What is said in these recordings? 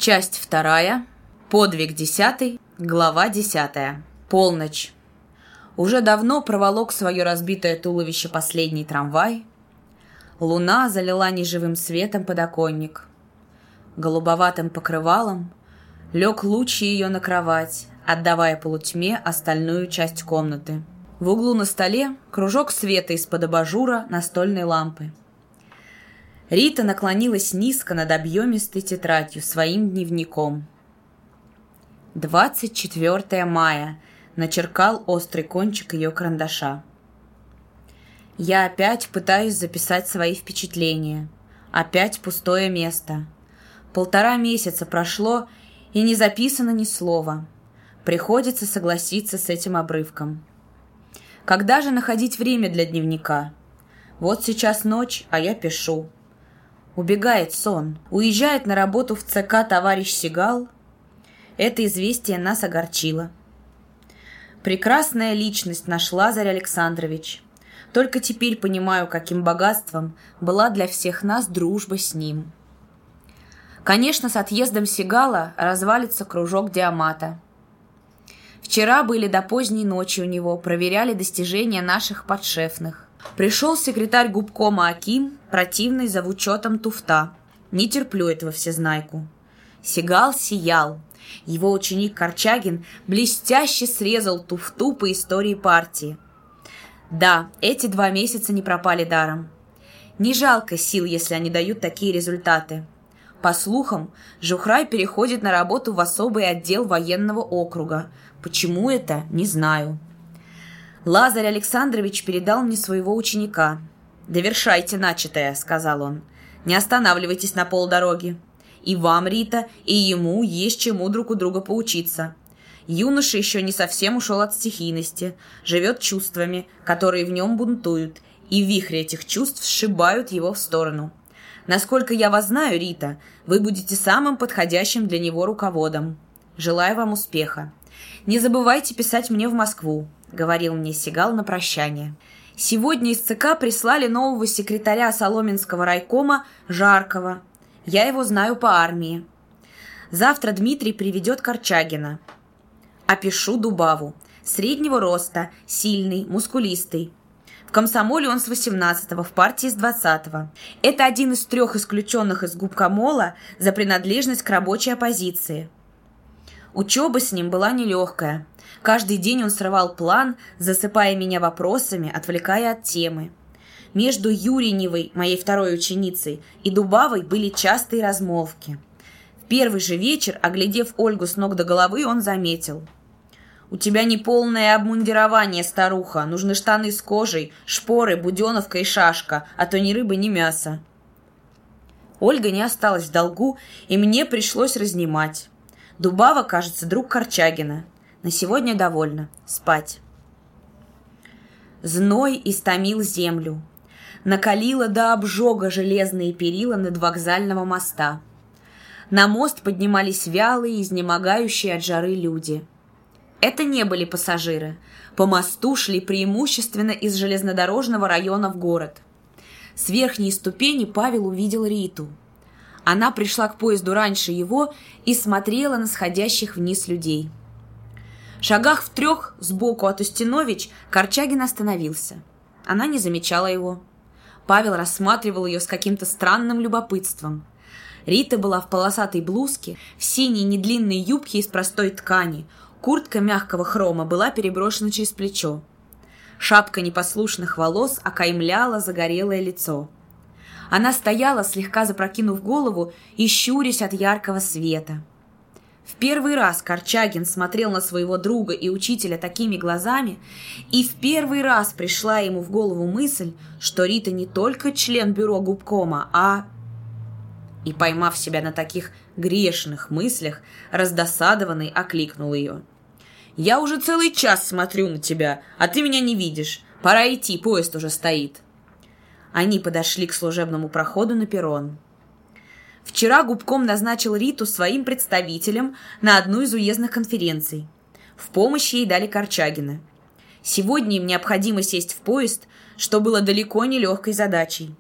Часть 2. Подвиг 10. Глава 10. Полночь. Уже давно проволок свое разбитое туловище последний трамвай. Луна залила неживым светом подоконник. Голубоватым покрывалом лег луч ее на кровать, отдавая полутьме остальную часть комнаты. В углу на столе кружок света из-под абажура настольной лампы. Рита наклонилась низко над объемистой тетрадью своим дневником. 24 мая. Начеркал острый кончик ее карандаша. Я опять пытаюсь записать свои впечатления. Опять пустое место. 1,5 месяца прошло, и не записано ни слова. Приходится согласиться с этим обрывком. Когда же находить время для дневника? Вот сейчас ночь, а я пишу. Убегает сон. Уезжает на работу в ЦК товарищ Сигал. Это известие нас огорчило. Прекрасная личность наш Лазарь Александрович. Только теперь понимаю, каким богатством была для всех нас дружба с ним. Конечно, с отъездом Сигала развалится кружок Диамата. Вчера были до поздней ночи у него, проверяли достижения наших подшефных. Пришел секретарь губкома Аким, противный за учетом туфта. Не терплю этого всезнайку. Сигал сиял. Его ученик Корчагин блестяще срезал туфту по истории партии. Да, эти 2 месяца не пропали даром. Не жалко сил, если они дают такие результаты. По слухам, Жухрай переходит на работу в особый отдел военного округа. Почему это, не знаю. Лазарь Александрович передал мне своего ученика. «Довершайте начатое», — сказал он. «Не останавливайтесь на полдороги. И вам, Рита, и ему есть чему друг у друга поучиться. Юноша еще не совсем ушел от стихийности, живет чувствами, которые в нем бунтуют, и вихри этих чувств сшибают его в сторону. Насколько я вас знаю, Рита, вы будете самым подходящим для него руководом. Желаю вам успеха. Не забывайте писать мне в Москву», — говорил мне Сигал на прощание. Сегодня из ЦК прислали нового секретаря Соломенского райкома Жаркова. Я его знаю по армии. Завтра Дмитрий приведет Корчагина. Опишу Дубаву. Среднего роста, сильный, мускулистый. В комсомоле он с 18-го, в партии с 20-го. Это один из 3 исключенных из губкомола за принадлежность к рабочей оппозиции. Учеба с ним была нелегкая. Каждый день он срывал план, засыпая меня вопросами, отвлекая от темы. Между Юриневой, моей второй ученицей, и Дубавой были частые размолвки. В первый же вечер, оглядев Ольгу с ног до головы, он заметил: «У тебя неполное обмундирование, старуха. Нужны штаны с кожей, шпоры, буденовка и шашка, а то ни рыба, ни мясо». Ольга не осталась в долгу, и мне пришлось разнимать. Дубава, кажется, друг Корчагина. На сегодня довольно. Спать. Зной истомил землю. Накалило до обжога железные перила надвокзального моста. На мост поднимались вялые, изнемогающие от жары люди. Это не были пассажиры. По мосту шли преимущественно из железнодорожного района в город. С верхней ступени Павел увидел Риту. Она пришла к поезду раньше его и смотрела на сходящих вниз людей. В шагах в 3 сбоку от Устинович Корчагин остановился. Она не замечала его. Павел рассматривал ее с каким-то странным любопытством. Рита была в полосатой блузке, в синей недлинной юбке из простой ткани. Куртка мягкого хрома была переброшена через плечо. Шапка непослушных волос окаймляла загорелое лицо. Она стояла, слегка запрокинув голову и щурясь от яркого света. В первый раз Корчагин смотрел на своего друга и учителя такими глазами, и в первый раз пришла ему в голову мысль, что Рита не только член бюро губкома, а... И, поймав себя на таких грешных мыслях, раздосадованный окликнул ее. «Я уже целый час смотрю на тебя, а ты меня не видишь. Пора идти, поезд уже стоит». Они подошли к служебному проходу на перрон. Вчера губком назначил Риту своим представителем на одну из уездных конференций. В помощь ей дали Корчагина. Сегодня им необходимо сесть в поезд, что было далеко не легкой задачей.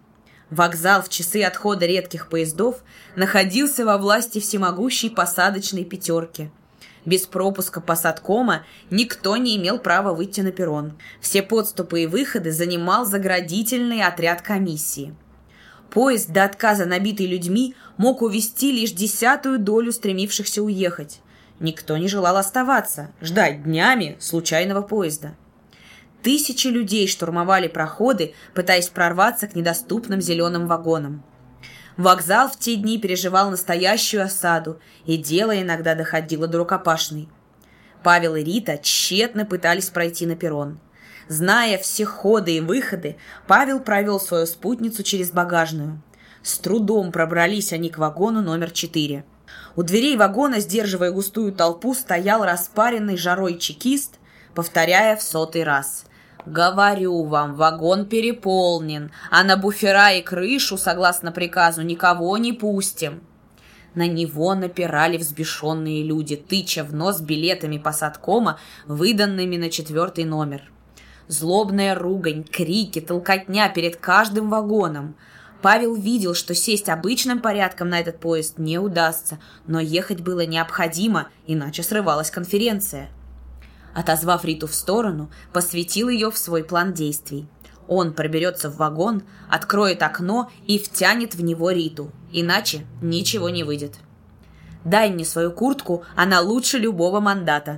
Вокзал в часы отхода редких поездов находился во власти всемогущей посадочной пятерки. Без пропуска посадкома никто не имел права выйти на перрон. Все подступы и выходы занимал заградительный отряд комиссии. Поезд, до отказа набитый людьми, мог увезти лишь 1/10 долю стремившихся уехать. Никто не желал оставаться, ждать днями случайного поезда. Тысячи людей штурмовали проходы, пытаясь прорваться к недоступным зеленым вагонам. Вокзал в те дни переживал настоящую осаду, и дело иногда доходило до рукопашной. Павел и Рита тщетно пытались пройти на перрон. Зная все ходы и выходы, Павел провел свою спутницу через багажную. С трудом пробрались они к вагону номер 4. У дверей вагона, сдерживая густую толпу, стоял распаренный жарой чекист, повторяя в 100-й раз: «Говорю вам, вагон переполнен, а на буфера и крышу, согласно приказу, никого не пустим». На него напирали взбешенные люди, тыча в нос билетами посадкома, выданными на 4-й номер. Злобная ругань, крики, толкотня перед каждым вагоном. Павел видел, что сесть обычным порядком на этот поезд не удастся, но ехать было необходимо, иначе срывалась конференция. Отозвав Риту в сторону, посвятил ее в свой план действий. Он проберется в вагон, откроет окно и втянет в него Риту, иначе ничего не выйдет. «Дай мне свою куртку, она лучше любого мандата».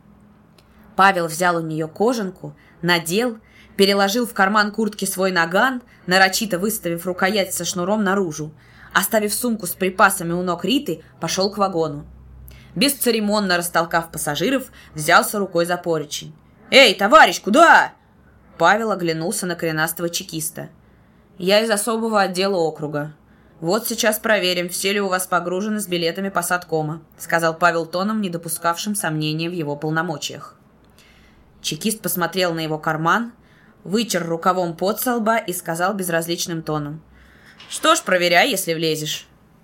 Павел взял у нее кожанку, надел, переложил в карман куртки свой наган, нарочито выставив рукоять со шнуром наружу. Оставив сумку с припасами у ног Риты, пошел к вагону. Бесцеремонно растолкав пассажиров, взялся рукой за поручень. «Эй, товарищ, куда?» Павел оглянулся на коренастого чекиста. «Я из особого отдела округа. Вот сейчас проверим, все ли у вас погружены с билетами посадкома», сказал Павел тоном, не допускавшим сомнения в его полномочиях. Чекист посмотрел на его карман, вытер рукавом пот со лба и сказал безразличным тоном: «Что ж, проверяй, если влезешь».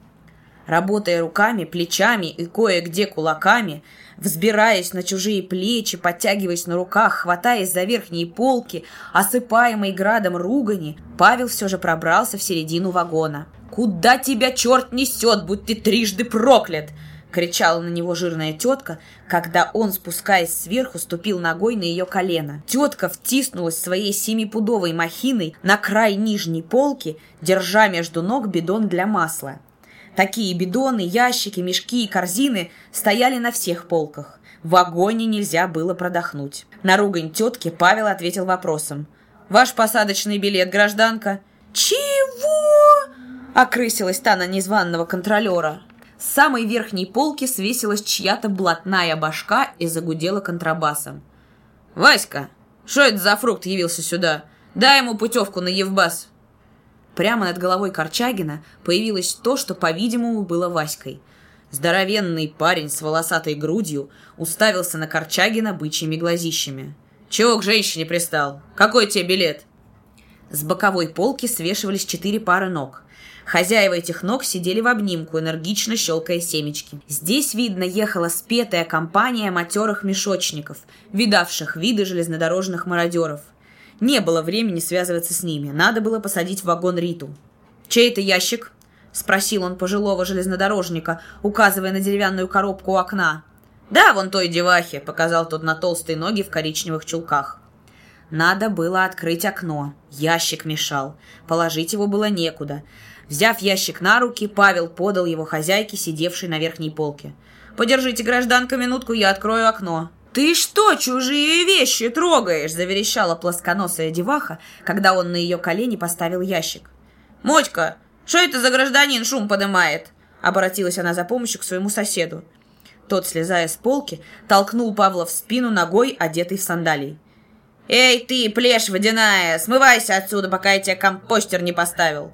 Работая руками, плечами и кое-где кулаками, взбираясь на чужие плечи, подтягиваясь на руках, хватаясь за верхние полки, осыпаемый градом ругани, Павел все же пробрался в середину вагона. «Куда тебя черт несет, будь ты трижды проклят!» — кричала на него жирная тетка, когда он, спускаясь сверху, ступил ногой на ее колено. Тетка втиснулась своей 7-пудовой махиной на край нижней полки, держа между ног бидон для масла. Такие бидоны, ящики, мешки и корзины стояли на всех полках. В вагоне нельзя было продохнуть. На ругань тетки Павел ответил вопросом: «Ваш посадочный билет, гражданка?» «Чего?» — окрысилась та на незваного контролера. С самой верхней полки свесилась чья-то блатная башка и загудела контрабасом. «Васька, что это за фрукт явился сюда? Дай ему путевку на Евбас!» Прямо над головой Корчагина появилось то, что, по-видимому, было Васькой. Здоровенный парень с волосатой грудью уставился на Корчагина бычьими глазищами. «Чего к женщине пристал? Какой тебе билет?» С боковой полки свешивались 4 пары ног. Хозяева этих ног сидели в обнимку, энергично щелкая семечки. Здесь, видно, ехала спетая компания матерых мешочников, видавших виды железнодорожных мародеров. Не было времени связываться с ними. Надо было посадить в вагон Риту. «Чей это ящик?» — спросил он пожилого железнодорожника, указывая на деревянную коробку у окна. «Да, вон той девахи», — показал тот на толстые ноги в коричневых чулках. Надо было открыть окно. Ящик мешал. Положить его было некуда. Взяв ящик на руки, Павел подал его хозяйке, сидевшей на верхней полке. «Подержите, гражданка, минутку, я открою окно». «Ты что, чужие вещи трогаешь?» – заверещала плосконосая деваха, когда он на ее колени поставил ящик. «Мотька, что это за гражданин шум подымает?» – обратилась она за помощью к своему соседу. Тот, слезая с полки, толкнул Павла в спину ногой, одетый в сандалии. «Эй ты, плешь водяная, смывайся отсюда, пока я тебе компостер не поставил!»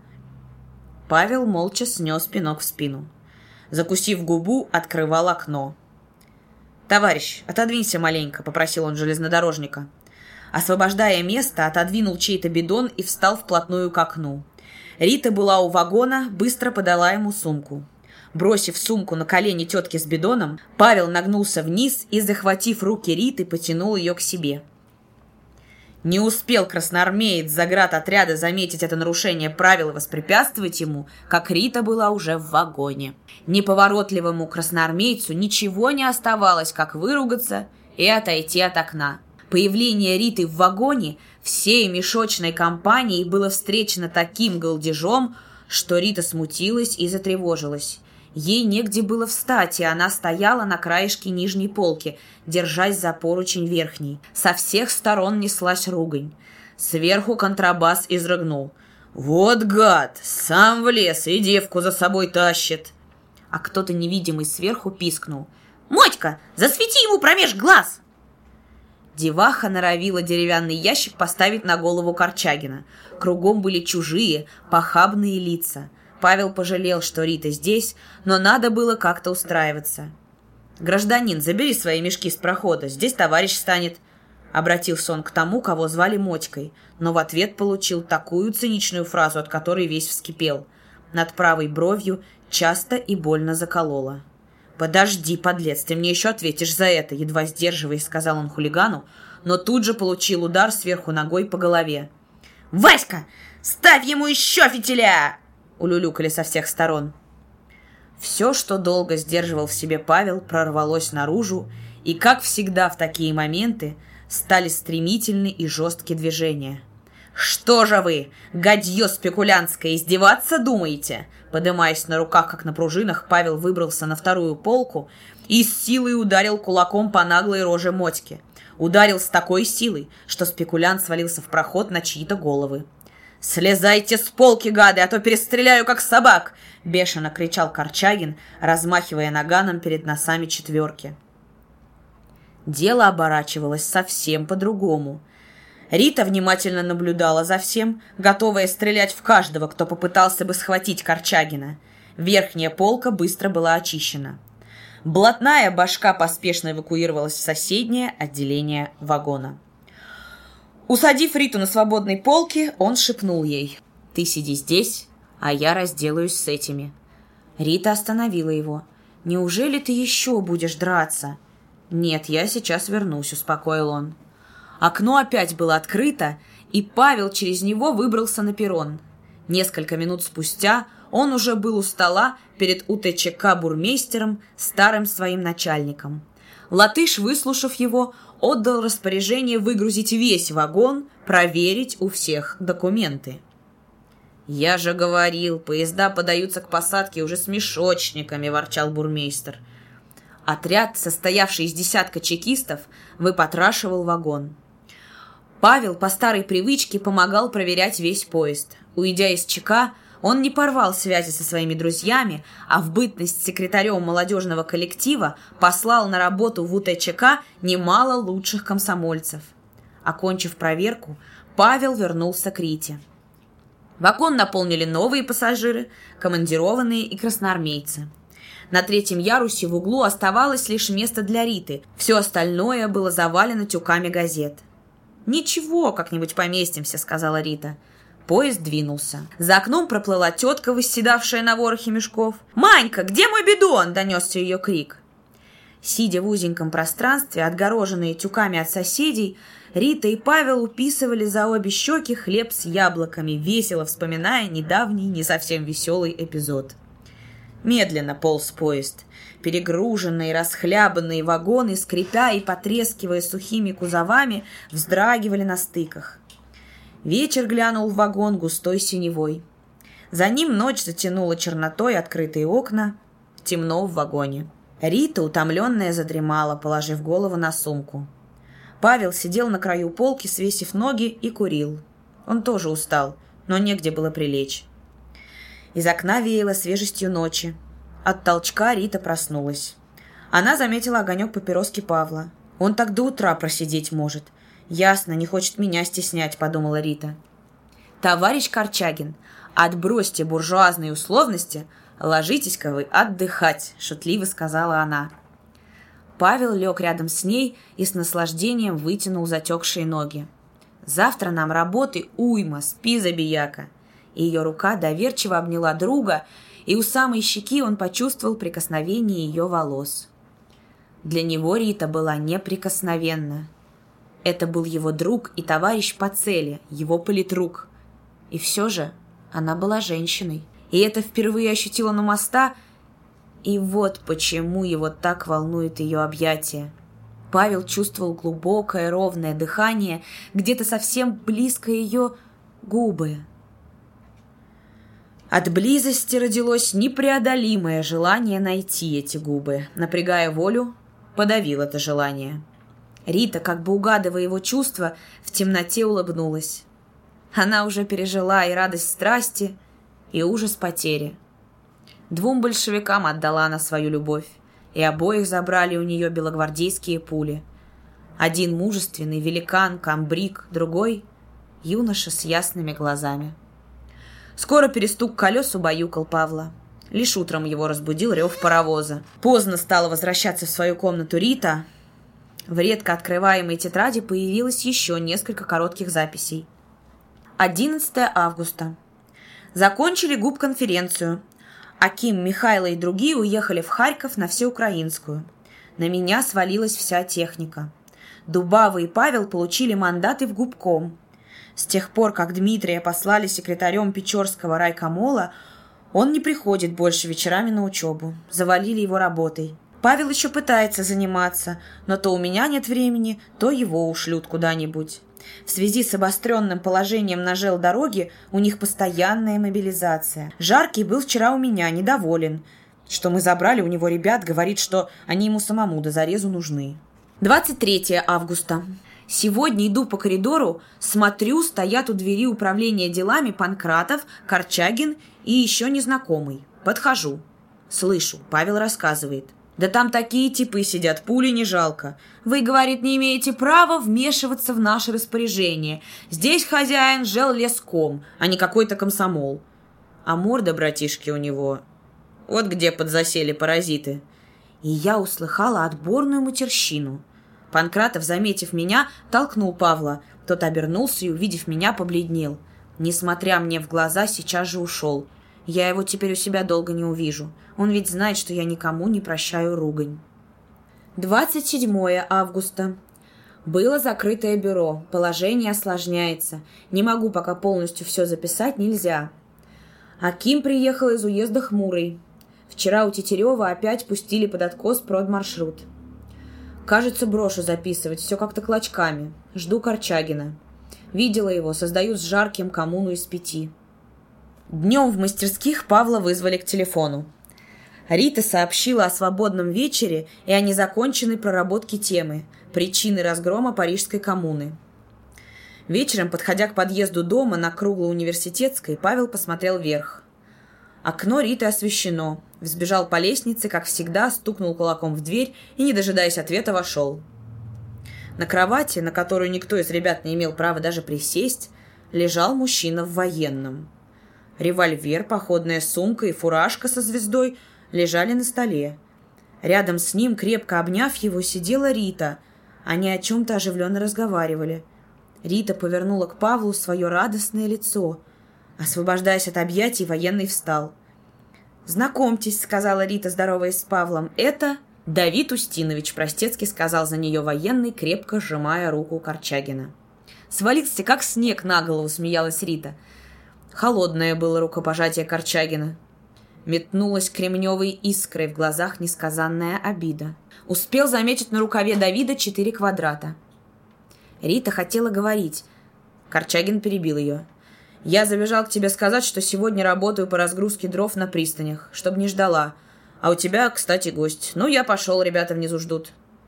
Павел молча снес пинок в спину. Закусив губу, открывал окно. «Товарищ, отодвинься маленько», — попросил он железнодорожника. Освобождая место, отодвинул чей-то бидон и встал вплотную к окну. Рита была у вагона, быстро подала ему сумку. Бросив сумку на колени тетки с бидоном, Павел нагнулся вниз и, захватив руки Риты, потянул ее к себе. Не успел красноармеец заградотряда заметить это нарушение правил и воспрепятствовать ему, как Рита была уже в вагоне. Неповоротливому красноармейцу ничего не оставалось, как выругаться и отойти от окна. Появление Риты в вагоне всей мешочной компанией было встречено таким галдежом, что Рита смутилась и затревожилась. Ей негде было встать, и она стояла на краешке нижней полки, держась за поручень верхней. Со всех сторон неслась ругань. Сверху контрабас изрыгнул: «Вот гад! Сам влез и девку за собой тащит!» А кто-то невидимый сверху пискнул: «Мотька, засвети ему промеж глаз!» Деваха норовила деревянный ящик поставить на голову Корчагина. Кругом были чужие, похабные лица. Павел пожалел, что Рита здесь, но надо было как-то устраиваться. «Гражданин, забери свои мешки с прохода, здесь товарищ станет», — обратился он к тому, кого звали Мотькой, но в ответ получил такую циничную фразу, от которой весь вскипел. Над правой бровью часто и больно закололо. «Подожди, подлец, ты мне еще ответишь за это», — едва сдерживаясь, сказал он хулигану, но тут же получил удар сверху ногой по голове. «Васька, ставь ему еще фитиля!» — улюлюкали со всех сторон. Все, что долго сдерживал в себе Павел, прорвалось наружу, и, как всегда в такие моменты, стали стремительны и жесткие движения. «Что же вы, гадье спекулянтское, издеваться думаете?» Подымаясь на руках, как на пружинах, Павел выбрался на вторую полку и с силой ударил кулаком по наглой роже Мотьки. Ударил с такой силой, что спекулянт свалился в проход на чьи-то головы. «Слезайте с полки, гады, а то перестреляю, как собак!» — бешено кричал Корчагин, размахивая наганом перед носами четверки. Дело оборачивалось совсем по-другому. Рита внимательно наблюдала за всем, готовая стрелять в каждого, кто попытался бы схватить Корчагина. Верхняя полка быстро была очищена. Блатная башка поспешно эвакуировалась в соседнее отделение вагона. Усадив Риту на свободной полке, он шепнул ей: «Ты сиди здесь, а я разделаюсь с этими». Рита остановила его. «Неужели ты еще будешь драться?» «Нет, я сейчас вернусь», — успокоил он. Окно опять было открыто, и Павел через него выбрался на перрон. Несколько минут спустя он уже был у стола перед УТЧК-бурмейстером, старым своим начальником. Латыш, выслушав его, отдал распоряжение выгрузить весь вагон, проверить у всех документы. «Я же говорил, поезда подаются к посадке уже с мешочниками», — ворчал бурмейстер. Отряд, состоявший из десятка чекистов, выпотрашивал вагон. Павел по старой привычке помогал проверять весь поезд. Уйдя из ЧК, он не порвал связи со своими друзьями, а в бытность секретарем молодежного коллектива послал на работу в УТЧК немало лучших комсомольцев. Окончив проверку, Павел вернулся к Рите. Вагон наполнили новые пассажиры, командированные и красноармейцы. На третьем ярусе в углу оставалось лишь место для Риты, все остальное было завалено тюками газет. «Ничего, как-нибудь поместимся», — сказала Рита. Поезд двинулся. За окном проплыла тетка, восседавшая на ворохе мешков. «Манька, где мой бидон?» — донесся ее крик. Сидя в узеньком пространстве, отгороженные тюками от соседей, Рита и Павел уписывали за обе щеки хлеб с яблоками, весело вспоминая недавний, не совсем веселый эпизод. Медленно полз поезд. Перегруженные, расхлябанные вагоны, скрипя и потрескивая сухими кузовами, вздрагивали на стыках. Вечер глянул в вагон густой синевой. За ним ночь затянула чернотой открытые окна. Темно в вагоне. Рита, утомленная, задремала, положив голову на сумку. Павел сидел на краю полки, свесив ноги, и курил. Он тоже устал, но негде было прилечь. Из окна веяло свежестью ночи. От толчка Рита проснулась. Она заметила огонек папироски Павла. Он так до утра просидеть может. Ясно, не хочет меня стеснять, подумала Рита. «Товарищ Корчагин, отбросьте буржуазные условности, ложитесь-ка вы отдыхать», — шутливо сказала она. Павел лег рядом с ней и с наслаждением вытянул затекшие ноги. «Завтра нам работы уйма, спи, забияка». И ее рука доверчиво обняла друга, и у самой щеки он почувствовал прикосновение ее волос. Для него Рита была неприкосновенна. Это был его друг и товарищ по цели, его политрук. И все же она была женщиной. И это впервые ощутила на моста. И вот почему его так волнует ее объятие. Павел чувствовал глубокое ровное дыхание, где-то совсем близко ее губы. От близости родилось непреодолимое желание найти эти губы. Напрягая волю, подавил это желание. Рита, как бы угадывая его чувства, в темноте улыбнулась. Она уже пережила и радость страсти, и ужас потери. 2 большевикам отдала она свою любовь, и обоих забрали у нее белогвардейские пули. Один мужественный великан, комбриг, другой — юноша с ясными глазами. Скоро перестук колес убаюкал Павла. Лишь утром его разбудил рев паровоза. Поздно стала возвращаться в свою комнату Рита. В редко открываемой тетради появилось еще несколько коротких записей. 11 августа. Закончили губконференцию. Аким, Михайло и другие уехали в Харьков на всеукраинскую. На меня свалилась вся техника. Дубава и Павел получили мандаты в губком. С тех пор, как Дмитрия послали секретарем Печорского райкомола, он не приходит больше вечерами на учебу. Завалили его работой. Павел еще пытается заниматься, но то у меня нет времени, то его ушлют куда-нибудь. В связи с обостренным положением на желдороге у них постоянная мобилизация. Жаркий был вчера у меня, недоволен, что мы забрали у него ребят, говорит, что они ему самому до зарезу нужны. 23 августа. Сегодня иду по коридору, смотрю, стоят у двери управления делами Панкратов, Корчагин и еще незнакомый. Подхожу. Слышу, Павел рассказывает. Да там такие типы сидят, пули не жалко. Вы, говорит, не имеете права вмешиваться в наше распоряжение. Здесь хозяин желлеском, а не какой-то комсомол. А морда, братишки, у него... Вот где подзасели паразиты. И я услыхала отборную матерщину. Панкратов, заметив меня, толкнул Павла. Тот обернулся и, увидев меня, побледнел. Несмотря мне в глаза, сейчас же ушел. Я его теперь у себя долго не увижу. Он ведь знает, что я никому не прощаю ругань. 27 августа. Было закрытое бюро. Положение осложняется. Не могу пока полностью все записать, нельзя. Аким приехал из уезда хмурый. Вчера у Тетерева опять пустили под откос продмаршрут. Кажется, брошу записывать, все как-то клочками. Жду Корчагина. Видела его, создают с Жарким коммуну из 5. Днем в мастерских Павла вызвали к телефону. Рита сообщила о свободном вечере и о незаконченной проработке темы «Причины разгрома Парижской коммуны». Вечером, подходя к подъезду дома на Кругло-Университетской, Павел посмотрел вверх. Окно Риты освещено. Взбежал по лестнице, как всегда, стукнул кулаком в дверь и, не дожидаясь ответа, вошел. На кровати, на которую никто из ребят не имел права даже присесть, лежал мужчина в военном. Револьвер, походная сумка и фуражка со звездой лежали на столе. Рядом с ним, крепко обняв его, сидела Рита. Они о чем-то оживленно разговаривали. Рита повернула к Павлу свое радостное лицо. Освобождаясь от объятий, военный встал. «Знакомьтесь», — сказала Рита, здороваясь с Павлом, — «это Давид Устинович», — простецки сказал за нее военный, крепко сжимая руку Корчагина. «Свалился, как снег на голову», — смеялась Рита. Холодное было рукопожатие Корчагина. Метнулась кремневой искрой в глазах несказанная обида. Успел заметить на рукаве Давида 4 квадрата. Рита хотела говорить. Корчагин перебил ее. «Я забежал к тебе сказать, что сегодня работаю по разгрузке дров на пристанях, чтобы не ждала. А у тебя, кстати, гость. Ну, я пошел, ребята внизу ждут».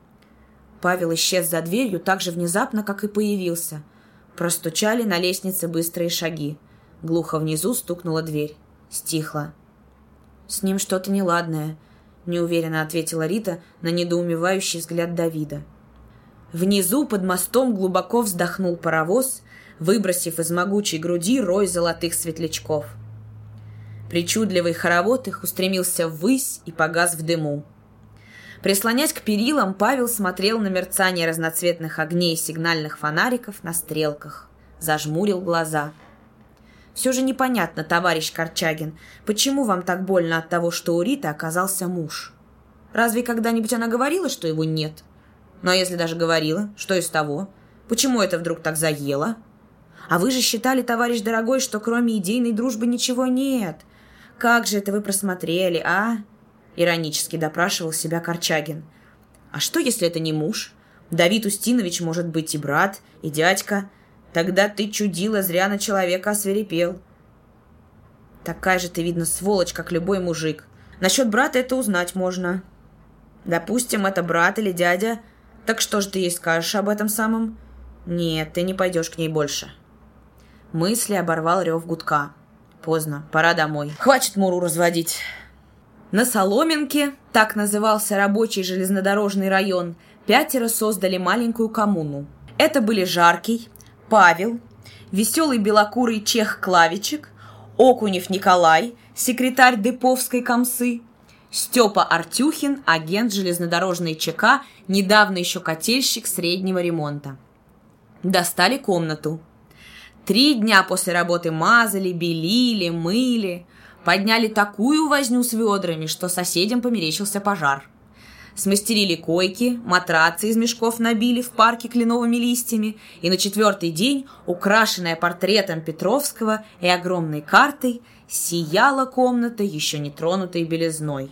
Павел исчез за дверью так же внезапно, как и появился. Простучали на лестнице быстрые шаги. Глухо внизу стукнула дверь. Стихло. «С ним что-то неладное», — неуверенно ответила Рита на недоумевающий взгляд Давида. Внизу под мостом глубоко вздохнул паровоз, выбросив из могучей груди рой золотых светлячков. Причудливый хоровод их устремился ввысь и погас в дыму. Прислонясь к перилам, Павел смотрел на мерцание разноцветных огней сигнальных фонариков на стрелках. Зажмурил глаза. «Все же непонятно, товарищ Корчагин, почему вам так больно от того, что у Риты оказался муж? Разве когда-нибудь она говорила, что его нет? Ну а если даже говорила, что из того? Почему это вдруг так заело? А вы же считали, товарищ дорогой, что кроме идейной дружбы ничего нет. Как же это вы просмотрели, а?» Иронически допрашивал себя Корчагин. «А что, если это не муж? Давид Устинович может быть и брат, и дядька. Тогда ты, чудила, зря на человека освирепел. Такая же ты, видно, сволочь, как любой мужик. Насчет брата это узнать можно. Допустим, это брат или дядя. Так что же ты ей скажешь об этом самом? Нет, ты не пойдешь к ней больше». Мысли оборвал рев гудка. Поздно, пора домой. Хватит муру разводить. На Соломенке, так назывался рабочий железнодорожный район, 5 создали маленькую коммуну. Это были Жаркий, Павел, веселый белокурый чех Клавичек, Окунев Николай, секретарь Деповской комсы, Степа Артюхин, агент железнодорожной ЧК, недавно еще котельщик среднего ремонта. Достали комнату. 3 дня после работы мазали, белили, мыли. Подняли такую возню с ведрами, что соседям померещился пожар. Смастерили койки, матрацы из мешков набили в парке кленовыми листьями, и на 4-й день, украшенная портретом Петровского и огромной картой, сияла комната еще не тронутой белизной.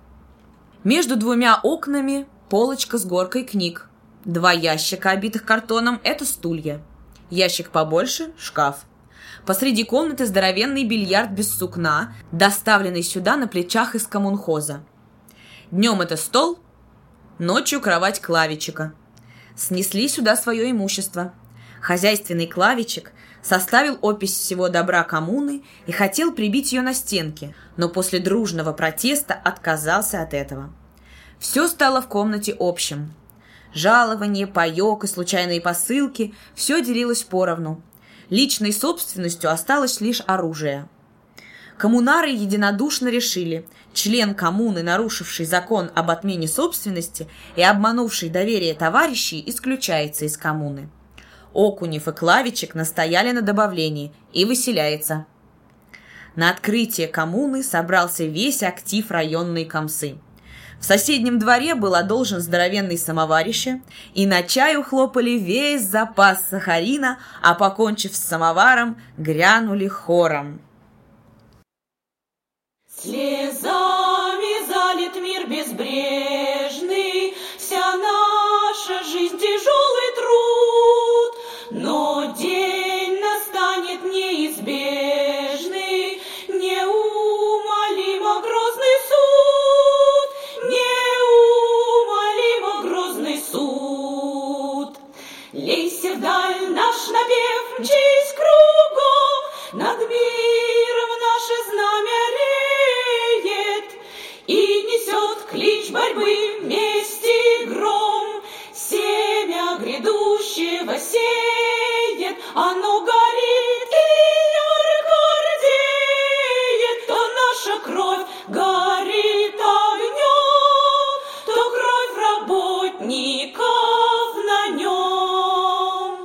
Между 2 окнами полочка с горкой книг. 2 ящика, обитых картоном, это стулья. Ящик побольше – шкаф. Посреди комнаты здоровенный бильярд без сукна, доставленный сюда на плечах из коммунхоза. Днем это стол, ночью кровать Клавичика. Снесли сюда свое имущество. Хозяйственный Клавичик составил опись всего добра коммуны и хотел прибить ее на стенки, но после дружного протеста отказался от этого. Все стало в комнате общим. Жалование, паёк и случайные посылки – все делилось поровну. Личной собственностью осталось лишь оружие. Коммунары единодушно решили, член коммуны, нарушивший закон об отмене собственности и обманувший доверие товарищей, исключается из коммуны. Окунев и Клавичек настояли на добавлении и выселяется. На открытие коммуны собрался весь актив районной комсы. В соседнем дворе был одолжен здоровенный самоварище, и на чай ухлопали весь запас сахарина, а, покончив с самоваром, грянули хором. Слезами залит мир безбрежный, вся наша жизнь тяжелый труд, но день настанет неизбежный, неумолимо грозный суд, неумолимо грозный суд. Лейся вдаль наш напев, мчись кругом, над миром наше знамя реет и несет клич борьбы, мести гром. Семя грядущего сеет, оно горит и ярко рдеет, то наша кровь горит огнем, то кровь работников на нем.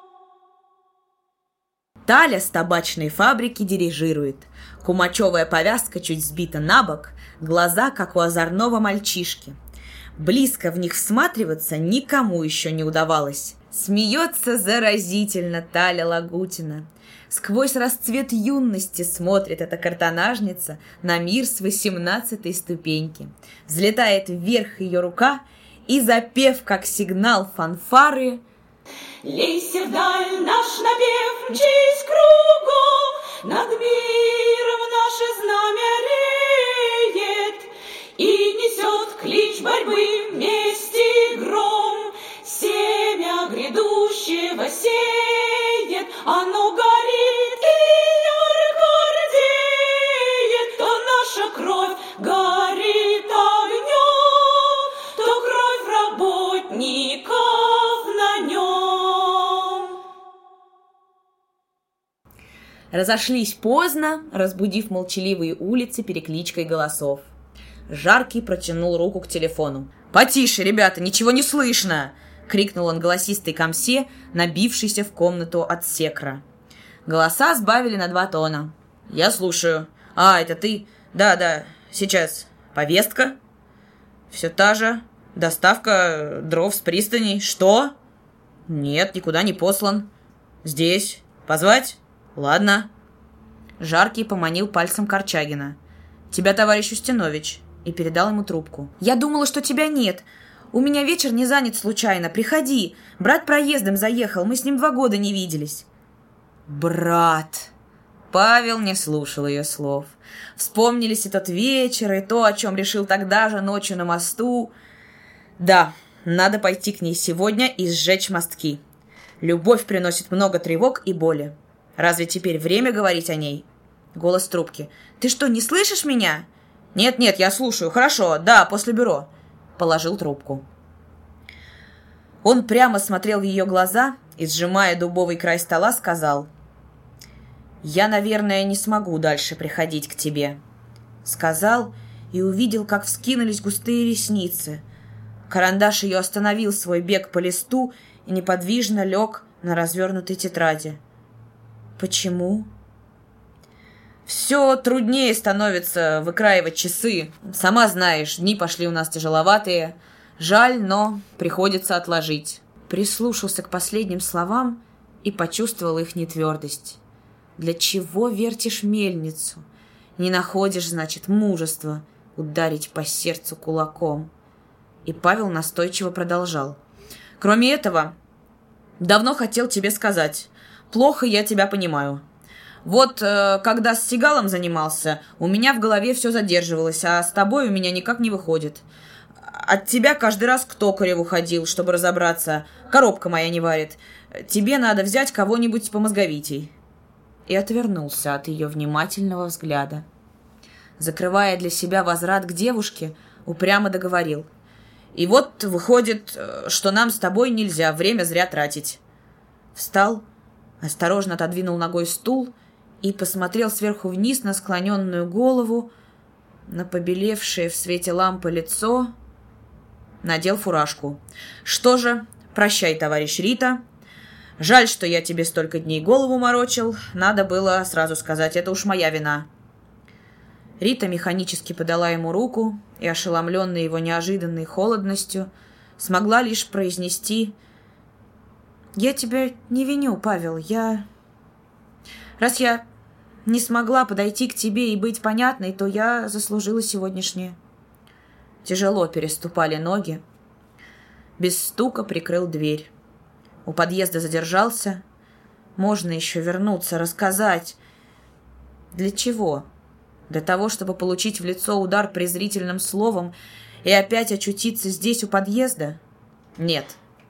Таля с табачной фабрики дирижирует. Кумачевая повязка чуть сбита на бок, глаза, как у озорного мальчишки. Близко в них всматриваться никому еще не удавалось. Смеется заразительно Таля Лагутина. Сквозь расцвет юности смотрит эта картонажница на мир с 18-й ступеньки. Взлетает вверх ее рука, и, запев как сигнал фанфары, лейся вдаль наш напев, мчись кругом, над миром наше знамя реет и несет клич борьбы, мести гром. Семя грядущего сеет, оно горит и ярко рдеет, то наша кровь горит огнем, то кровь работников на нем. разошлись поздно, разбудив молчаливые улицы перекличкой голосов. Жаркий протянул руку к телефону. «Потише, ребята, ничего не слышно!» — крикнул он голосистой комсе, набившейся в комнату от секра. Голоса сбавили на 2 тона. «Я слушаю. А, это ты? Да, сейчас. Повестка? Все та же. Доставка дров с пристани. Что? Нет, никуда не послан. Здесь. Позвать? Ладно. Жаркий поманил пальцем Корчагина. Тебя, товарищ Устинович. И передал ему трубку. Я думала, что тебя нет. У меня вечер не занят случайно. Приходи. Брат проездом заехал. Мы с ним 2 года не виделись. Брат. Павел не слушал ее слов. Вспомнились и тот вечер, и то, о чем решил тогда же ночью на мосту. Да, надо пойти к ней сегодня и сжечь мостки. Любовь приносит много тревог и боли. Разве теперь время говорить о ней? Голос трубки. Ты что, не слышишь меня? Нет, я слушаю. Хорошо, да, после бюро. Положил трубку. Он прямо смотрел в ее глаза и, сжимая дубовый край стола, сказал: «Я, наверное, не смогу дальше приходить к тебе». Сказал и увидел, как вскинулись густые ресницы. Карандаш ее остановил свой бег по листу и неподвижно лег на развернутой тетради. Почему? Все труднее становится выкраивать часы. Сама знаешь, дни пошли у нас тяжеловатые. Жаль, но приходится отложить. Прислушался к последним словам и почувствовал их нетвердость. Для чего вертишь мельницу? Не находишь, значит, мужества ударить по сердцу кулаком. И Павел настойчиво продолжал. Кроме этого, давно хотел тебе сказать. Плохо я тебя понимаю. Вот, когда с Сигалом занимался, у меня в голове все задерживалось, а с тобой у меня никак не выходит. От тебя каждый раз к токареву ходил, чтобы разобраться. Коробка моя не варит. Тебе надо взять кого-нибудь помозговитей. И отвернулся от ее внимательного взгляда. Закрывая для себя возврат к девушке, упрямо договорил. И вот выходит, что нам с тобой нельзя время зря тратить. Встал, осторожно отодвинул ногой стул и посмотрел сверху вниз на склоненную голову, на побелевшее в свете лампы лицо, надел фуражку. Что же, прощай, товарищ Рита. Жаль, что я тебе столько дней голову морочил. Надо было сразу сказать, это уж моя вина. Рита механически подала ему руку и, ошеломленная его неожиданной холодностью, смогла лишь произнести: «Я тебя не виню, Павел. Раз я не смогла подойти к тебе и быть понятной, то я заслужила сегодняшнее». Тяжело переступали ноги. Без стука прикрыл дверь. У подъезда задержался. Можно еще вернуться, рассказать. Для чего? Для того, чтобы получить в лицо удар презрительным словом и опять очутиться здесь у подъезда? Нет.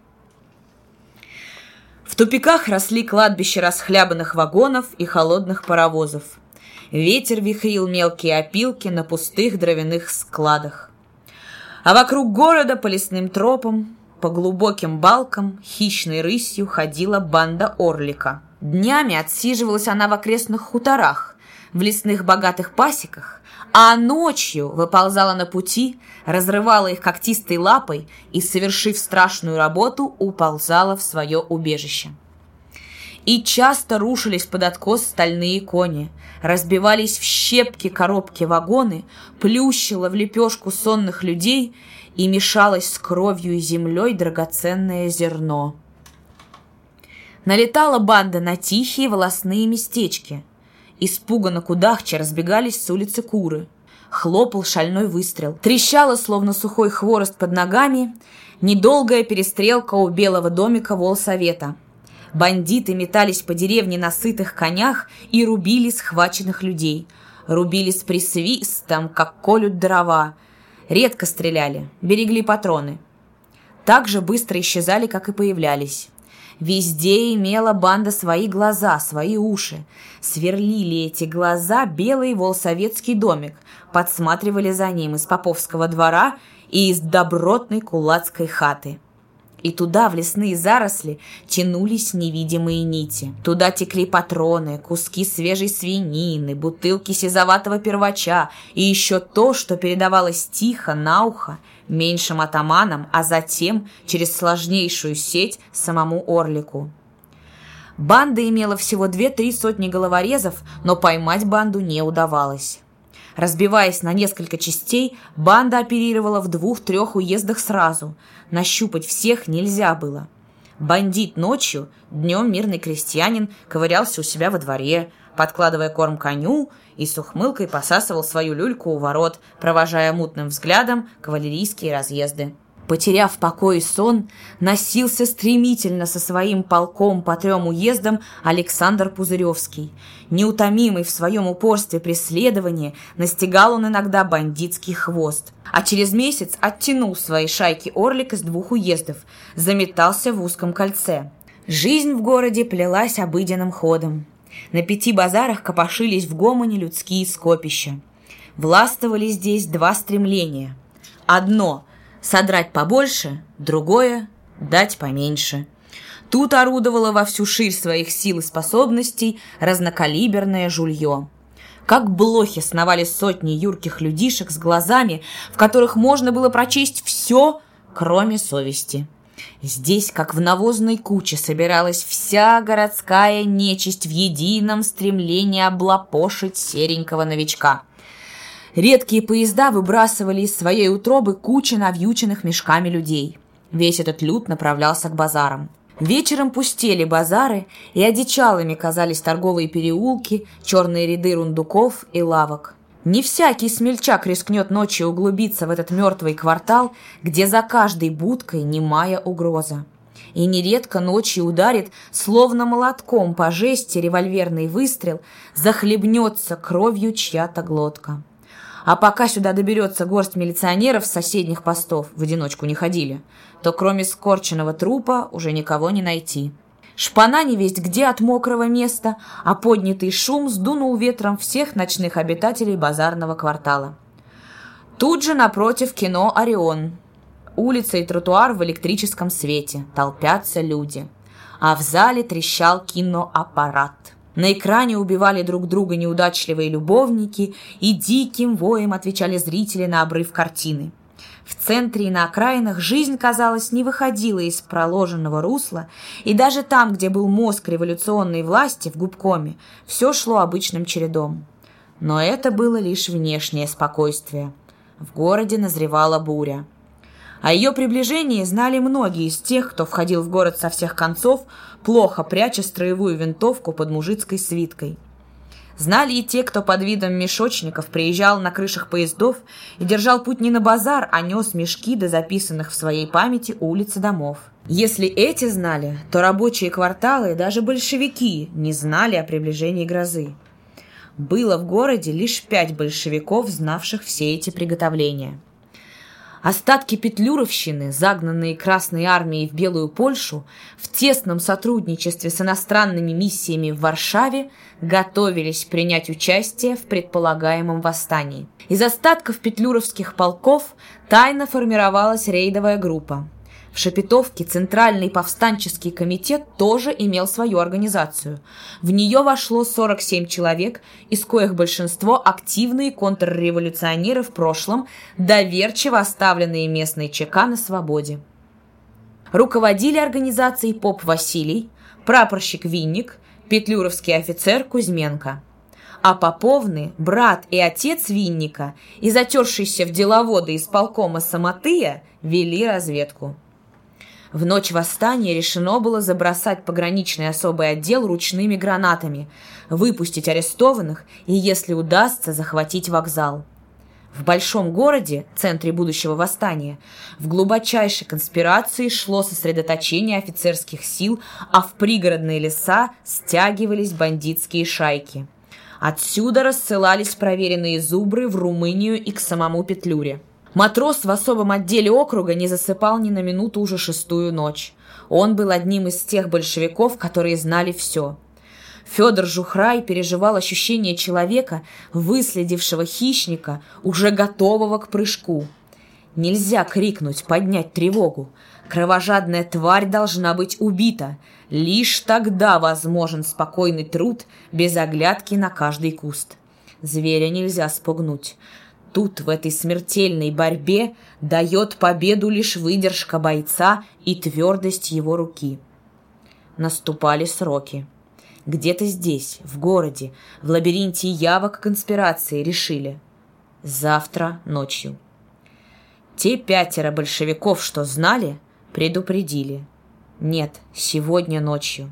В тупиках росли кладбища расхлябанных вагонов и холодных паровозов. Ветер вихрил мелкие опилки на пустых дровяных складах. А вокруг города по лесным тропам, по глубоким балкам хищной рысью ходила банда Орлика. Днями отсиживалась она в окрестных хуторах, в лесных богатых пасеках, а ночью выползала на пути, разрывала их когтистой лапой и, совершив страшную работу, уползала в свое убежище. И часто рушились под откос стальные кони, разбивались в щепки коробки вагоны, плющило в лепешку сонных людей и мешалось с кровью и землей драгоценное зерно. Налетала банда на тихие волосные местечки. Испуганно кудахча разбегались с улицы куры. Хлопал шальной выстрел. Трещало, словно сухой хворост под ногами, недолгая перестрелка у белого домика волсовета. Бандиты метались по деревне на сытых конях и рубили схваченных людей. Рубили с присвистом, как колют дрова. Редко стреляли, берегли патроны. Так же быстро исчезали, как и появлялись. Везде имела банда свои глаза, свои уши. Сверлили эти глаза белый волсоветский домик, подсматривали за ним из поповского двора и из добротной кулацкой хаты. И туда, в лесные заросли, тянулись невидимые нити. Туда текли патроны, куски свежей свинины, бутылки сизоватого первача и еще то, что передавалось тихо, на ухо, меньшим атаманам, а затем через сложнейшую сеть самому Орлику. Банда имела всего 2-3 сотни головорезов, но поймать банду не удавалось. Разбиваясь на несколько частей, банда оперировала в 2-3 уездах сразу. Нащупать всех нельзя было. Бандит ночью, днем мирный крестьянин ковырялся у себя во дворе, подкладывая корм коню, и с ухмылкой посасывал свою люльку у ворот, провожая мутным взглядом кавалерийские разъезды. Потеряв покой и сон, носился стремительно со своим полком по 3 уездам Александр Пузыревский. Неутомимый в своем упорстве преследования, настигал он иногда бандитский хвост, а через месяц оттянул свои шайки орлик из 2 уездов, заметался в узком кольце. Жизнь в городе плелась обыденным ходом. На 5 базарах копошились в гомоне людские скопища. Властвовали здесь 2 стремления. Одно — содрать побольше, другое — дать поменьше. Тут орудовало во всю ширь своих сил и способностей разнокалиберное жулье. Как блохи сновали сотни юрких людишек с глазами, в которых можно было прочесть все, кроме совести. Здесь, как в навозной куче, собиралась вся городская нечисть в едином стремлении облапошить серенького новичка. Редкие поезда выбрасывали из своей утробы кучи навьюченных мешками людей. Весь этот люд направлялся к базарам. Вечером пустели базары, и одичалыми казались торговые переулки, черные ряды рундуков и лавок. Не всякий смельчак рискнет ночью углубиться в этот мертвый квартал, где за каждой будкой немая угроза. И нередко ночью ударит, словно молотком по жести, револьверный выстрел, захлебнется кровью чья-то глотка. А пока сюда доберется горсть милиционеров с соседних постов, в одиночку не ходили, то кроме скорченного трупа уже никого не найти. Шпана невесть где от мокрого места, а поднятый шум сдунул ветром всех ночных обитателей базарного квартала. Тут же напротив кино «Орион». Улица и тротуар в электрическом свете, толпятся люди. А в зале трещал киноаппарат. На экране убивали друг друга неудачливые любовники, и диким воем отвечали зрители на обрыв картины. В центре и на окраинах жизнь, казалось, не выходила из проложенного русла, и даже там, где был мозг революционной власти, в губкоме, все шло обычным чередом. Но это было лишь внешнее спокойствие. В городе назревала буря. О ее приближении знали многие из тех, кто входил в город со всех концов, плохо пряча строевую винтовку под мужицкой свиткой. Знали и те, кто под видом мешочников приезжал на крышах поездов и держал путь не на базар, а нес мешки до записанных в своей памяти улиц и домов. Если эти знали, то рабочие кварталы и даже большевики не знали о приближении грозы. Было в городе лишь 5 большевиков, знавших все эти приготовления. Остатки петлюровщины, загнанные Красной армией в Белую Польшу, в тесном сотрудничестве с иностранными миссиями в Варшаве готовились принять участие в предполагаемом восстании. Из остатков петлюровских полков тайно формировалась рейдовая группа. В Шепетовке Центральный повстанческий комитет тоже имел свою организацию. В нее вошло 47 человек, из коих большинство активные контрреволюционеры в прошлом, доверчиво оставленные местной ЧК на свободе. Руководили организацией поп Василий, прапорщик Винник, петлюровский офицер Кузьменко. А поповны, брат и отец Винника и затершийся в деловоды из полкома Самотыя вели разведку. В ночь восстания решено было забросать пограничный особый отдел ручными гранатами, выпустить арестованных и, если удастся, захватить вокзал. В большом городе, центре будущего восстания, в глубочайшей конспирации шло сосредоточение офицерских сил, а в пригородные леса стягивались бандитские шайки. Отсюда рассылались проверенные зубры в Румынию и к самому Петлюре. Матрос в особом отделе округа не засыпал ни на минуту уже 6-ю ночь. Он был одним из тех большевиков, которые знали все. Федор Жухрай переживал ощущение человека, выследившего хищника, уже готового к прыжку. Нельзя крикнуть, поднять тревогу. Кровожадная тварь должна быть убита. Лишь тогда возможен спокойный труд без оглядки на каждый куст. Зверя нельзя спугнуть. Тут, в этой смертельной борьбе, дает победу лишь выдержка бойца и твердость его руки. Наступали сроки. Где-то здесь, в городе, в лабиринте явок конспирации решили: завтра ночью. Те 5 большевиков, что знали, предупредили: Нет, сегодня ночью.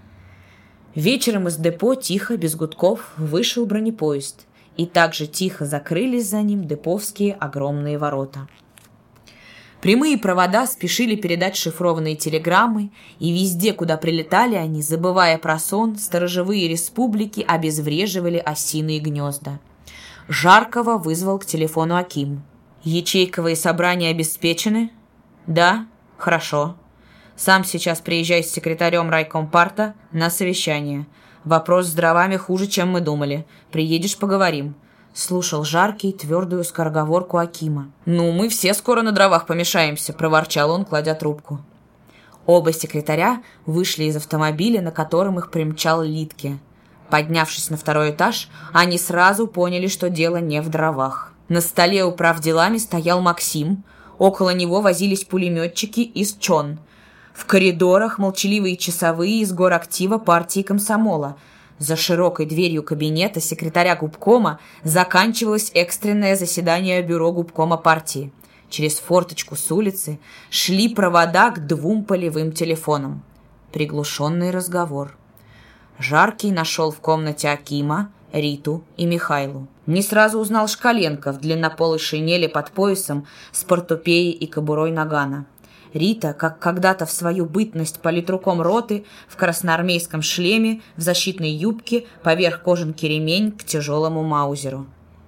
Вечером из депо тихо, без гудков, вышел бронепоезд, и также тихо закрылись за ним деповские огромные ворота. Прямые провода спешили передать шифрованные телеграммы, и везде, куда прилетали они, забывая про сон, сторожевые республики обезвреживали осиные гнезда. Жаркого вызвал к телефону Аким. «Ячейковые собрания обеспечены?» «Да? Хорошо. Сам сейчас приезжай с секретарем райкомпарта на совещание. Вопрос с дровами хуже, чем мы думали. Приедешь, поговорим». Слушал Жаркий твердую скороговорку Акима. «Ну, мы все скоро на дровах помешаемся», — проворчал он, кладя трубку. Оба секретаря вышли из автомобиля, на котором их примчал Литке. Поднявшись на второй этаж, они сразу поняли, что дело не в дровах. На столе управделами стоял Максим, около него возились пулеметчики из ЧОН. В коридорах молчаливые часовые из горактива партии комсомола. За широкой дверью кабинета секретаря губкома заканчивалось экстренное заседание бюро губкома партии. Через форточку с улицы шли провода к 2 полевым телефонам. Приглушенный разговор. Жаркий нашел в комнате Акима, Риту и Михайлу. Не сразу узнал Шкаленко в длиннополой шинели под поясом с портупеей и кобурой нагана. Рита, как когда-то в свою бытность политруком роты, в красноармейском шлеме, в защитной юбке, поверх кожанки ремень к тяжелому маузеру.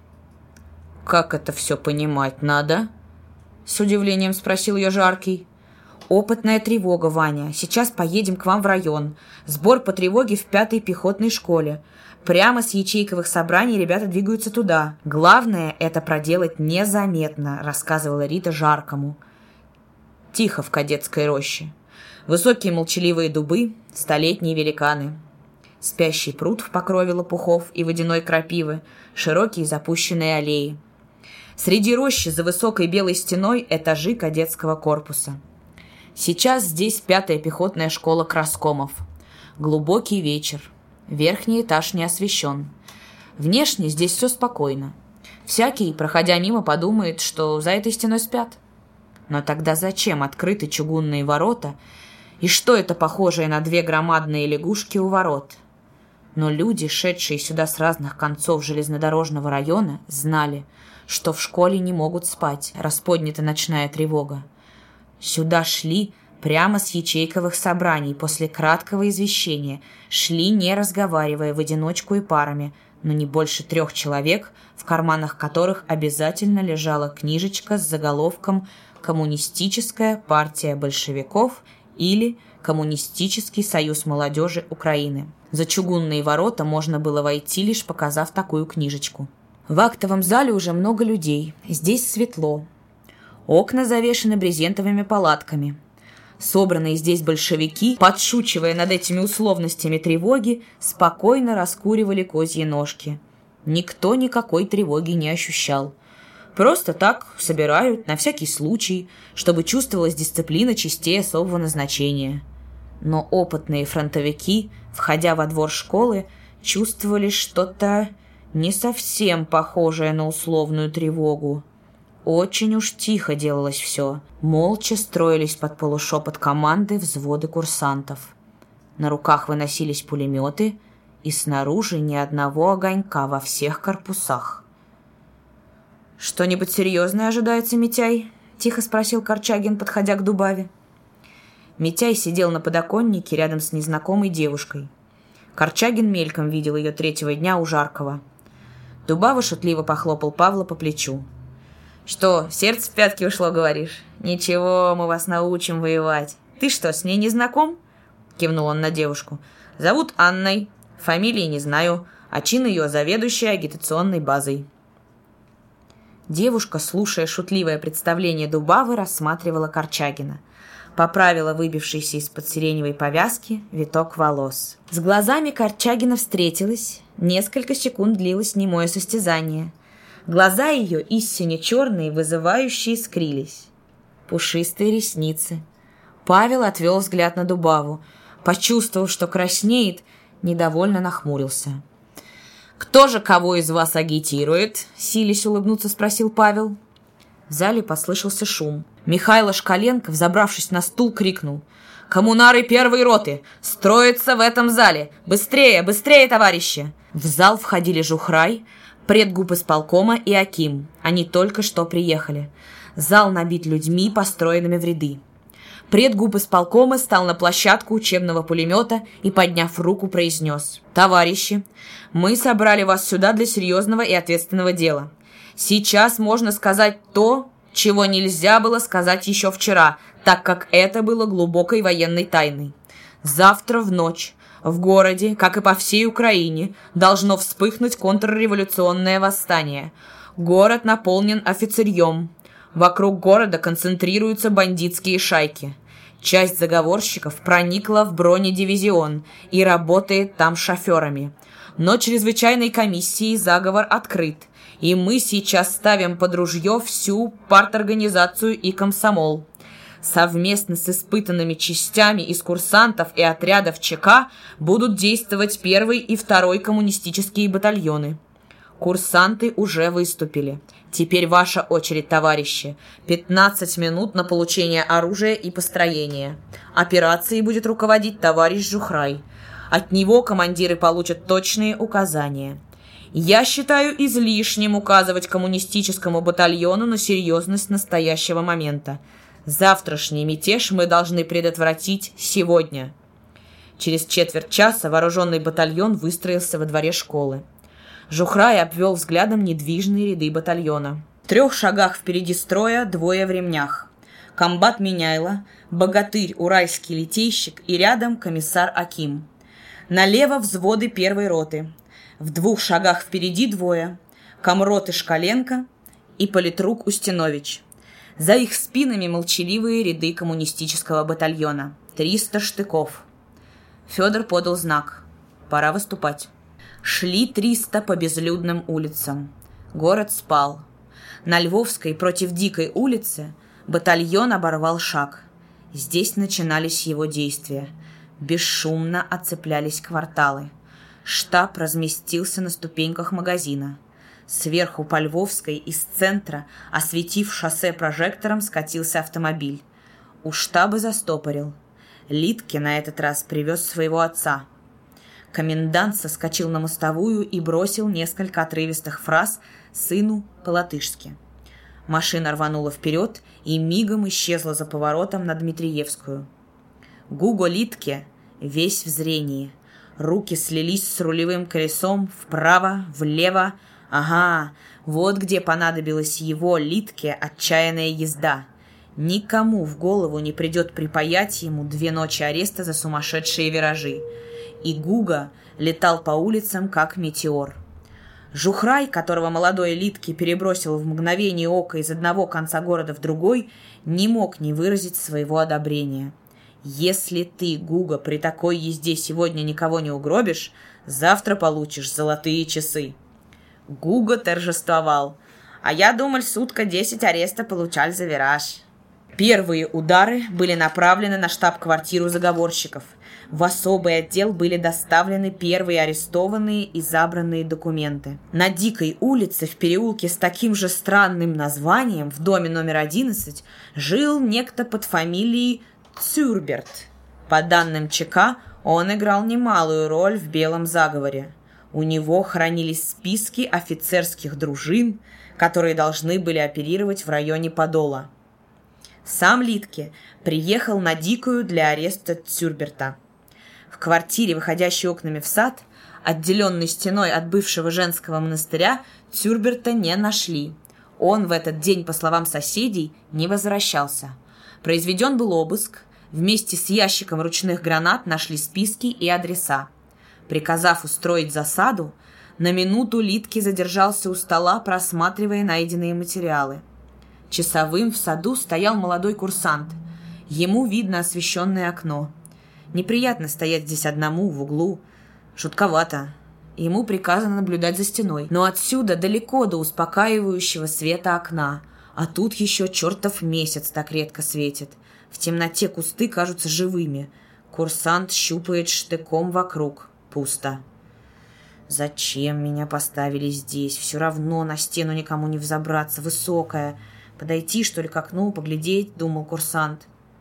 «Как это все понимать надо?» — с удивлением спросил ее Жаркий. «Опытная тревога, Ваня. Сейчас поедем к вам в район. Сбор по тревоге в 5-й пехотной школе. Прямо с ячейковых собраний ребята двигаются туда. Главное — это проделать незаметно», — рассказывала Рита Жаркому. Тихо в кадетской роще. Высокие молчаливые дубы, столетние великаны. Спящий пруд в покрове лопухов и водяной крапивы, широкие запущенные аллеи. Среди рощи за высокой белой стеной этажи кадетского корпуса. Сейчас здесь 5-я пехотная школа краскомов. Глубокий вечер. Верхний этаж не освещен. Внешне здесь все спокойно. Всякий, проходя мимо, подумает, что за этой стеной спят. Но тогда зачем открыты чугунные ворота, и что это похожее на 2 громадные лягушки у ворот? Но люди, шедшие сюда с разных концов железнодорожного района, знали, что в школе не могут спать, раз поднята ночная тревога. Сюда шли прямо с ячейковых собраний после краткого извещения, шли не разговаривая в одиночку и парами, но не больше 3 человек, в карманах которых обязательно лежала книжечка с заголовком «Коммунистическая партия большевиков» или «Коммунистический союз молодежи Украины». За чугунные ворота можно было войти, лишь показав такую книжечку. В актовом зале уже много людей. Здесь светло. Окна завешаны брезентовыми палатками. Собранные здесь большевики, подшучивая над этими условностями тревоги, спокойно раскуривали козьи ножки. Никто никакой тревоги не ощущал. Просто так собирают, на всякий случай, чтобы чувствовалась дисциплина частей особого назначения. Но опытные фронтовики, входя во двор школы, чувствовали что-то не совсем похожее на условную тревогу. Очень уж тихо делалось все. Молча строились под полушепот команды взводы курсантов. На руках выносились пулеметы, и снаружи ни одного огонька во всех корпусах. «Что-нибудь серьезное ожидается, Митяй?» — тихо спросил Корчагин, подходя к Дубаве. Митяй сидел на подоконнике рядом с незнакомой девушкой. Корчагин мельком видел ее 3-го дня у Жаркова. Дубава шутливо похлопал Павла по плечу. «Что, сердце в пятки ушло, говоришь? Ничего, мы вас научим воевать. Ты что, с ней не знаком?» — кивнул он на девушку. «Зовут Анной. Фамилии не знаю, а чин ее заведующая агитационной базой». Девушка, слушая шутливое представление Дубавы, рассматривала Корчагина. Поправила выбившийся из-под сиреневой повязки виток волос. С глазами Корчагина встретилась. Несколько секунд длилось немое состязание. Глаза ее, истинно черные, вызывающие, искрились. Пушистые ресницы. Павел отвел взгляд на Дубаву. Почувствовав, что краснеет, недовольно нахмурился. «Кто же кого из вас агитирует?» — силясь улыбнуться, спросил Павел. В зале послышался шум. Михайло Шкаленко, взобравшись на стул, крикнул: Коммунары первой роты! Строятся в этом зале! Быстрее, быстрее, товарищи!» В зал входили Жухрай, предгуб исполкома и Аким. Они только что приехали. Зал набит людьми, построенными в ряды. Предгуб исполкома стал на площадку учебного пулемета и, подняв руку, произнес: «Товарищи, мы собрали вас сюда для серьезного и ответственного дела. Сейчас можно сказать то, чего нельзя было сказать еще вчера, так как это было глубокой военной тайной. Завтра в ночь в городе, как и по всей Украине, должно вспыхнуть контрреволюционное восстание. Город наполнен офицерьем. Вокруг города концентрируются бандитские шайки. Часть заговорщиков проникла в бронедивизион и работает там шоферами. Но чрезвычайной комиссией заговор открыт, и мы сейчас ставим под ружье всю парторганизацию и комсомол. Совместно с испытанными частями из курсантов и отрядов ЧК будут действовать 1-й и 2-й коммунистические батальоны. Курсанты уже выступили. Теперь ваша очередь, товарищи. 15 минут на получение оружия и построение. Операцией будет руководить товарищ Жухрай. От него командиры получат точные указания. Я считаю излишним указывать коммунистическому батальону на серьезность настоящего момента. Завтрашний мятеж мы должны предотвратить сегодня». Через четверть часа вооруженный батальон выстроился во дворе школы. Жухрай обвел взглядом недвижные ряды батальона. В 3 шагах впереди строя 2 в ремнях. Комбат Меняйло, богатырь уральский литейщик и рядом комиссар Аким. Налево взводы 1-й роты. В 2 шагах впереди 2. Комроты Шкаленко и политрук Устинович. За их спинами молчаливые ряды коммунистического батальона. 300 штыков. Федор подал знак. Пора выступать. Шли 300 по безлюдным улицам. Город спал. На Львовской против Дикой улицы батальон оборвал шаг. Здесь начинались его действия. Бесшумно оцеплялись кварталы. Штаб разместился на ступеньках магазина. Сверху по Львовской из центра, осветив шоссе прожектором, скатился автомобиль. У штаба застопорил. Литке на этот раз привез своего отца. Комендант соскочил на мостовую и бросил несколько отрывистых фраз сыну по-латышски. Машина рванула вперед и мигом исчезла за поворотом на Дмитриевскую. Гуго Литке весь в зрении. Руки слились с рулевым колесом вправо, влево. Ага, вот где понадобилась его, Литке, отчаянная езда. Никому в голову не придет припаять ему 2 ночи ареста за сумасшедшие виражи. И Гуго летал по улицам, как метеор. Жухрай, которого молодой Литке перебросил в мгновение ока из одного конца города в другой, не мог не выразить своего одобрения. «Если ты, Гуго, при такой езде сегодня никого не угробишь, завтра получишь золотые часы». Гуго торжествовал. «А я думал, сутка 10 ареста получали за вираж». Первые удары были направлены на штаб-квартиру заговорщиков. В особый отдел были доставлены первые арестованные и забранные документы. На Дикой улице в переулке с таким же странным названием в доме номер 11 жил некто под фамилией Цюрберт. По данным ЧК, он играл немалую роль в белом заговоре. У него хранились списки офицерских дружин, которые должны были оперировать в районе Подола. Сам Литке приехал на Дикую для ареста Цюрберта. В квартире, выходящей окнами в сад, отделенной стеной от бывшего женского монастыря, Цюрберта не нашли. Он в этот день, по словам соседей, не возвращался. Произведен был обыск. Вместе с ящиком ручных гранат нашли списки и адреса. Приказав устроить засаду, на минуту Литке задержался у стола, просматривая найденные материалы. Часовым в саду стоял молодой курсант. Ему видно освещенное окно. Неприятно стоять здесь одному, в углу. Жутковато. Ему приказано наблюдать за стеной. Но отсюда далеко до успокаивающего света окна. А тут еще чертов месяц так редко светит. В темноте кусты кажутся живыми. Курсант щупает штыком вокруг. Пусто. «Зачем меня поставили здесь? Все равно на стену никому не взобраться, высокая. Подойти, что ли, к окну, поглядеть?» — думал курсант.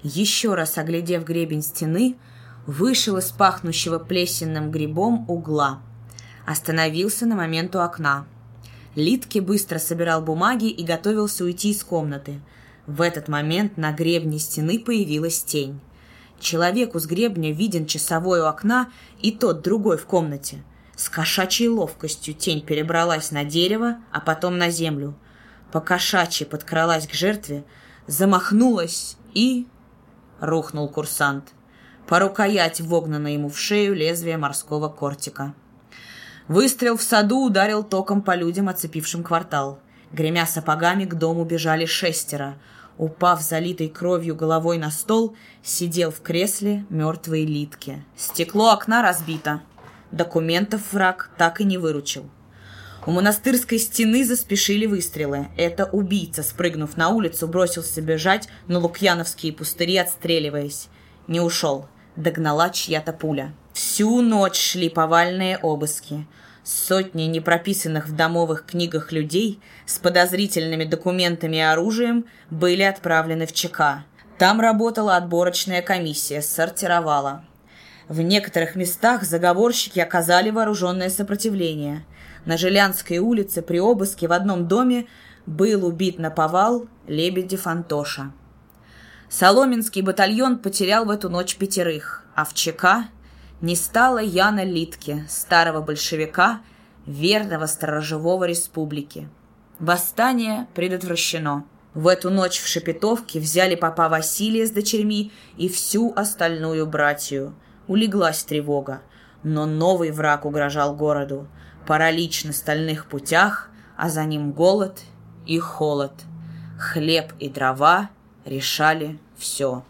Еще раз оглядев гребень стены, вышел из пахнущего плесенным грибом угла. Остановился на момент у окна. Литке быстро собирал бумаги и готовился уйти из комнаты. В этот момент на гребне стены появилась тень. Человеку с гребня виден часовой у окна и тот другой в комнате. С кошачьей ловкостью тень перебралась на дерево, а потом на землю. По-кошачьи подкралась к жертве, замахнулась и... Рухнул курсант. По рукоять вогнано ему в шею лезвие морского кортика. Выстрел в саду ударил током по людям, оцепившим квартал. Гремя сапогами, к дому бежали 6. Упав залитой кровью головой на стол, сидел в кресле мертвой Литке. Стекло окна разбито. Документов враг так и не выручил. У монастырской стены заспешили выстрелы. Это убийца, спрыгнув на улицу, бросился бежать на лукьяновские пустыри, отстреливаясь. Не ушел. Догнала чья-то пуля. Всю ночь шли повальные обыски. Сотни непрописанных в домовых книгах людей с подозрительными документами и оружием были отправлены в ЧК. Там работала отборочная комиссия, сортировала. В некоторых местах заговорщики оказали вооруженное сопротивление. На Жилянской улице при обыске в одном доме был убит наповал Лебедев Антоша. Соломенский батальон потерял в эту ночь 5, а в ЧК не стало Яна Литке, старого большевика, верного сторожевого республики. Восстание предотвращено. В эту ночь в Шепетовке взяли попа Василия с дочерьми и всю остальную братью. Улеглась тревога, но новый враг угрожал городу. Паралич на стальных путях, а за ним голод и холод. Хлеб и дрова решали все.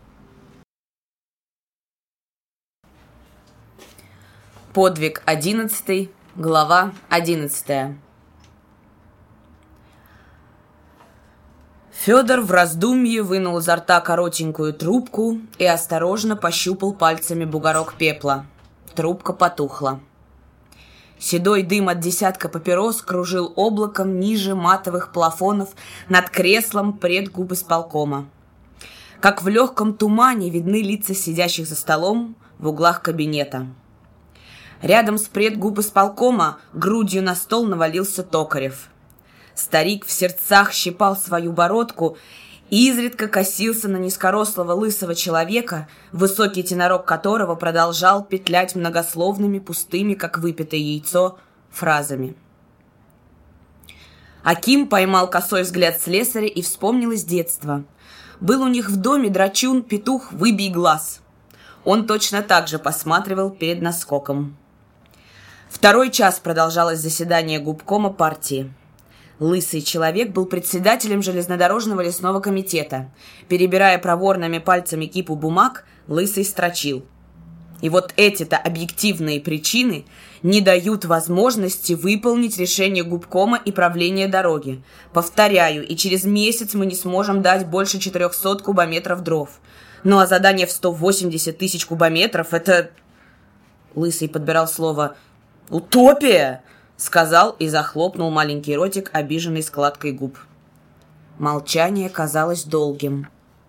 Подвиг 11, глава 11. Федор в раздумье вынул изо рта коротенькую трубку и осторожно пощупал пальцами бугорок пепла. Трубка потухла. Седой дым от десятка папирос кружил облаком ниже матовых плафонов над креслом предгубисполкома. Как в легком тумане видны лица сидящих за столом в углах кабинета. Рядом с предгубисполкома грудью на стол навалился Токарев. Старик в сердцах щипал свою бородку и изредка косился на низкорослого лысого человека, высокий тенорок которого продолжал петлять многословными, пустыми, как выпитое яйцо, фразами. Аким поймал косой взгляд слесаря и вспомнил из детства. Был у них в доме драчун, петух, выбей глаз. Он точно так же посматривал перед наскоком. 2 час продолжалось заседание губкома партии. Лысый человек был председателем железнодорожного лесного комитета. Перебирая проворными пальцами кипу бумаг, Лысый строчил. И вот эти-то объективные причины не дают возможности выполнить решение губкома и правления дороги. Повторяю, и через месяц мы не сможем дать больше 400 кубометров дров. Ну а задание в 180 тысяч кубометров — это... Лысый подбирал слово «утопия», сказал и захлопнул маленький ротик, обиженный складкой губ. Молчание казалось долгим.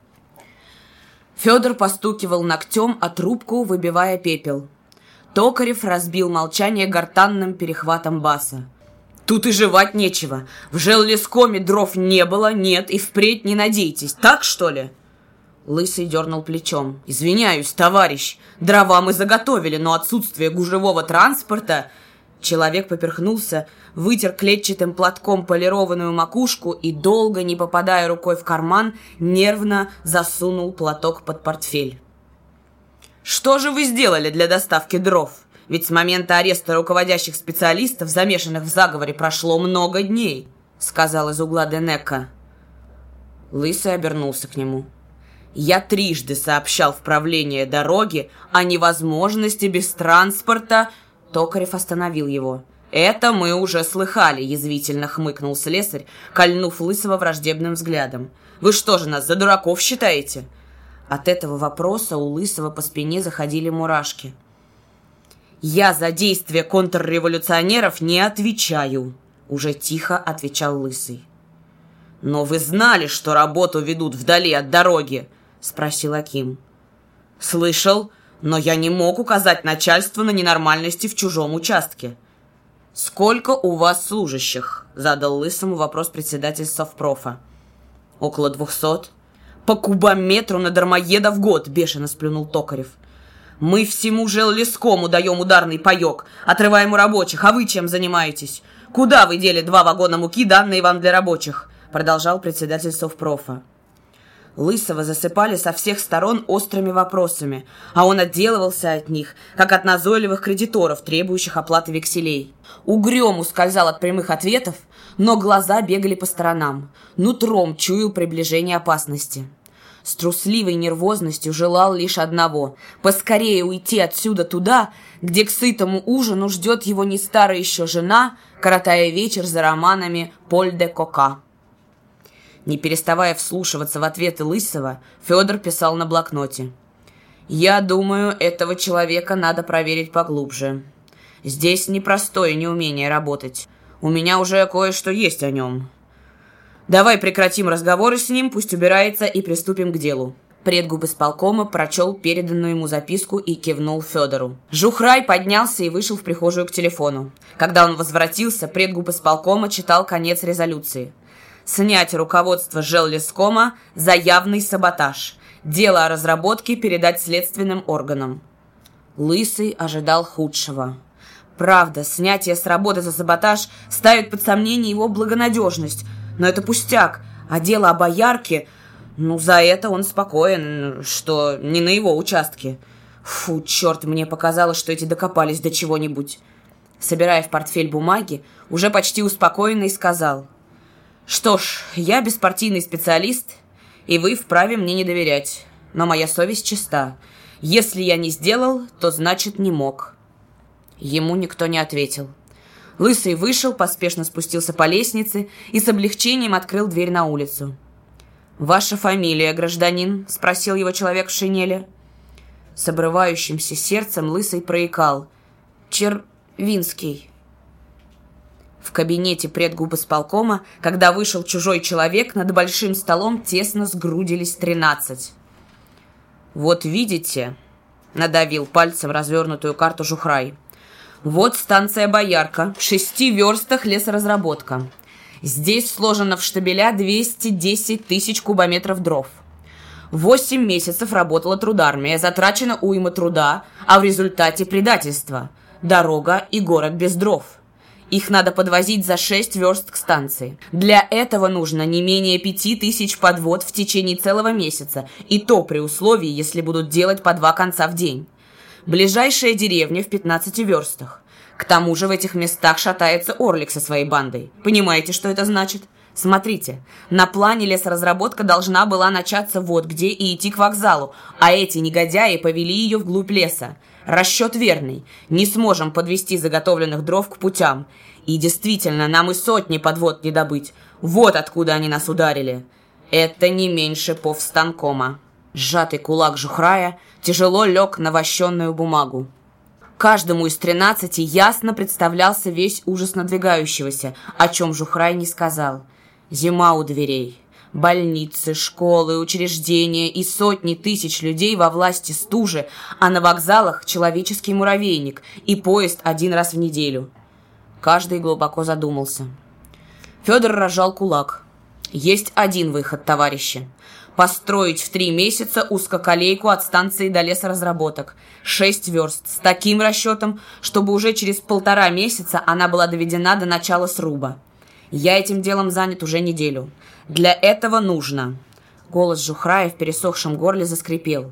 Федор постукивал ногтем о трубку, выбивая пепел. Токарев разбил молчание гортанным перехватом баса. «Тут и жевать нечего. В желлескоме дров не было, нет, и впредь не надейтесь. Так, что ли?» Лысый дернул плечом. «Извиняюсь, товарищ. Дрова мы заготовили, но отсутствие гужевого транспорта...» Человек поперхнулся, вытер клетчатым платком полированную макушку и, долго не попадая рукой в карман, нервно засунул платок под портфель. «Что же вы сделали для доставки дров? Ведь с момента ареста руководящих специалистов, замешанных в заговоре, прошло много дней», — сказал из угла Денека. Лысый обернулся к нему. «Я 3 сообщал в правление дороги о невозможности без транспорта...» Токарев остановил его. «Это мы уже слыхали», — язвительно хмыкнул слесарь, кольнув Лысого враждебным взглядом. «Вы что же, нас за дураков считаете?» От этого вопроса у Лысого по спине заходили мурашки. «Я за действия контрреволюционеров не отвечаю», — уже тихо отвечал Лысый. «Но вы знали, что работу ведут вдали от дороги?» — спросил Аким. «Слышал, но я не мог указать начальству на ненормальности в чужом участке». «Сколько у вас служащих?» — задал Лысому вопрос председатель совпрофа. «Около 200. По кубометру на дармоеда в год!» — бешено сплюнул Токарев. «Мы всему желлескому даем ударный паек, отрываем у рабочих, а вы чем занимаетесь? Куда вы дели 2 вагона муки, данные вам для рабочих?» — продолжал председатель совпрофа. Лысого засыпали со всех сторон острыми вопросами, а он отделывался от них, как от назойливых кредиторов, требующих оплаты векселей. Угрём ускользал от прямых ответов, но глаза бегали по сторонам, нутром чуял приближение опасности. С трусливой нервозностью желал лишь одного — поскорее уйти отсюда туда, где к сытому ужину ждет его не старая еще жена, коротая вечер за романами Поль де Кока. Не переставая вслушиваться в ответы Лысого, Федор писал на блокноте. «Я думаю, этого человека надо проверить поглубже. Здесь непростое неумение работать. У меня уже кое-что есть о нем. Давай прекратим разговоры с ним, пусть убирается, и приступим к делу». Предгуб исполкома прочел переданную ему записку и кивнул Федору. Жухрай поднялся и вышел в прихожую к телефону. Когда он возвратился, предгуб исполкома читал конец резолюции. «Снять руководство желлескома за явный саботаж. Дело о разработке передать следственным органам». Лысый ожидал худшего. Правда, снятие с работы за саботаж ставит под сомнение его благонадежность, но это пустяк, а дело о Боярке, за это он спокоен, что не на его участке. Фу, черт, мне показалось, что эти докопались до чего-нибудь. Собирая в портфель бумаги, уже почти успокоенный сказал: «Что ж, я беспартийный специалист, и вы вправе мне не доверять. Но моя совесть чиста. Если я не сделал, то значит не мог». Ему никто не ответил. Лысый вышел, поспешно спустился по лестнице и с облегчением открыл дверь на улицу. «Ваша фамилия, гражданин?» — спросил его человек в шинели. С обрывающимся сердцем Лысый проикал: «Червинский». В кабинете предгубисполкома, когда вышел чужой человек, над большим столом тесно сгрудились 13. «Вот видите», — надавил пальцем развернутую карту Жухрай, «вот станция Боярка, в 6 верстах лесоразработка. Здесь сложено в штабеля 210 тысяч кубометров дров. 8 месяцев работала трудармия, затрачена уйма труда, а в результате предательство. Дорога и город без дров. Их надо подвозить за 6 верст к станции. Для этого нужно не менее 5000 подвод в течение целого месяца, и то при условии, если будут делать по 2 конца в день. Ближайшая деревня в 15 верстах. К тому же в этих местах шатается Орлик со своей бандой. Понимаете, что это значит? Смотрите, на плане лесоразработка должна была начаться вот где и идти к вокзалу, а эти негодяи повели ее вглубь леса. Расчет верный. Не сможем подвести заготовленных дров к путям. И действительно, нам и сотни подвод не добыть. Вот откуда они нас ударили. Это не меньше повстанкома». Сжатый кулак Жухрая тяжело лег на вощенную бумагу. Каждому из 13 ясно представлялся весь ужас надвигающегося, о чем Жухрай не сказал. Зима у дверей. Больницы, школы, учреждения и сотни тысяч людей во власти стужи, а на вокзалах человеческий муравейник и поезд 1 раз в неделю. Каждый глубоко задумался. Федор разжал кулак. Есть один выход, товарищи. Построить в 3 месяца узкоколейку от станции до лесоразработок. 6 верст, с таким расчетом, чтобы уже через 1,5 месяца она была доведена до начала сруба. Я этим делом занят уже неделю. Для этого нужно... Голос Жухрая в пересохшем горле заскрипел.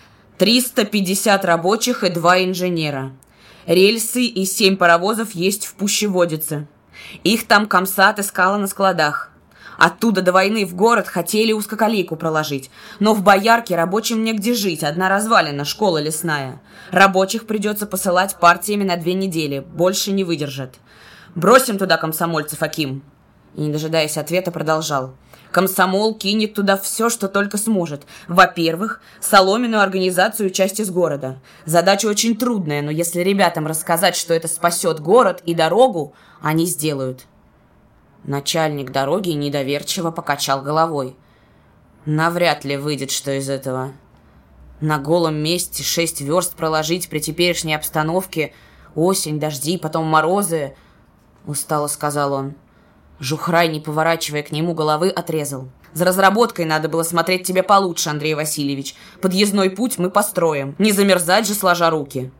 350 рабочих и 2 инженера. Рельсы и 7 паровозов есть в Пущеводице. Их там комсат искала на складах. Оттуда до войны в город хотели узкоколейку проложить. Но в Боярке рабочим негде жить, одна развалина, школа лесная. Рабочих придется посылать партиями на 2 недели, больше не выдержат. Бросим туда комсомольцев, Аким». И, не дожидаясь ответа, продолжал. «Комсомол кинет туда все, что только сможет. Во-первых, соломенную организацию части с города. Задача очень трудная, но если ребятам рассказать, что это спасет город и дорогу, они сделают». Начальник дороги недоверчиво покачал головой. Навряд ли выйдет что из этого. На голом месте 6 верст проложить при теперешней обстановке, осень, дожди, потом морозы, устало сказал он. Жухрай, не поворачивая к нему головы, отрезал. За разработкой надо было смотреть тебе получше, Андрей Васильевич. Подъездной путь мы построим. Не замерзать же, сложа руки.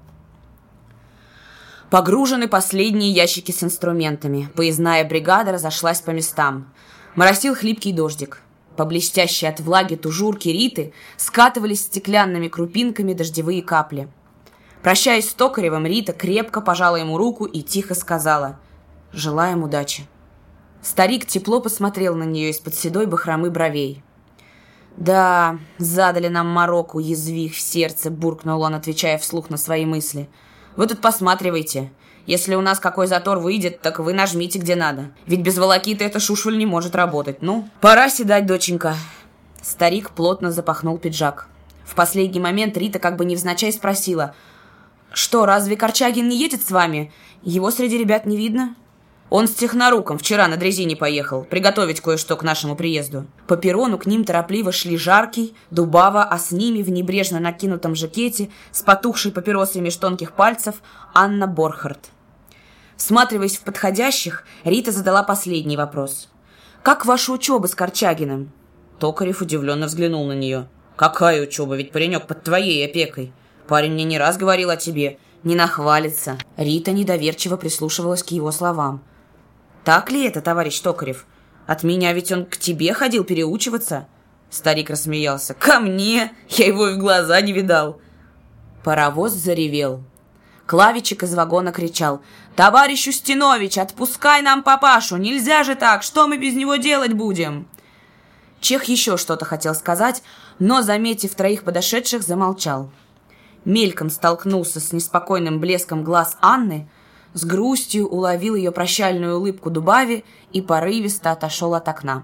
Погружены последние ящики с инструментами. Поездная бригада разошлась по местам. Моросил хлипкий дождик. По блестящей от влаги тужурке Риты скатывались стеклянными крупинками дождевые капли. Прощаясь с Токаревым, Рита крепко пожала ему руку и тихо сказала: «Желаем удачи». Старик тепло посмотрел на нее из-под седой бахромы бровей. «Да, задали нам мороку, язвих в сердце», — буркнул он, отвечая вслух на свои мысли. «Вы тут посматривайте. Если у нас какой затор выйдет, так вы нажмите где надо. Ведь без волокиты эта шушваль не может работать. Ну, пора седать, доченька». Старик плотно запахнул пиджак. В последний момент Рита как бы невзначай спросила: «Что, разве Корчагин не едет с вами? Его среди ребят не видно?» «Он с техноруком вчера на дрезине поехал, приготовить кое-что к нашему приезду». По перрону к ним торопливо шли Жаркий, Дубава, а с ними в небрежно накинутом жакете с потухшей папиросой меж тонких пальцев Анна Борхард. Всматриваясь в подходящих, Рита задала последний вопрос. «Как ваша учеба с Корчагиным?» Токарев удивленно взглянул на нее. «Какая учеба? Ведь паренек под твоей опекой. Парень мне не раз говорил о тебе. Не нахвалится». Рита недоверчиво прислушивалась к его словам. «Так ли это, товарищ Токарев? От меня ведь он к тебе ходил переучиваться?» Старик рассмеялся. «Ко мне? Я его и в глаза не видал». Паровоз заревел. Клавичек из вагона кричал: «Товарищ Устинович, отпускай нам папашу! Нельзя же так! Что мы без него делать будем?» Чех еще что-то хотел сказать, но, заметив троих подошедших, замолчал. Мельком столкнулся с неспокойным блеском глаз Анны, с грустью уловил ее прощальную улыбку Дубаве и порывисто отошел от окна.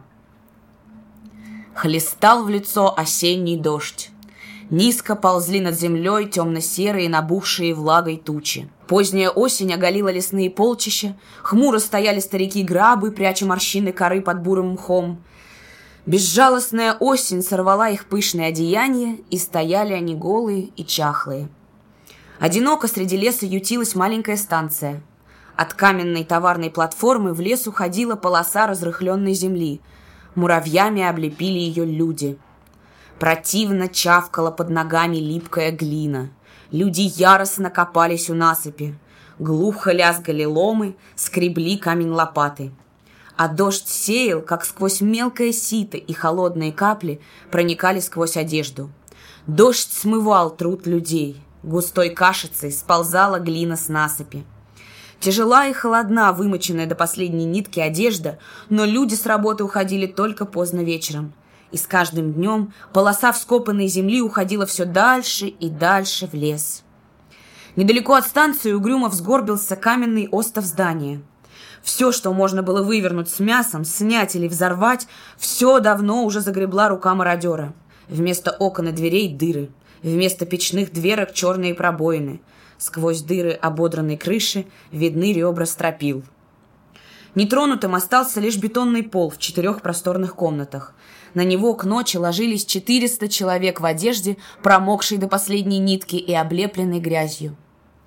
Хлестал в лицо осенний дождь. Низко ползли над землей темно-серые, набухшие влагой тучи. Поздняя осень оголила лесные полчища, хмуро стояли старики-грабы, пряча морщины коры под бурым мхом. Безжалостная осень сорвала их пышные одеяния, и стояли они голые и чахлые. Одиноко среди леса ютилась маленькая станция. От каменной товарной платформы в лес уходила полоса разрыхленной земли. Муравьями облепили ее люди. Противно чавкала под ногами липкая глина. Люди яростно копались у насыпи. Глухо лязгали ломы, скребли камень лопаты. А дождь сеял, как сквозь мелкое сито, и холодные капли проникали сквозь одежду. Дождь смывал труд людей. Густой кашицей сползала глина с насыпи. Тяжела и холодна вымоченная до последней нитки одежда, но люди с работы уходили только поздно вечером. И с каждым днем полоса вскопанной земли уходила все дальше и дальше в лес. Недалеко от станции угрюмо взгорбился каменный остов здания. Все, что можно было вывернуть с мясом, снять или взорвать, все давно уже загребла рука мародера. Вместо окон и дверей дыры. Вместо печных дверок черные пробоины. Сквозь дыры ободранной крыши видны ребра стропил. Нетронутым остался лишь бетонный пол в 4 просторных комнатах. На него к ночи ложились 400 человек в одежде, промокшей до последней нитки и облепленной грязью.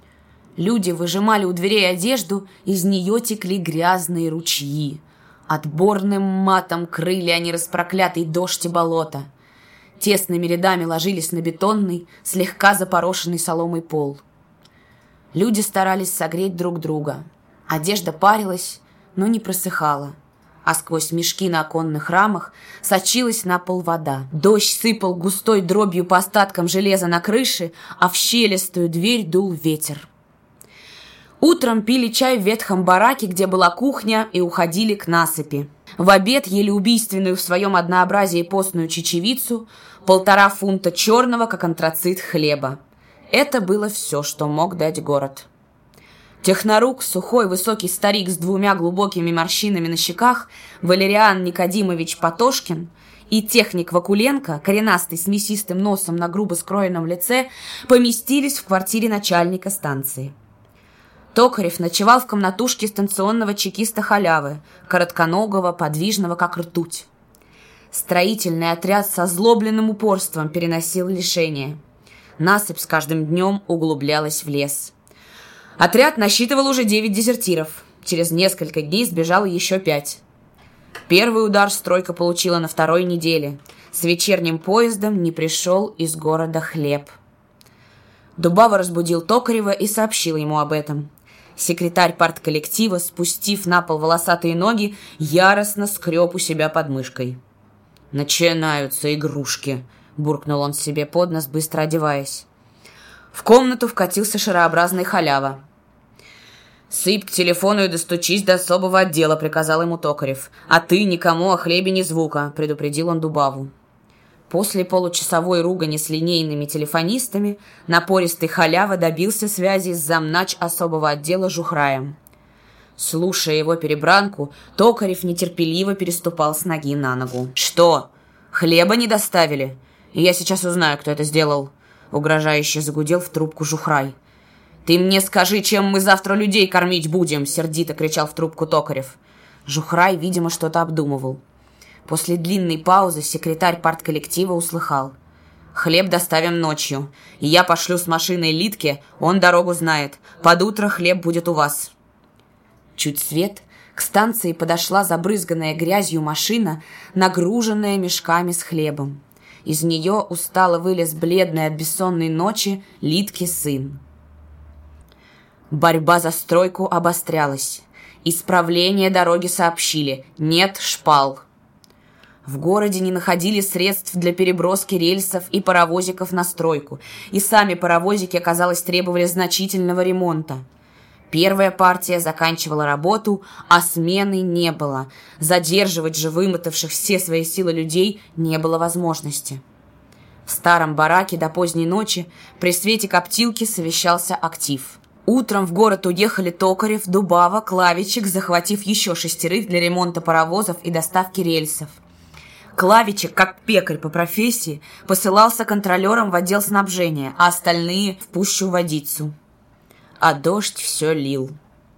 Люди выжимали у дверей одежду, из нее текли грязные ручьи. Отборным матом крыли они распроклятый дождь и болото. Тесными рядами ложились на бетонный, слегка запорошенный соломой пол. Люди старались согреть друг друга. Одежда парилась, но не просыхала, а сквозь мешки на оконных рамах сочилась на пол вода. Дождь сыпал густой дробью по остаткам железа на крыше, а в щелистую дверь дул ветер. Утром пили чай в ветхом бараке, где была кухня, и уходили к насыпи. В обед ели убийственную в своем однообразии постную чечевицу, 1,5 фунта черного, как антрацит, хлеба. Это было все, что мог дать город. Технорук, сухой высокий старик с 2 глубокими морщинами на щеках, Валериан Никодимович Потошкин, и техник Вакуленко, коренастый с мясистым носом на грубо скроенном лице, поместились в квартире начальника станции. Токарев ночевал в комнатушке станционного чекиста Халявы, коротконогого, подвижного, как ртуть. Строительный отряд с озлобленным упорством переносил лишения. Насыпь с каждым днем углублялась в лес. Отряд насчитывал уже 9 дезертиров. Через несколько дней сбежало еще 5. Первый удар стройка получила на 2-й неделе. С вечерним поездом не пришел из города хлеб. Дубава разбудил Токарева и сообщил ему об этом. Секретарь партколлектива, спустив на пол волосатые ноги, яростно скреб у себя под мышкой. «Начинаются игрушки», — буркнул он себе под нос, быстро одеваясь. В комнату вкатился шарообразный халява. «Сыпь к телефону и достучись до особого отдела», — приказал ему Токарев. «А ты никому о хлебе ни звука», — предупредил он Дубаву. После получасовой ругани с линейными телефонистами напористый халява добился связи с замнач особого отдела Жухраем. Слушая его перебранку, Токарев нетерпеливо переступал с ноги на ногу. «Что? Хлеба не доставили? Я сейчас узнаю, кто это сделал», — угрожающе загудел в трубку Жухрай. «Ты мне скажи, чем мы завтра людей кормить будем?» — сердито кричал в трубку Токарев. Жухрай, видимо, что-то обдумывал. После длинной паузы секретарь партколлектива услыхал. «Хлеб доставим ночью. И я пошлю с машиной Литке, он дорогу знает. Под утро хлеб будет у вас». Чуть свет, к станции подошла забрызганная грязью машина, нагруженная мешками с хлебом. Из нее устало вылез бледный от бессонной ночи Литки сын. Борьба за стройку обострялась. Исправление дороги сообщили: нет шпал. В городе не находили средств для переброски рельсов и паровозиков на стройку, и сами паровозики, оказалось, требовали значительного ремонта. Первая партия заканчивала работу, а смены не было. Задерживать же вымотавших все свои силы людей не было возможности. В старом бараке до поздней ночи при свете коптилки совещался актив. Утром в город уехали Токарев, Дубава, Клавичек, захватив еще 6 для ремонта паровозов и доставки рельсов. Клавичек, как пекарь по профессии, посылался контролером в отдел снабжения, а остальные — в пущу водицу. А дождь все лил.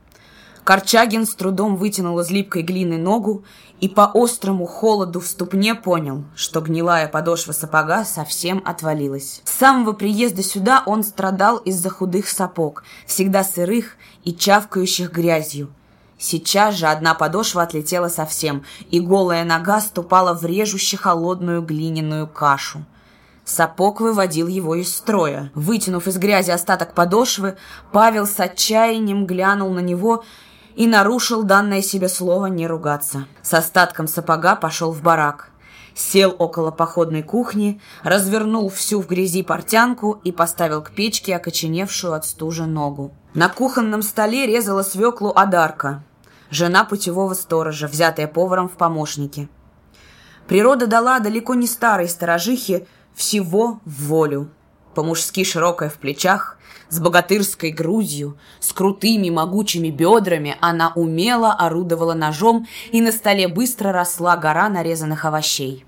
Корчагин с трудом вытянул из липкой глины ногу и по острому холоду в ступне понял, что гнилая подошва сапога совсем отвалилась. С самого приезда сюда он страдал из-за худых сапог, всегда сырых и чавкающих грязью. Сейчас же одна подошва отлетела совсем, и голая нога ступала в режуще холодную глиняную кашу. Сапог выводил его из строя. Вытянув из грязи остаток подошвы, Павел с отчаянием глянул на него и нарушил данное себе слово не ругаться. С остатком сапога пошел в барак. Сел около походной кухни, развернул всю в грязи портянку и поставил к печке окоченевшую от стужи ногу. На кухонном столе резала свеклу Адарка, жена путевого сторожа, взятая поваром в помощники. Природа дала далеко не старой сторожихе всего в волю. По-мужски широкая в плечах, с богатырской грудью, с крутыми могучими бедрами она умело орудовала ножом, и на столе быстро росла гора нарезанных овощей.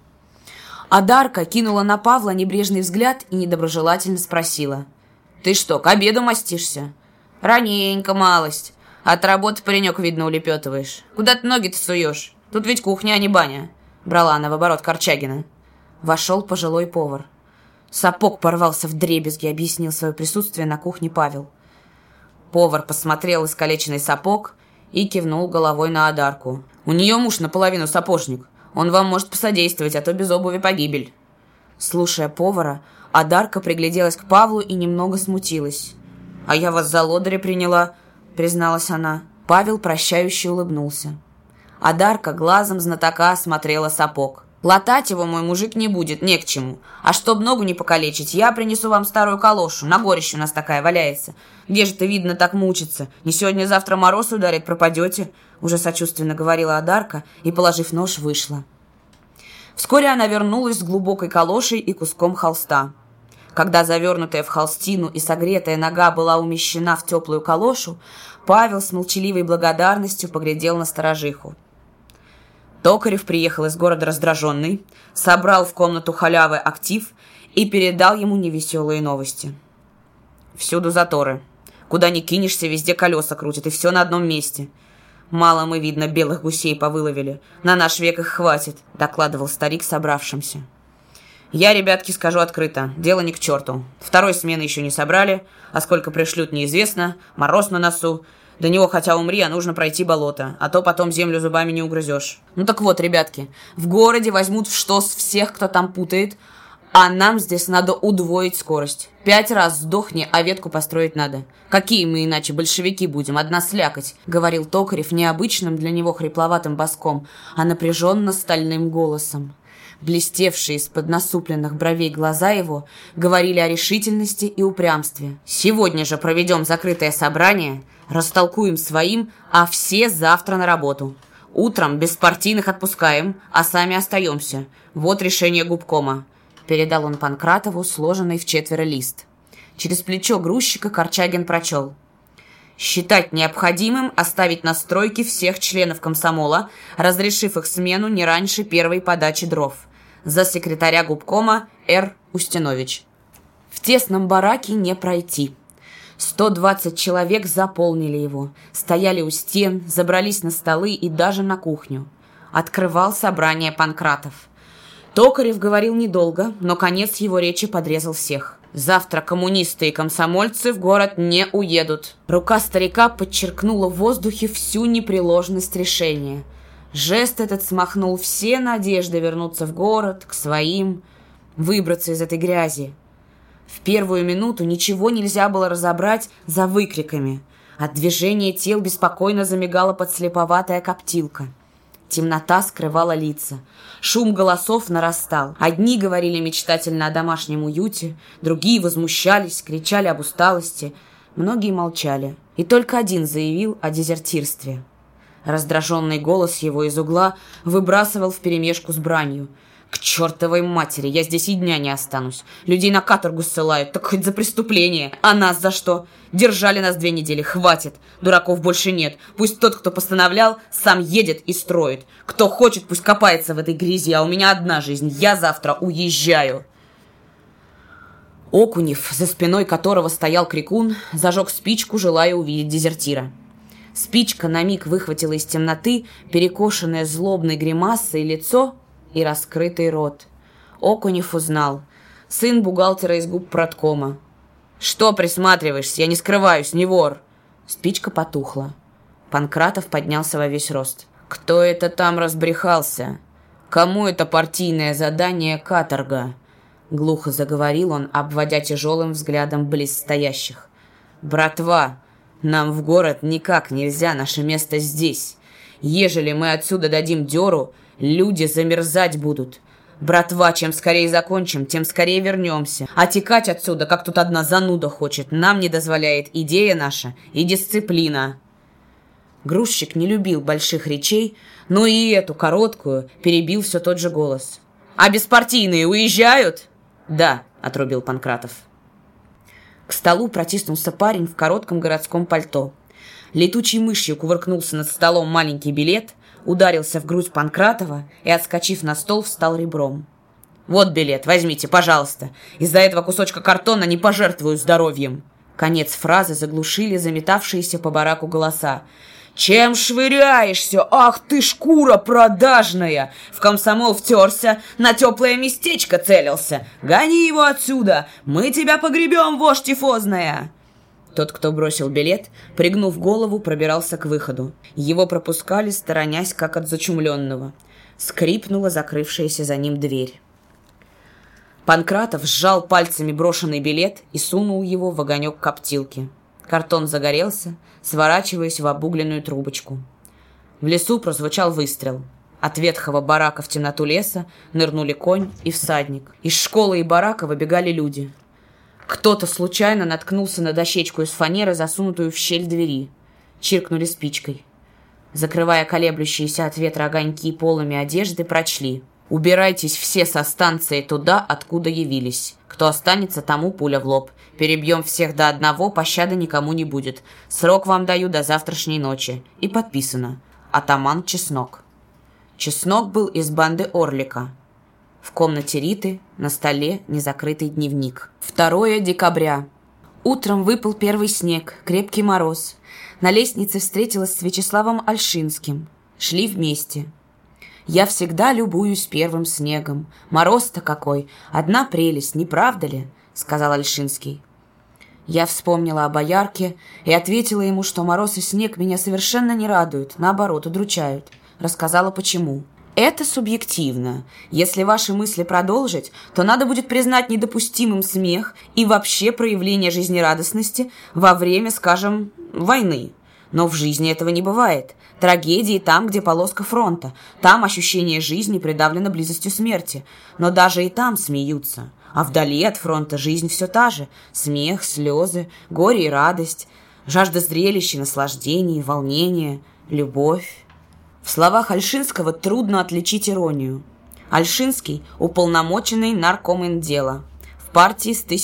Адарка кинула на Павла небрежный взгляд и недоброжелательно спросила: «Ты что, к обеду мастишься?» «Раненько малость. От работы, паренек, видно, улепетываешь. Куда ты ноги-то суешь? Тут ведь кухня, а не баня», — брала она в оборот Корчагина. Вошел пожилой повар. «Сапог порвался вдребезги», — объяснил свое присутствие на кухне Павел. Повар посмотрел искалеченный сапог и кивнул головой на Адарку. «У нее муж наполовину сапожник. Он вам может посодействовать, а то без обуви погибель». Слушая повара, Адарка пригляделась к Павлу и немного смутилась. «А я вас за лодыря приняла», — призналась она. Павел прощающе улыбнулся. Адарка глазом знатока осмотрела сапог. «Латать его мой мужик не будет, не к чему. А чтоб ногу не покалечить, я принесу вам старую калошу. На горище у нас такая валяется. Где же ты, видно, так мучиться? Не сегодня-завтра мороз ударит, пропадете?» Уже сочувственно говорила Адарка и, положив нож, вышла. Вскоре она вернулась с глубокой калошей и куском холста. Когда завернутая в холстину и согретая нога была умещена в теплую калошу, Павел с молчаливой благодарностью поглядел на сторожиху. Токарев приехал из города раздраженный, собрал в комнату халявы актив и передал ему невеселые новости. «Всюду заторы. Куда ни кинешься, везде колеса крутят, и все на одном месте. Мало мы, видно, белых гусей повыловили. На наш век их хватит», — докладывал старик собравшимся. «Я, ребятки, скажу открыто, дело не к черту. Второй смены еще не собрали, а сколько пришлют, неизвестно, мороз на носу. До него хотя умри, а нужно пройти болото, а то потом землю зубами не угрызешь. Ну так вот, ребятки, в городе возьмут в штос всех, кто там путает, а нам здесь надо удвоить скорость. 5 раз сдохни, а ветку построить надо. Какие мы иначе большевики будем, одна слякоть», — говорил Токарев необычным для него хрипловатым баском, а напряженно-стальным голосом. Блестевшие из-под насупленных бровей глаза его говорили о решительности и упрямстве. «Сегодня же проведем закрытое собрание, растолкуем своим, а все завтра на работу. Утром беспартийных отпускаем, а сами остаемся. Вот решение губкома», — передал он Панкратову сложенный в 4 лист. Через плечо грузчика Корчагин прочел: «Считать необходимым оставить на стройке всех членов комсомола, разрешив их смену не раньше первой подачи дров. За секретаря губкома Р. Устинович». В тесном бараке не пройти. 120 человек заполнили его, стояли у стен, забрались на столы и даже на кухню. Открывал собрание Панкратов. Токарев говорил недолго, но конец его речи подрезал всех. «Завтра коммунисты и комсомольцы в город не уедут». Рука старика подчеркнула в воздухе всю непреложность решения. Жест этот смахнул все надежды вернуться в город, к своим, выбраться из этой грязи. В первую минуту ничего нельзя было разобрать за выкриками. От движения тел беспокойно замигала подслеповатая коптилка. Темнота скрывала лица. Шум голосов нарастал. Одни говорили мечтательно о домашнем уюте, другие возмущались, кричали об усталости. Многие молчали. И только один заявил о дезертирстве. Раздраженный голос его из угла выбрасывал вперемешку с бранью: «К чертовой матери, я здесь и дня не останусь. Людей на каторгу ссылают, так хоть за преступление. А нас за что? Держали нас 2 недели, хватит. Дураков больше нет. Пусть тот, кто постановлял, сам едет и строит. Кто хочет, пусть копается в этой грязи, а у меня одна жизнь. Я завтра уезжаю». Окунев, за спиной которого стоял крикун, зажег спичку, желая увидеть дезертира. Спичка на миг выхватила из темноты перекошенное злобной гримасой лицо и раскрытый рот. Окунев узнал. Сын бухгалтера из губ проткома. «Что присматриваешься? Я не скрываюсь, не вор!» Спичка потухла. Панкратов поднялся во весь рост. «Кто это там разбрехался? Кому это партийное задание каторга?» Глухо заговорил он, обводя тяжелым взглядом близ стоящих. «Братва, нам в город никак нельзя, наше место здесь. Ежели мы отсюда дадим дёру, люди замерзать будут. Братва, чем скорее закончим, тем скорее вернемся. А текать отсюда, как тут одна зануда хочет, нам не дозволяет идея наша и дисциплина». Грузчик не любил больших речей, но и эту короткую перебил все тот же голос. «А беспартийные уезжают?» «Да», — отрубил Панкратов. К столу протиснулся парень в коротком городском пальто. Летучей мышью кувыркнулся над столом маленький билет, ударился в грудь Панкратова и, отскочив на стол, встал ребром. «Вот билет, возьмите, пожалуйста. Из-за этого кусочка картона не пожертвую здоровьем». Конец фразы заглушили заметавшиеся по бараку голоса. «Чем швыряешься? Ах ты, шкура продажная! В комсомол втерся, на теплое местечко целился. Гони его отсюда! Мы тебя погребем, вошь тифозная!» Тот, кто бросил билет, пригнув голову, пробирался к выходу. Его пропускали, сторонясь, как от зачумленного. Скрипнула закрывшаяся за ним дверь. Панкратов сжал пальцами брошенный билет и сунул его в огонек коптилки. Картон загорелся, сворачиваясь в обугленную трубочку. В лесу прозвучал выстрел. От ветхого барака в темноту леса нырнули конь и всадник. Из школы и барака выбегали люди. Кто-то случайно наткнулся на дощечку из фанеры, засунутую в щель двери. Чиркнули спичкой. Закрывая колеблющиеся от ветра огоньки полами одежды, прочли: «Убирайтесь все со станции туда, откуда явились. Кто останется, тому пуля в лоб. Перебьем всех до одного, пощады никому не будет. Срок вам даю до завтрашней ночи». И подписано: атаман Чеснок. Чеснок был из банды Орлика. В комнате Риты на столе незакрытый дневник. 2 декабря. Утром выпал первый снег, крепкий мороз. На лестнице встретилась с Вячеславом Ольшинским. Шли вместе. «Я всегда любуюсь первым снегом. Мороз-то какой! Одна прелесть, не правда ли?» — сказал Ольшинский. Я вспомнила о боярке и ответила ему, что мороз и снег меня совершенно не радуют, наоборот, удручают. Рассказала, почему. Это субъективно. Если ваши мысли продолжить, то надо будет признать недопустимым смех и вообще проявление жизнерадостности во время, скажем, войны. Но в жизни этого не бывает. Трагедии там, где полоска фронта. Там ощущение жизни придавлено близостью смерти. Но даже и там смеются. А вдали от фронта жизнь все та же. Смех, слезы, горе и радость, жажда зрелища, наслаждений, волнения, любовь. В словах Ольшинского трудно отличить иронию. Ольшинский – уполномоченный наркоминдела в партии с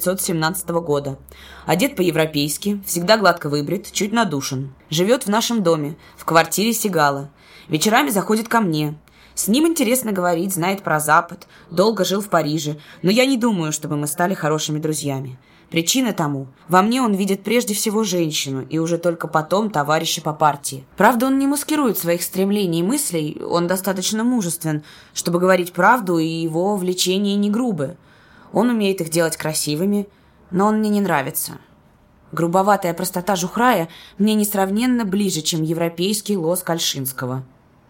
1917 года. Одет по-европейски, всегда гладко выбрит, чуть надушен. Живет в нашем доме, в квартире Сигала. Вечерами заходит ко мне. С ним интересно говорить, знает про Запад, долго жил в Париже, но я не думаю, чтобы мы стали хорошими друзьями. Причина тому – во мне он видит прежде всего женщину и уже только потом товарища по партии. Правда, он не маскирует своих стремлений и мыслей, он достаточно мужествен, чтобы говорить правду, и его влечения не грубы. Он умеет их делать красивыми, но он мне не нравится. Грубоватая простота Жухрая мне несравненно ближе, чем европейский лоск Ольшинского.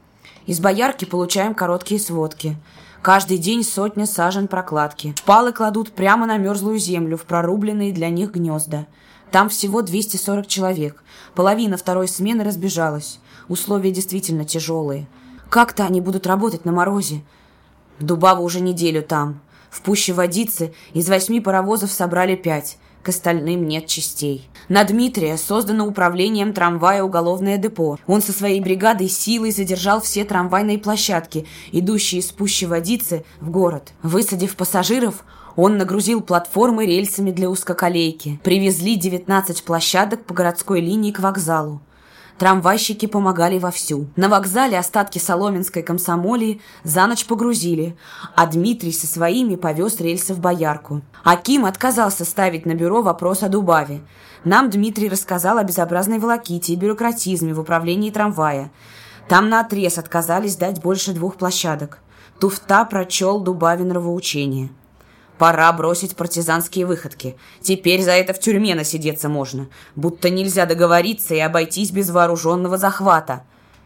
Из боярки получаем короткие сводки. Каждый день сотня сажен прокладки. Шпалы кладут прямо на мерзлую землю, в прорубленные для них гнезда. Там всего 240 человек. Половина второй смены разбежалась. Условия действительно тяжелые. Как-то они будут работать на морозе. Дубава уже неделю там. В пуще водицы из 8 паровозов собрали 5. К остальным нет частей. На Дмитрия создано управлением трамвая уголовное депо. Он со своей бригадой силой задержал все трамвайные площадки, идущие из пущи водицы в город. Высадив пассажиров, он нагрузил платформы рельсами для узкоколейки. Привезли 19 площадок по городской линии к вокзалу. Трамвайщики помогали вовсю. На вокзале остатки соломенской комсомолии за ночь погрузили, а Дмитрий со своими повез рельсы в Боярку. Аким отказался ставить на бюро вопрос о Дубаве. Нам Дмитрий рассказал о безобразной волоките и бюрократизме в управлении трамвая. Там наотрез отказались дать больше 2 площадок. Туфта прочел Дубаве нравоучение. Пора бросить партизанские выходки. Теперь за это в тюрьме насидеться можно. Будто нельзя договориться и обойтись без вооруженного захвата.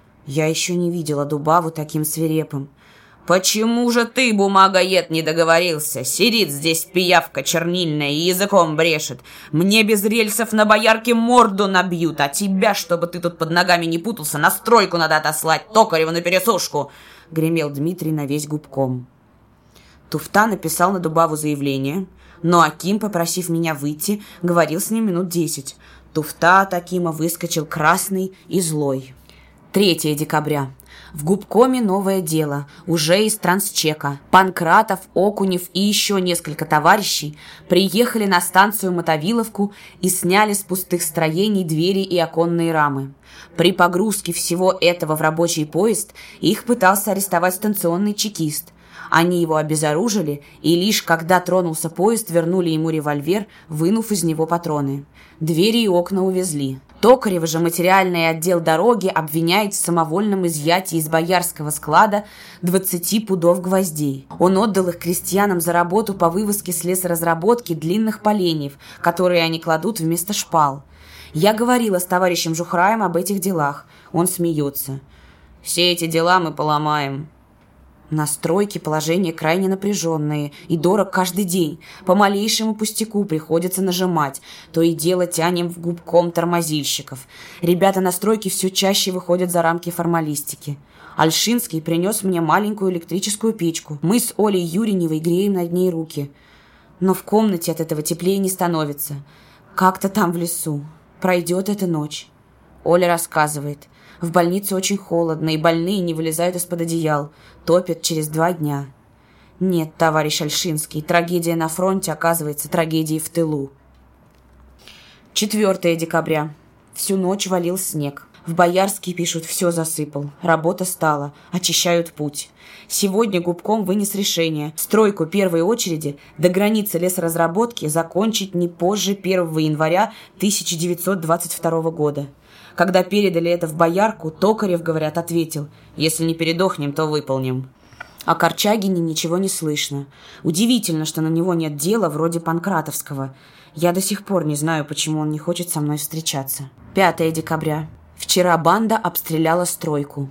Я еще не видела Дубаву таким свирепым. «Почему же ты, бумагоед, не договорился? Сидит здесь пиявка чернильная и языком брешет. Мне без рельсов на боярке морду набьют, а тебя, чтобы ты тут под ногами не путался, на стройку надо отослать, Токареву на пересушку!» — гремел Дмитрий на весь губком. Туфта написал на Дубаву заявление, но Аким, попросив меня выйти, говорил с ним минут 10. Туфта от Акима выскочил красный и злой. 3 декабря. В губкоме новое дело, уже из Трансчека. Панкратов, Окунев и еще несколько товарищей приехали на станцию Мотовиловку и сняли с пустых строений двери и оконные рамы. При погрузке всего этого в рабочий поезд их пытался арестовать станционный чекист. Они его обезоружили, и лишь когда тронулся поезд, вернули ему револьвер, вынув из него патроны. Двери и окна увезли. Токарева же материальный отдел дороги обвиняет в самовольном изъятии из боярского склада 20 пудов гвоздей. Он отдал их крестьянам за работу по вывозке с лесоразработки длинных поленьев, которые они кладут вместо шпал. Я говорила с товарищем Жухраем об этих делах. Он смеется. «Все эти дела мы поломаем». На стройке положения крайне напряженные и дорог каждый день. По малейшему пустяку приходится нажимать. То и дело тянем в губком тормозильщиков. Ребята на стройке все чаще выходят за рамки формалистики. Ольшинский принес мне маленькую электрическую печку. Мы с Олей Юрьевной греем над ней руки. Но в комнате от этого теплее не становится. Как-то там в лесу. Пройдет эта ночь. Оля рассказывает. В больнице очень холодно, и больные не вылезают из-под одеял. Топят через 2 дня. Нет, товарищ Ольшинский, трагедия на фронте оказывается трагедией в тылу. 4 декабря. Всю ночь валил снег. В Боярске, пишут, все засыпал. Работа стала. Очищают путь. Сегодня губком вынес решение стройку первой очереди до границы лесоразработки закончить не позже 1 января 1922 года. Когда передали это в Боярку, Токарев, говорят, ответил: «Если не передохнем, то выполним». О Корчагине ничего не слышно. Удивительно, что на него нет дела вроде Панкратовского. Я до сих пор не знаю, почему он не хочет со мной встречаться. 5 декабря. Вчера банда обстреляла стройку.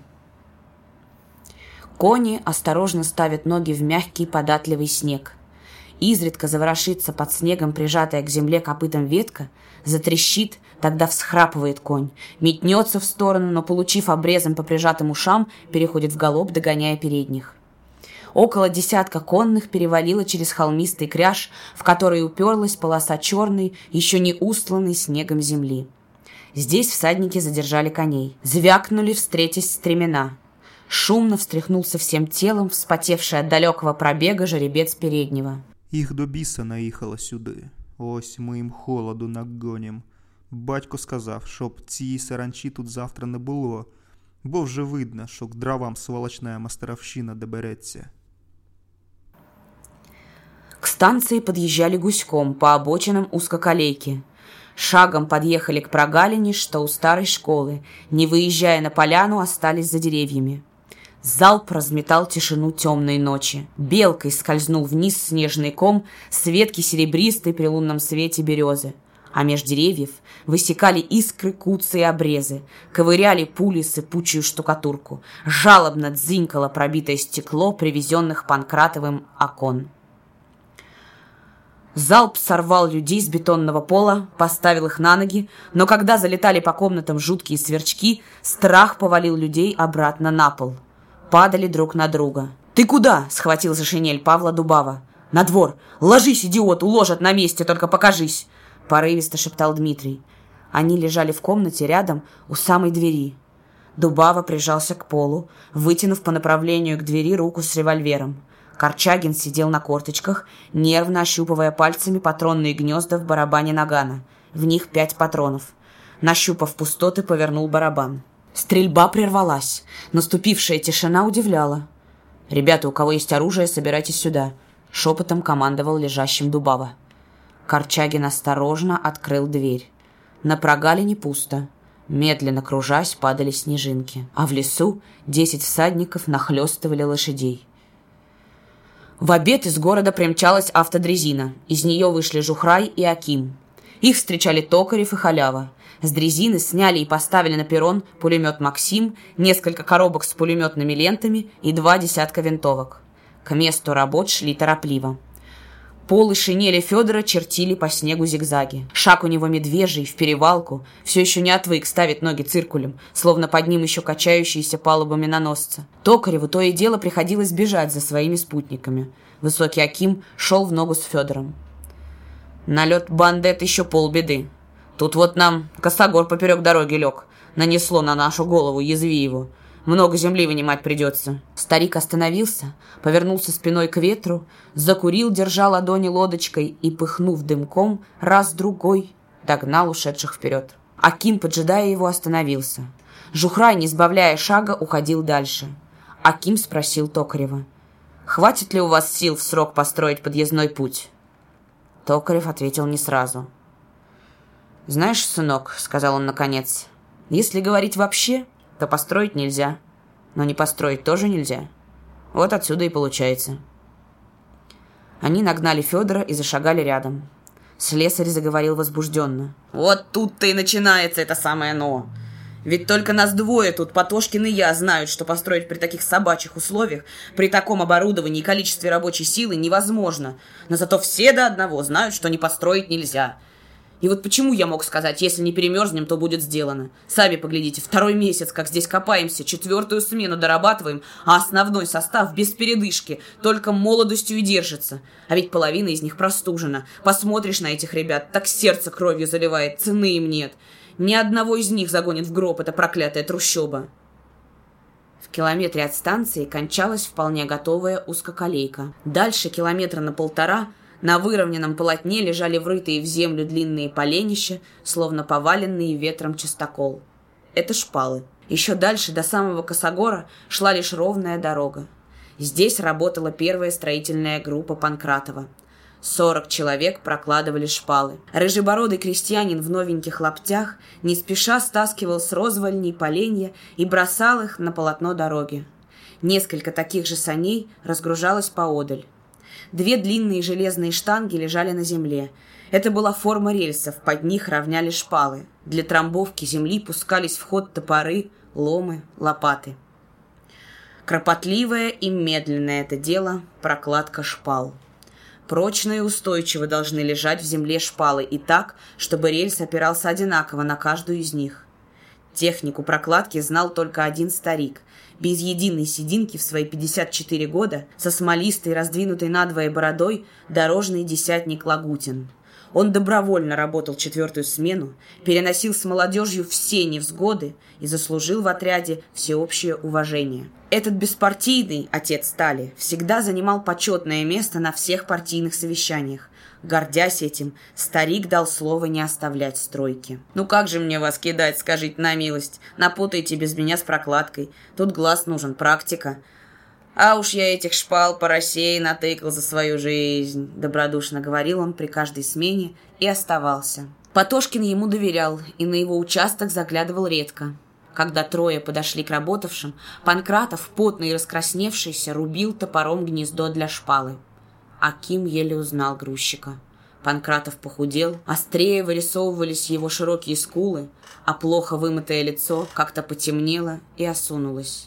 Кони осторожно ставят ноги в мягкий податливый снег. Изредка заворошится под снегом прижатая к земле копытом ветка, затрещит, тогда всхрапывает конь, метнется в сторону, но, получив обрезом по прижатым ушам, переходит в галоп, догоняя передних. Около десятка конных перевалило через холмистый кряж, в который уперлась полоса черной, еще не устланной снегом земли. Здесь всадники задержали коней. Звякнули, встретясь стремена. Шумно встряхнулся всем телом, вспотевший от далекого пробега жеребець переднего. Їх до біса наїхало сюди. Ось ми їм холоду нагонім. Батько сказав, щоб цієї саранчі тут завтра не було, бо вже видно, що к дровам сволочная мастеровщина добереться. К станции подъезжали гуськом по обочинам узкоколейки. Шагом подъехали к прогалине, что у старой школы, не выезжая на поляну, остались за деревьями. Залп разметал тишину темной ночи. Белкой скользнул вниз снежный ком с ветки серебристой при лунном свете березы. А меж деревьев высекали искры, куцы и обрезы, ковыряли пули сыпучую штукатурку, жалобно дзынькало пробитое стекло привезенных Панкратовым окон. Залп сорвал людей с бетонного пола, поставил их на ноги, но когда залетали по комнатам жуткие сверчки, страх повалил людей обратно на пол. Падали друг на друга. «Ты куда?» — схватил за шинель Павла Дубава. «На двор! Ложись, идиот! Уложат на месте, только покажись!» — порывисто шептал Дмитрий. Они лежали в комнате рядом, у самой двери. Дубава прижался к полу, вытянув по направлению к двери руку с револьвером. Корчагин сидел на корточках, нервно ощупывая пальцами патронные гнезда в барабане нагана. В них 5 патронов. Нащупав пустоты, повернул барабан. Стрельба прервалась. Наступившая тишина удивляла. «Ребята, у кого есть оружие, собирайтесь сюда», — шепотом командовал лежащим Дубава. Корчагин осторожно открыл дверь. На прогалине пусто. Медленно кружась, падали снежинки. А в лесу 10 всадников нахлёстывали лошадей. В обед из города примчалась автодрезина. Из нее вышли Жухрай и Аким. Их встречали Токарев и Халява. С дрезины сняли и поставили на перрон пулемет «Максим», несколько коробок с пулеметными лентами и 2 десятка винтовок. К месту работ шли торопливо. Полы шинели Федора чертили по снегу зигзаги. Шаг у него медвежий, в перевалку, все еще не отвык ставить ноги циркулем, словно под ним еще качающиеся палуба миноносца. Токареву то и дело приходилось бежать за своими спутниками. Высокий Аким шел в ногу с Федором. «Налет банды — это еще полбеды. Тут вот нам косогор поперек дороги лег. Нанесло на нашу голову, язви его. Много земли вынимать придется». Старик остановился, повернулся спиной к ветру, закурил, держа ладони лодочкой и, пыхнув дымком, раз-другой догнал ушедших вперед. Аким, поджидая его, остановился. Жухрай, не сбавляя шага, уходил дальше. Аким спросил Токарева: «Хватит ли у вас сил в срок построить подъездной путь?» Токарев ответил не сразу. «Знаешь, сынок, — сказал он наконец, — если говорить вообще, то построить нельзя, но не построить тоже нельзя. Вот отсюда и получается». Они нагнали Федора и зашагали рядом. Слесарь заговорил возбужденно. «Вот тут-то и начинается это самое «но». Ведь только нас двое тут, Патошкин и я, знают, что построить при таких собачьих условиях, при таком оборудовании и количестве рабочей силы невозможно. Но зато все до одного знают, что не построить нельзя. И вот почему я мог сказать, если не перемерзнем, то будет сделано. Сами поглядите, 2-й месяц, как здесь копаемся, 4-ю смену дорабатываем, а основной состав без передышки, только молодостью и держится. А ведь половина из них простужена. Посмотришь на этих ребят, так сердце кровью заливает, цены им нет. Ни одного из них загонит в гроб эта проклятая трущоба». В километре от станции кончалась вполне готовая узкоколейка. Дальше 1,5 километра на выровненном полотне лежали врытые в землю длинные поленища, словно поваленные ветром частокол. – это шпалы. Еще дальше, до самого Косогора, шла лишь ровная дорога. Здесь работала первая строительная группа Панкратова. 40 человек прокладывали шпалы. Рыжебородый крестьянин в новеньких лаптях не спеша стаскивал с розвальней поленья и бросал их на полотно дороги. Несколько таких же саней разгружалось поодаль. 2 длинные железные штанги лежали на земле. Это была форма рельсов, под них равняли шпалы. Для трамбовки земли пускались в ход топоры, ломы, лопаты. Кропотливое и медленное это дело – прокладка шпал. Прочно и устойчиво должны лежать в земле шпалы и так, чтобы рельс опирался одинаково на каждую из них. Технику прокладки знал только один старик, без единой сединки в свои 54 года, со смолистой, раздвинутой надвое бородой, дорожный десятник Лагутин. Он добровольно работал 4-ю смену, переносил с молодежью все невзгоды и заслужил в отряде всеобщее уважение. Этот беспартийный отец стали всегда занимал почетное место на всех партийных совещаниях. Гордясь этим, старик дал слово не оставлять стройки. «Ну как же мне вас кидать, скажите на милость? Напутаете без меня с прокладкой. Тут глаз нужен, практика. А уж я этих шпал по России натыкал за свою жизнь», — добродушно говорил он при каждой смене и оставался. Патошкин ему доверял и на его участок заглядывал редко. Когда 3 подошли к работавшим, Панкратов, потный и раскрасневшийся, рубил топором гнездо для шпалы. Аким еле узнал грузчика. Панкратов похудел, острее вырисовывались его широкие скулы, а плохо вымытое лицо как-то потемнело и осунулось.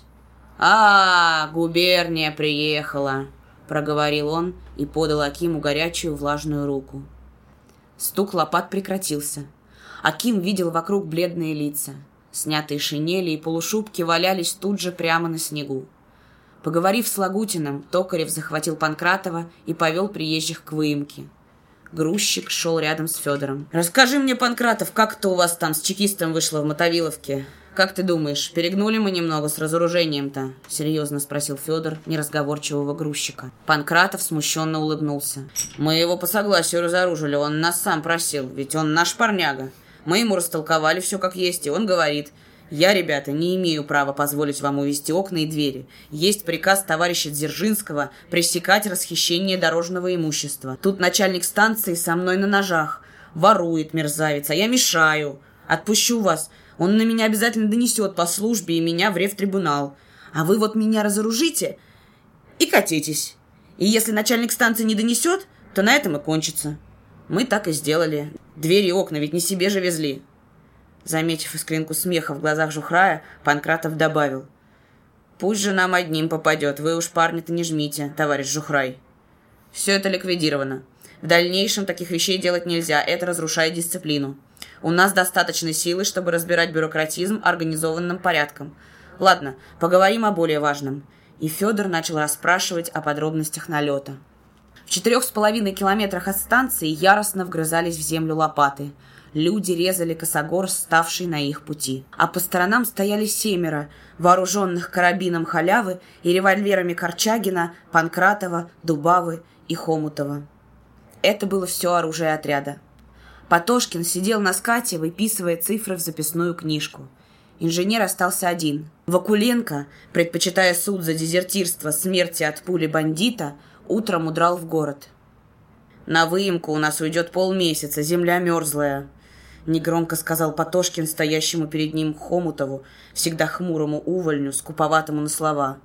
Губерния приехала», — проговорил он и подал Акиму горячую влажную руку. Стук лопат прекратился. Аким видел вокруг бледные лица. Снятые шинели и полушубки валялись тут же прямо на снегу. Поговорив с Лагутиным, Токарев захватил Панкратова и повел приезжих к выемке. Грузчик шел рядом с Федором. «Расскажи мне, Панкратов, как-то у вас там с чекистом вышло в Мотовиловке? Как ты думаешь, перегнули мы немного с разоружением-то?» — серьезно спросил Федор неразговорчивого грузчика. Панкратов смущенно улыбнулся. «Мы его по согласию разоружили, он нас сам просил, ведь он наш парняга. Мы ему растолковали все как есть, и он говорит: я, ребята, не имею права позволить вам увести окна и двери. Есть приказ товарища Дзержинского пресекать расхищение дорожного имущества. Тут начальник станции со мной на ножах. Ворует мерзавец, а я мешаю. Отпущу вас. Он на меня обязательно донесет по службе и меня в ревтрибунал. А вы вот меня разоружите и катитесь. И если начальник станции не донесет, то на этом и кончится. Мы так и сделали. Двери и окна ведь не себе же везли». Заметив искринку смеха в глазах Жухрая, Панкратов добавил: «Пусть же нам одним попадет, вы уж парни-то не жмите, товарищ Жухрай. Все это ликвидировано. В дальнейшем таких вещей делать нельзя, это разрушает дисциплину. У нас достаточно силы, чтобы разбирать бюрократизм организованным порядком. Ладно, поговорим о более важном». И Федор начал расспрашивать о подробностях налета. В 4,5 километрах от станции яростно вгрызались в землю лопаты. Люди резали Косогор, ставший на их пути. А по сторонам стояли 7, вооруженных карабином Халявы и револьверами Корчагина, Панкратова, Дубавы и Хомутова. Это было все оружие отряда. Патошкин сидел на скате, выписывая цифры в записную книжку. Инженер остался один. Вакуленко, предпочитая суд за дезертирство смерти от пули бандита, утром удрал в город. «На выемку у нас уйдет полмесяца, земля мерзлая», — негромко сказал Патошкин стоящему перед ним Хомутову, всегда хмурому увольню, скуповатому на слова.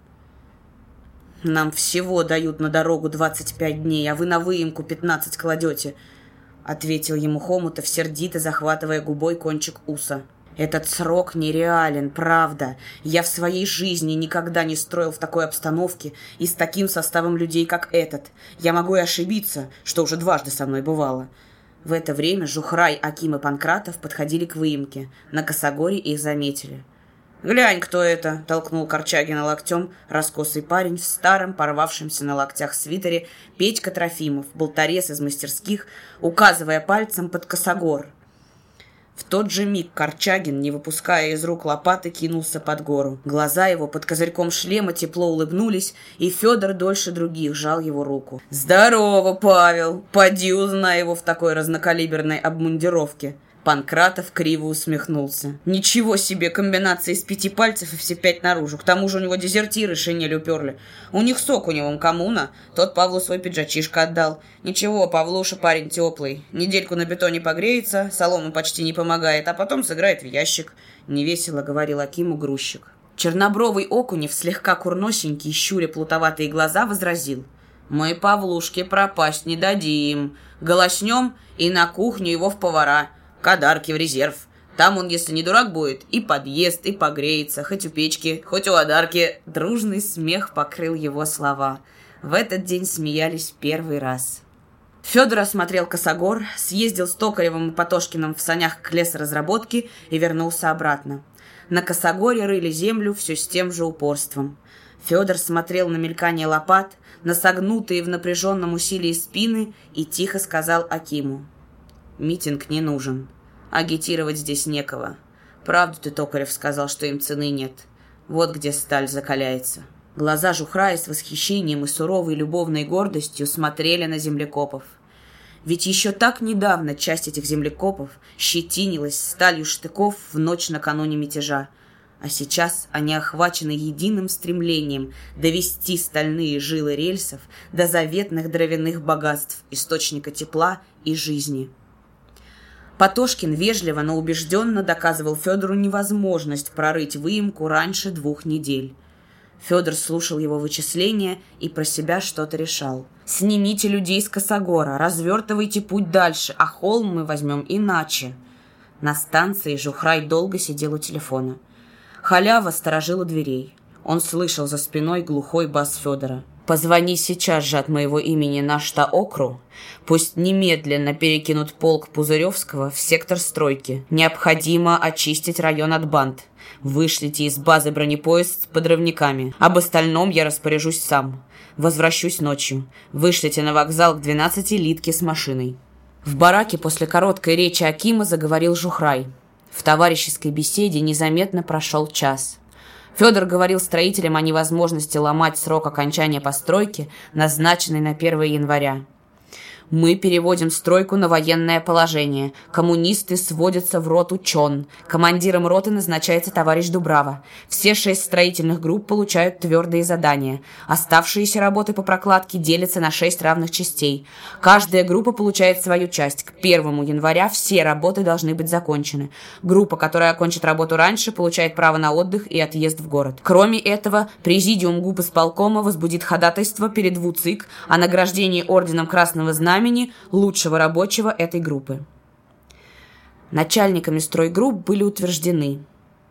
«Нам всего дают на дорогу 25 дней, а вы на выемку 15 кладете», — ответил ему Хомутов, сердито захватывая губой кончик уса. «Этот срок нереален, правда. Я в своей жизни никогда не строил в такой обстановке и с таким составом людей, как этот. Я могу и ошибиться, что уже дважды со мной бывало». В это время Жухрай, Аким и Панкратов подходили к выемке. На Косогоре их заметили. «Глянь, кто это!» — толкнул Корчагина локтем раскосый парень в старом, порвавшемся на локтях свитере Петька Трофимов, болторез из мастерских, указывая пальцем под Косогор. В тот же миг Корчагин, не выпуская из рук лопаты, кинулся под гору. Глаза его под козырьком шлема тепло улыбнулись, и Федор дольше других жал его руку. «Здорово, Павел! Поди узнай его в такой разнокалиберной обмундировке!» Панкратов криво усмехнулся. Ничего себе, комбинация из 5 пальцев и все 5 наружу. К тому же у него дезертиры шинель уперли. У них сок у него коммуна. Тот Павлу свой пиджачишко отдал. Ничего, Павлуша парень теплый. Недельку на бетоне погреется, солома почти не помогает, а потом сыграет в ящик. Невесело говорил Акиму грузчик. Чернобровый Окунев, слегка курносенький, щуря плутоватые глаза, возразил. Мы Павлушке пропасть не дадим. Голоснем и на кухню его в повара. К Адарке в резерв. Там он, если не дурак будет, и подъест, и погреется, хоть у печки, хоть у Адарки. Дружный смех покрыл его слова. В этот день смеялись первый раз. Федор осмотрел косогор, съездил с Токаревым и Потошкиным в санях к лесоразработке и вернулся обратно. На косогоре рыли землю все с тем же упорством. Федор смотрел на мелькание лопат, на согнутые в напряженном усилии спины и тихо сказал Акиму. Митинг не нужен. Агитировать здесь некого. Правду ты, Токарев, сказал, что им цены нет. Вот где сталь закаляется. Глаза Жухрая с восхищением и суровой любовной гордостью смотрели на землекопов. Ведь еще так недавно часть этих землекопов щетинилась сталью штыков в ночь накануне мятежа. А сейчас они охвачены единым стремлением довести стальные жилы рельсов до заветных дровяных богатств, источника тепла и жизни. Потошкин вежливо, но убежденно доказывал Федору невозможность прорыть выемку раньше 2 недель. Федор слушал его вычисления и про себя что-то решал. «Снимите людей с косогора, развертывайте путь дальше, а холм мы возьмем иначе». На станции Жухрай долго сидел у телефона. Халява сторожил у дверей. Он слышал за спиной глухой бас Федора. «Позвони сейчас же от моего имени на Штаокру. Пусть немедленно перекинут полк Пузыревского в сектор стройки. Необходимо очистить район от банд. Вышлите из базы бронепоезд с подрывниками. Об остальном я распоряжусь сам. Возвращусь ночью. Вышлите на вокзал к 12 литки с машиной». В бараке после короткой речи Акима заговорил Жухрай. В товарищеской беседе незаметно прошел час. Федор говорил строителям о невозможности ломать срок окончания постройки, назначенный на 1 января. Мы переводим стройку на военное положение. Коммунисты сводятся в роту ЧОН. Командиром роты назначается товарищ Дубрава. Все 6 строительных групп получают твердые задания. Оставшиеся работы по прокладке делятся на 6 равных частей. Каждая группа получает свою часть. К 1 января все работы должны быть закончены. Группа, которая окончит работу раньше, получает право на отдых и отъезд в город. Кроме этого, президиум ГУП исполкома возбудит ходатайство перед ВУЦИК о награждении орденом Красного Знамени лучшего рабочего этой группы. Начальниками стройгрупп были утверждены: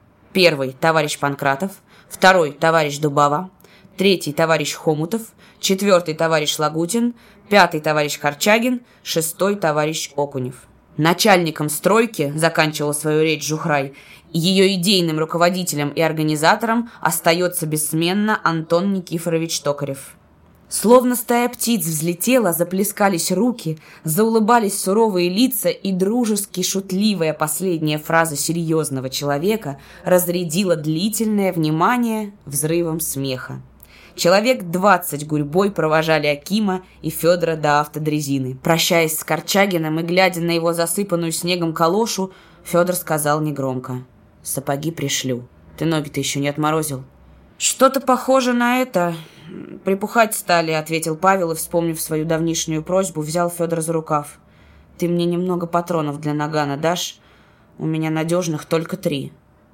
1 – товарищ Панкратов, 2 – товарищ Дубава, 3 – товарищ Хомутов, 4 – товарищ Лагутин, 5 – товарищ Корчагин, 6 – товарищ Окунев. Начальником стройки, заканчивал свою речь Жухрай, ее идейным руководителем и организатором остается бессменно Антон Никифорович Токарев. Словно стая птиц взлетела, заплескались руки, заулыбались суровые лица, и дружески шутливая последняя фраза серьезного человека разрядила длительное внимание взрывом смеха. Человек 20 гурьбой провожали Акима и Федора до автодрезины. Прощаясь с Корчагиным и глядя на его засыпанную снегом калошу, Федор сказал негромко: «Сапоги пришлю. Ты ноги-то еще не отморозил». «Что-то похоже на это. Припухать стали», — ответил Павел и, вспомнив свою давнишнюю просьбу, взял Федора за рукав. «Ты мне немного патронов для нагана дашь? У меня надежных только 3».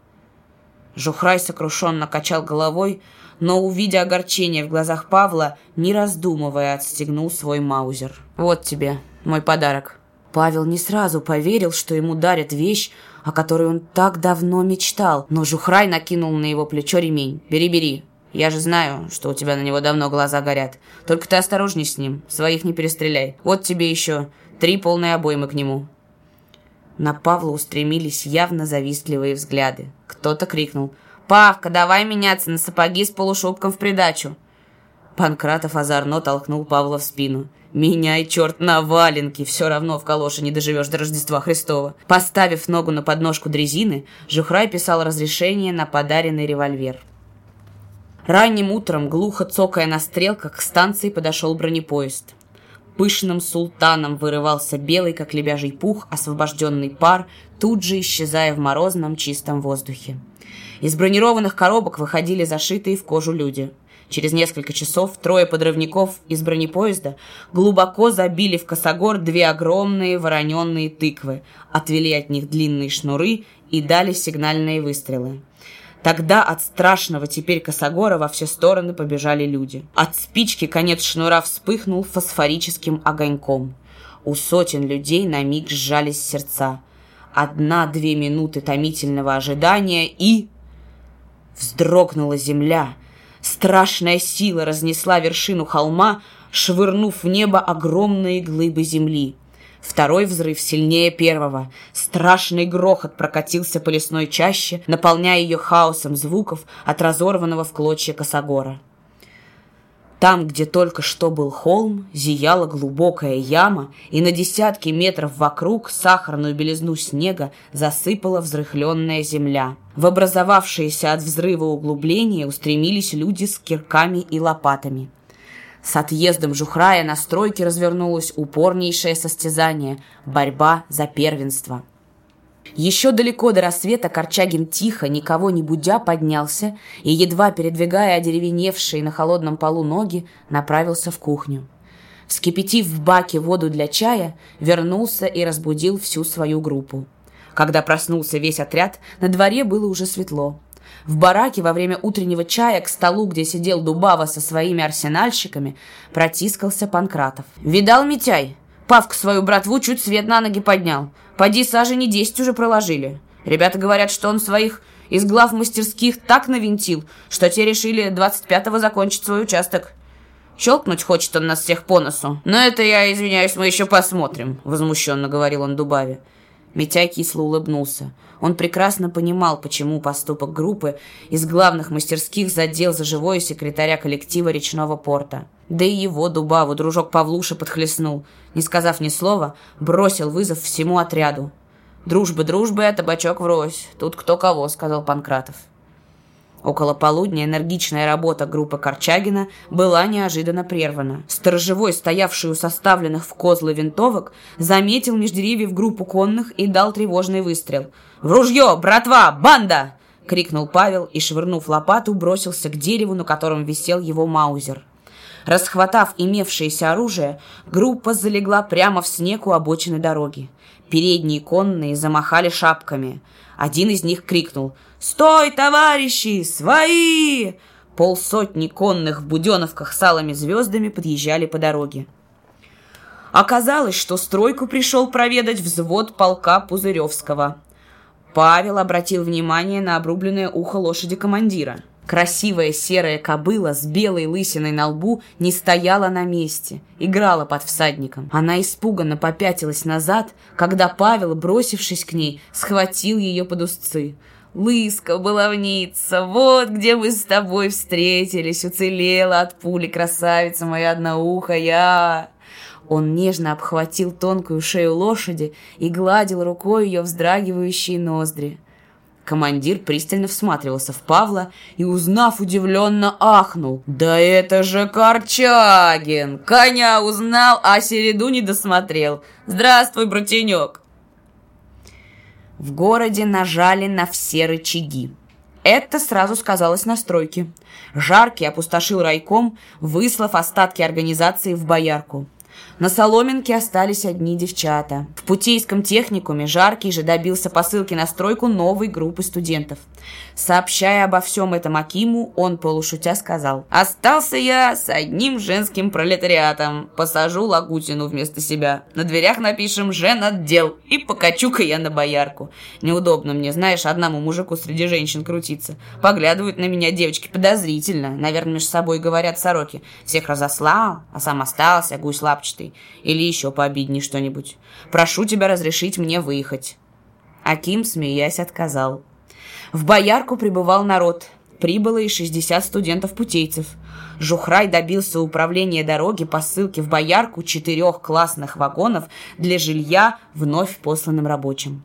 Жухрай сокрушенно качал головой, но, увидя огорчение в глазах Павла, не раздумывая, отстегнул свой маузер. «Вот тебе мой подарок». Павел не сразу поверил, что ему дарят вещь, о которой он так давно мечтал, но Жухрай накинул на его плечо ремень. «Бери. Я же знаю, что у тебя на него давно глаза горят. Только ты осторожней с ним, своих не перестреляй. Вот тебе еще 3 полные обоймы к нему». На Павла устремились явно завистливые взгляды. Кто-то крикнул: «Павка, давай меняться на сапоги с полушубком в придачу». Панкратов озорно толкнул Павла в спину. «Меняй, черт, на валенки, все равно в калоши не доживешь до Рождества Христова». Поставив ногу на подножку дрезины, Жухрай писал разрешение на подаренный револьвер. Ранним утром, глухо цокая на стрелках, к станции подошел бронепоезд. Пышным султаном вырывался белый, как лебяжий пух, освобожденный пар, тут же исчезая в морозном чистом воздухе. Из бронированных коробок выходили зашитые в кожу люди. Через несколько часов 3 подрывников из бронепоезда глубоко забили в косогор 2 огромные вороненные тыквы, отвели от них длинные шнуры и дали сигнальные выстрелы. Тогда от страшного теперь косогора во все стороны побежали люди. От спички конец шнура вспыхнул фосфорическим огоньком. У сотен людей на миг сжались сердца. 1-2 минуты томительного ожидания и... Вздрогнула земля. Страшная сила разнесла вершину холма, швырнув в небо огромные глыбы земли. Второй взрыв сильнее первого. Страшный грохот прокатился по лесной чаще, наполняя ее хаосом звуков от разорванного в клочья косогора. Там, где только что был холм, зияла глубокая яма, и на десятки метров вокруг сахарную белизну снега засыпала взрыхленная земля. В образовавшиеся от взрыва углубления устремились люди с кирками и лопатами. С отъездом Жухрая на стройке развернулось упорнейшее состязание – борьба за первенство. Еще далеко до рассвета Корчагин тихо, никого не будя, поднялся и, едва передвигая одеревеневшие на холодном полу ноги, направился в кухню. Вскипятив в баке воду для чая, вернулся и разбудил всю свою группу. Когда проснулся весь отряд, на дворе было уже светло. В бараке во время утреннего чая к столу, где сидел Дубава со своими арсенальщиками, протискался Панкратов. «Видал, Митяй? Павка свою братву чуть свет на ноги поднял. Поди сажени 10 уже проложили. Ребята говорят, что он своих из глав мастерских так навинтил, что те решили 25-го закончить свой участок. Щелкнуть хочет он нас всех по носу. Но это я, извиняюсь, мы еще посмотрим», — возмущенно говорил он Дубаве. Митяй кисло улыбнулся. Он прекрасно понимал, почему поступок группы из главных мастерских задел за живое секретаря коллектива речного порта. Да и его, Дубаву, дружок Павлуша подхлестнул. Не сказав ни слова, бросил вызов всему отряду. «Дружба дружбой, а табачок врозь. Тут кто кого», — сказал Панкратов. Около полудня энергичная работа группы Корчагина была неожиданно прервана. Сторожевой, стоявший у составленных в козлы винтовок, заметил меж деревьев группу конных и дал тревожный выстрел. «В ружье, братва, банда!» — крикнул Павел и, швырнув лопату, бросился к дереву, на котором висел его маузер. Расхватав имевшееся оружие, группа залегла прямо в снег у обочины дороги. Передние конные замахали шапками. Один из них крикнул: «Стой, товарищи! Свои!» 50 конных в буденовках с алыми звездами подъезжали по дороге. Оказалось, что стройку пришел проведать взвод полка Пузыревского. Павел обратил внимание на обрубленное ухо лошади командира. Красивая серая кобыла с белой лысиной на лбу не стояла на месте, играла под всадником. Она испуганно попятилась назад, когда Павел, бросившись к ней, схватил ее под узцы. «Лыска, баловница, вот где мы с тобой встретились, уцелела от пули красавица моя одноухая!» Он нежно обхватил тонкую шею лошади и гладил рукой ее вздрагивающие ноздри. Командир пристально всматривался в Павла и, узнав, удивленно ахнул. «Да это же Корчагин! Коня узнал, а середу не досмотрел! Здравствуй, братенек!» В городе нажали на все рычаги. Это сразу сказалось на стройке. Жаркий опустошил райком, выслав остатки организации в Боярку. На Соломенке остались одни девчата. В Путейском техникуме Жаркий же добился посылки на стройку новой группы студентов. Сообщая обо всем этом Акиму, он полушутя сказал: «Остался я с одним женским пролетариатом. Посажу Лагутину вместо себя. На дверях напишем «Женотдел» и покачу-ка я на Боярку. Неудобно мне, знаешь, одному мужику среди женщин крутиться. Поглядывают на меня девочки подозрительно. Наверное, между собой говорят сороки. Всех разослал, а сам остался, гусь лапчатый. Или еще пообидней что-нибудь. Прошу тебя разрешить мне выехать». Аким, смеясь, отказал. В Боярку прибывал народ. Прибыло и 60 студентов-путейцев. Жухрай добился управления дороги по ссылке в Боярку 4 классных вагонов для жилья вновь посланным рабочим.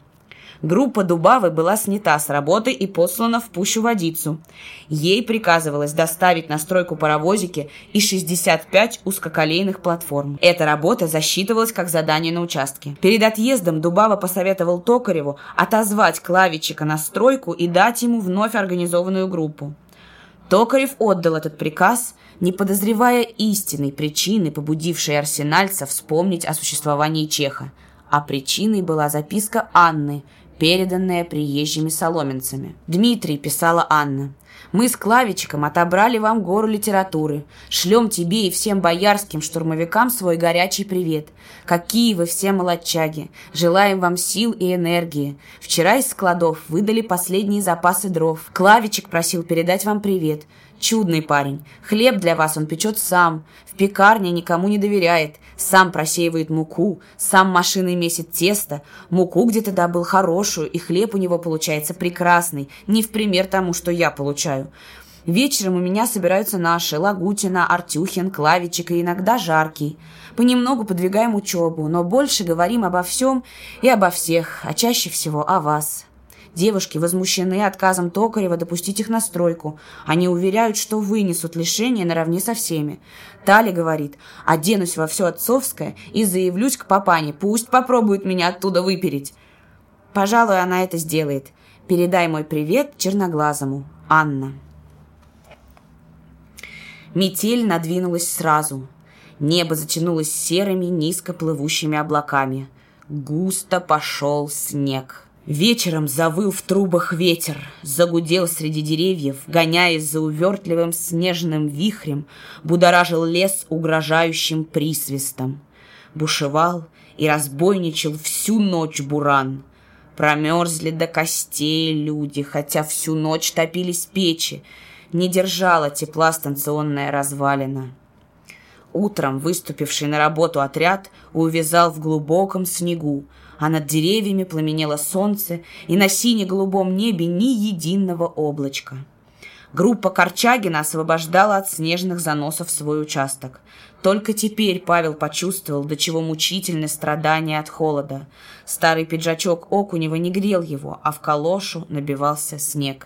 Группа Дубавы была снята с работы и послана в Пущу-Водицу. Ей приказывалось доставить на стройку паровозики и 65 узкоколейных платформ. Эта работа засчитывалась как задание на участке. Перед отъездом Дубава посоветовал Токареву отозвать Клавичика на стройку и дать ему вновь организованную группу. Токарев отдал этот приказ, не подозревая истинной причины, побудившей арсенальца вспомнить о существовании Чеха. А причиной была записка Анны, переданная приезжими соломенцами. «Дмитрий», — писала Анна, — «мы с Клавичиком отобрали вам гору литературы. Шлем тебе и всем боярским штурмовикам свой горячий привет. Какие вы все молодчаги! Желаем вам сил и энергии. Вчера из складов выдали последние запасы дров. Клавичик просил передать вам привет. Чудный парень. Хлеб для вас он печет сам. В пекарне никому не доверяет. Сам просеивает муку. Сам машиной месит тесто. Муку где-то добыл хорошую, и хлеб у него получается прекрасный. Не в пример тому, что я получаю. Вечером у меня собираются наши: Лагутина, Артюхин, Клавичик и иногда Жаркий. Понемногу подвигаем учебу, но больше говорим обо всем и обо всех, а чаще всего о вас». Девушки возмущены отказом Токарева допустить их на стройку. Они уверяют, что вынесут лишение наравне со всеми. Таля говорит: «Оденусь во все отцовское и заявлюсь к папане. Пусть попробует меня оттуда выпереть». Пожалуй, она это сделает. Передай мой привет черноглазому. Анна. Метель надвинулась сразу. Небо затянулось серыми, низко плывущими облаками. Густо пошел снег. Вечером завыл в трубах ветер, загудел среди деревьев, гоняясь за увертливым снежным вихрем, будоражил лес угрожающим присвистом. Бушевал и разбойничал всю ночь буран. Промерзли до костей люди, хотя всю ночь топились печи. Не держала тепла станционная развалина. Утром выступивший на работу отряд увязал в глубоком снегу, а над деревьями пламенело солнце, и на сине-голубом небе ни единого облачка. Группа Корчагина освобождала от снежных заносов свой участок. Только теперь Павел почувствовал, до чего мучительны страдания от холода. Старый пиджачок Окунева не грел его, а в калошу набивался снег.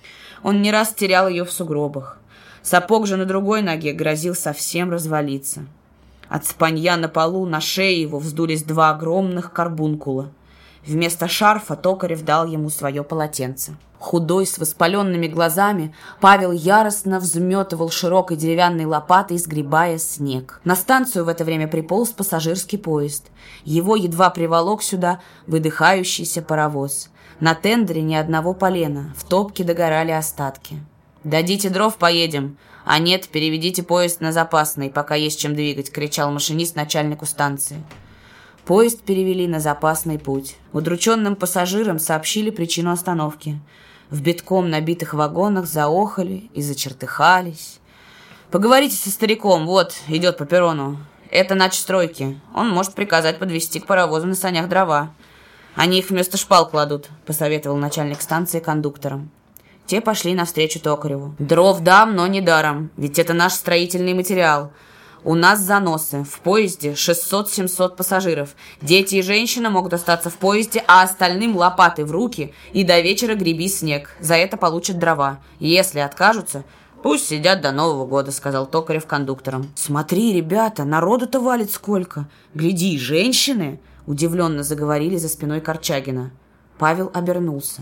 Он не раз терял ее в сугробах. Сапог же на другой ноге грозил совсем развалиться. От спанья на полу на шее его вздулись два огромных карбункула. Вместо шарфа Токарев дал ему свое полотенце. Худой, с воспаленными глазами, Павел яростно взметывал широкой деревянной лопатой, сгребая снег. На станцию в это время приполз пассажирский поезд. Его едва приволок сюда выдыхающийся паровоз. На тендере ни одного полена, в топке догорали остатки. «Дадите дров, поедем. А нет, переведите поезд на запасный, пока есть чем двигать», — кричал машинист начальнику станции. Поезд перевели на запасный путь. Удрученным пассажирам сообщили причину остановки. В битком набитых вагонах заохали и зачертыхались. «Поговорите со стариком, вот, идет по перрону. Это начстройки. Он может приказать подвезти к паровозу на санях дрова. Они их вместо шпал кладут», — посоветовал начальник станции кондукторам. Те пошли навстречу Токареву. «Дров дам, но не даром, ведь это наш строительный материал. У нас заносы. В поезде 600-700 пассажиров. Дети и женщина могут остаться в поезде, а остальным лопаты в руки и до вечера греби снег. За это получат дрова. Если откажутся, пусть сидят до Нового года», — сказал Токарев кондукторам. «Смотри, ребята, народу-то валит сколько. Гляди, женщины!» — удивленно заговорили за спиной Корчагина. Павел обернулся.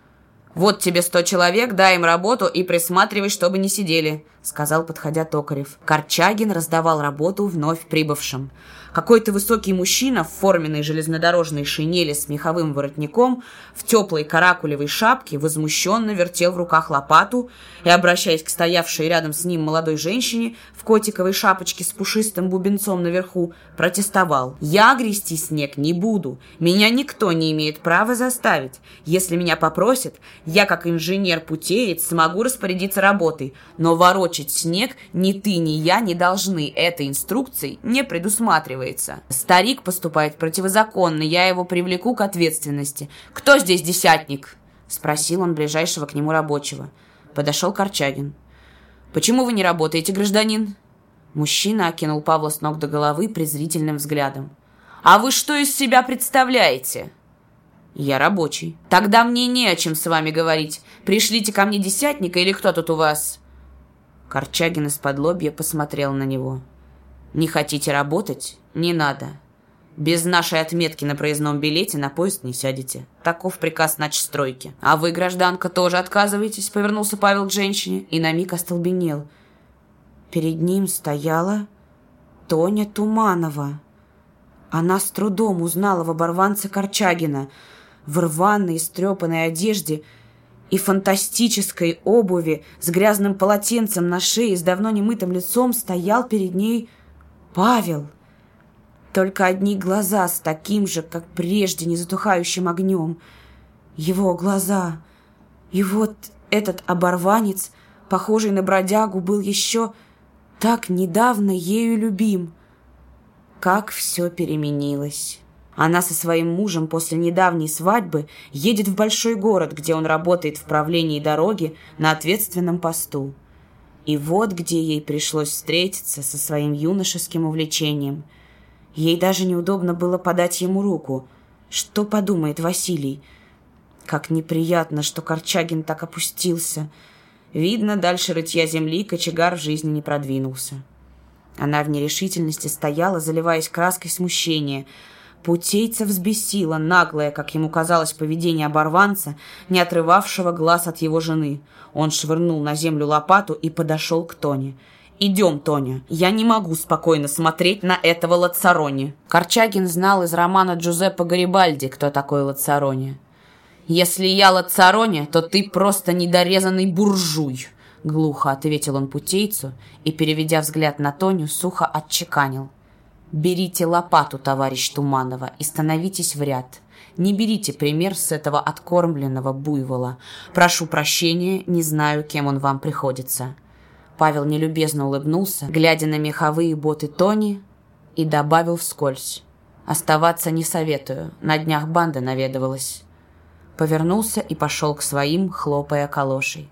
«Вот тебе 100 человек, дай им работу и присматривай, чтобы не сидели», — сказал, подходя Токарев. Корчагин раздавал работу вновь прибывшим. Какой-то высокий мужчина в форменной железнодорожной шинели с меховым воротником, в теплой каракулевой шапке, возмущенно вертел в руках лопату и, обращаясь к стоявшей рядом с ним молодой женщине в котиковой шапочке с пушистым бубенцом наверху, протестовал. «Я грести снег не буду. Меня никто не имеет права заставить. Если меня попросят, я, как инженер-путеец, смогу распорядиться работой, но ворочать снег ни ты, ни я не должны. Это инструкцией не предусматривается. Старик поступает противозаконно, я его привлеку к ответственности. Кто здесь десятник?» — спросил он ближайшего к нему рабочего. Подошел Корчагин. «Почему вы не работаете, гражданин?» Мужчина окинул Павла с ног до головы презрительным взглядом. «А вы что из себя представляете?» «Я рабочий». «Тогда мне не о чем с вами говорить. Пришлите ко мне десятника или кто тут у вас?» Корчагин из-под лобья посмотрел на него. «Не хотите работать? Не надо. Без нашей отметки на проездном билете на поезд не сядете. Таков приказ начстройки». «А вы, гражданка, тоже отказываетесь?» — повернулся Павел к женщине и на миг остолбенел. Перед ним стояла Тоня Туманова. Она с трудом узнала в оборванце Корчагина. В рваной, истрепанной одежде и фантастической обуви с грязным полотенцем на шее, с давно немытым лицом стоял перед ней Павел. Только одни глаза с таким же, как прежде, незатухающим огнем. Его глаза. И вот этот оборванец, похожий на бродягу, был еще так недавно ею любим. Как все переменилось. Она со своим мужем после недавней свадьбы едет в большой город, где он работает в правлении дороги на ответственном посту. И вот где ей пришлось встретиться со своим юношеским увлечением. Ей даже неудобно было подать ему руку. Что подумает Василий? Как неприятно, что Корчагин так опустился. Видно, дальше рытья земли кочегар в жизни не продвинулся. Она в нерешительности стояла, заливаясь краской смущения. Путейца взбесила наглое, как ему казалось, поведение оборванца, не отрывавшего глаз от его жены. Он швырнул на землю лопату и подошел к Тоне. «Идем, Тоня, я не могу спокойно смотреть на этого Лацарони». Корчагин знал из романа Джузеппе Гарибальди, кто такой Лацарони. «Если я Лацарони, то ты просто недорезанный буржуй», — глухо ответил он путейцу и, переведя взгляд на Тоню, сухо отчеканил. «Берите лопату, товарищ Туманова, и становитесь в ряд. Не берите пример с этого откормленного буйвола. Прошу прощения, не знаю, кем он вам приходится». Павел нелюбезно улыбнулся, глядя на меховые боты Тони, и добавил вскользь. «Оставаться не советую, на днях банда наведывалась». Повернулся и пошел к своим, хлопая калошей.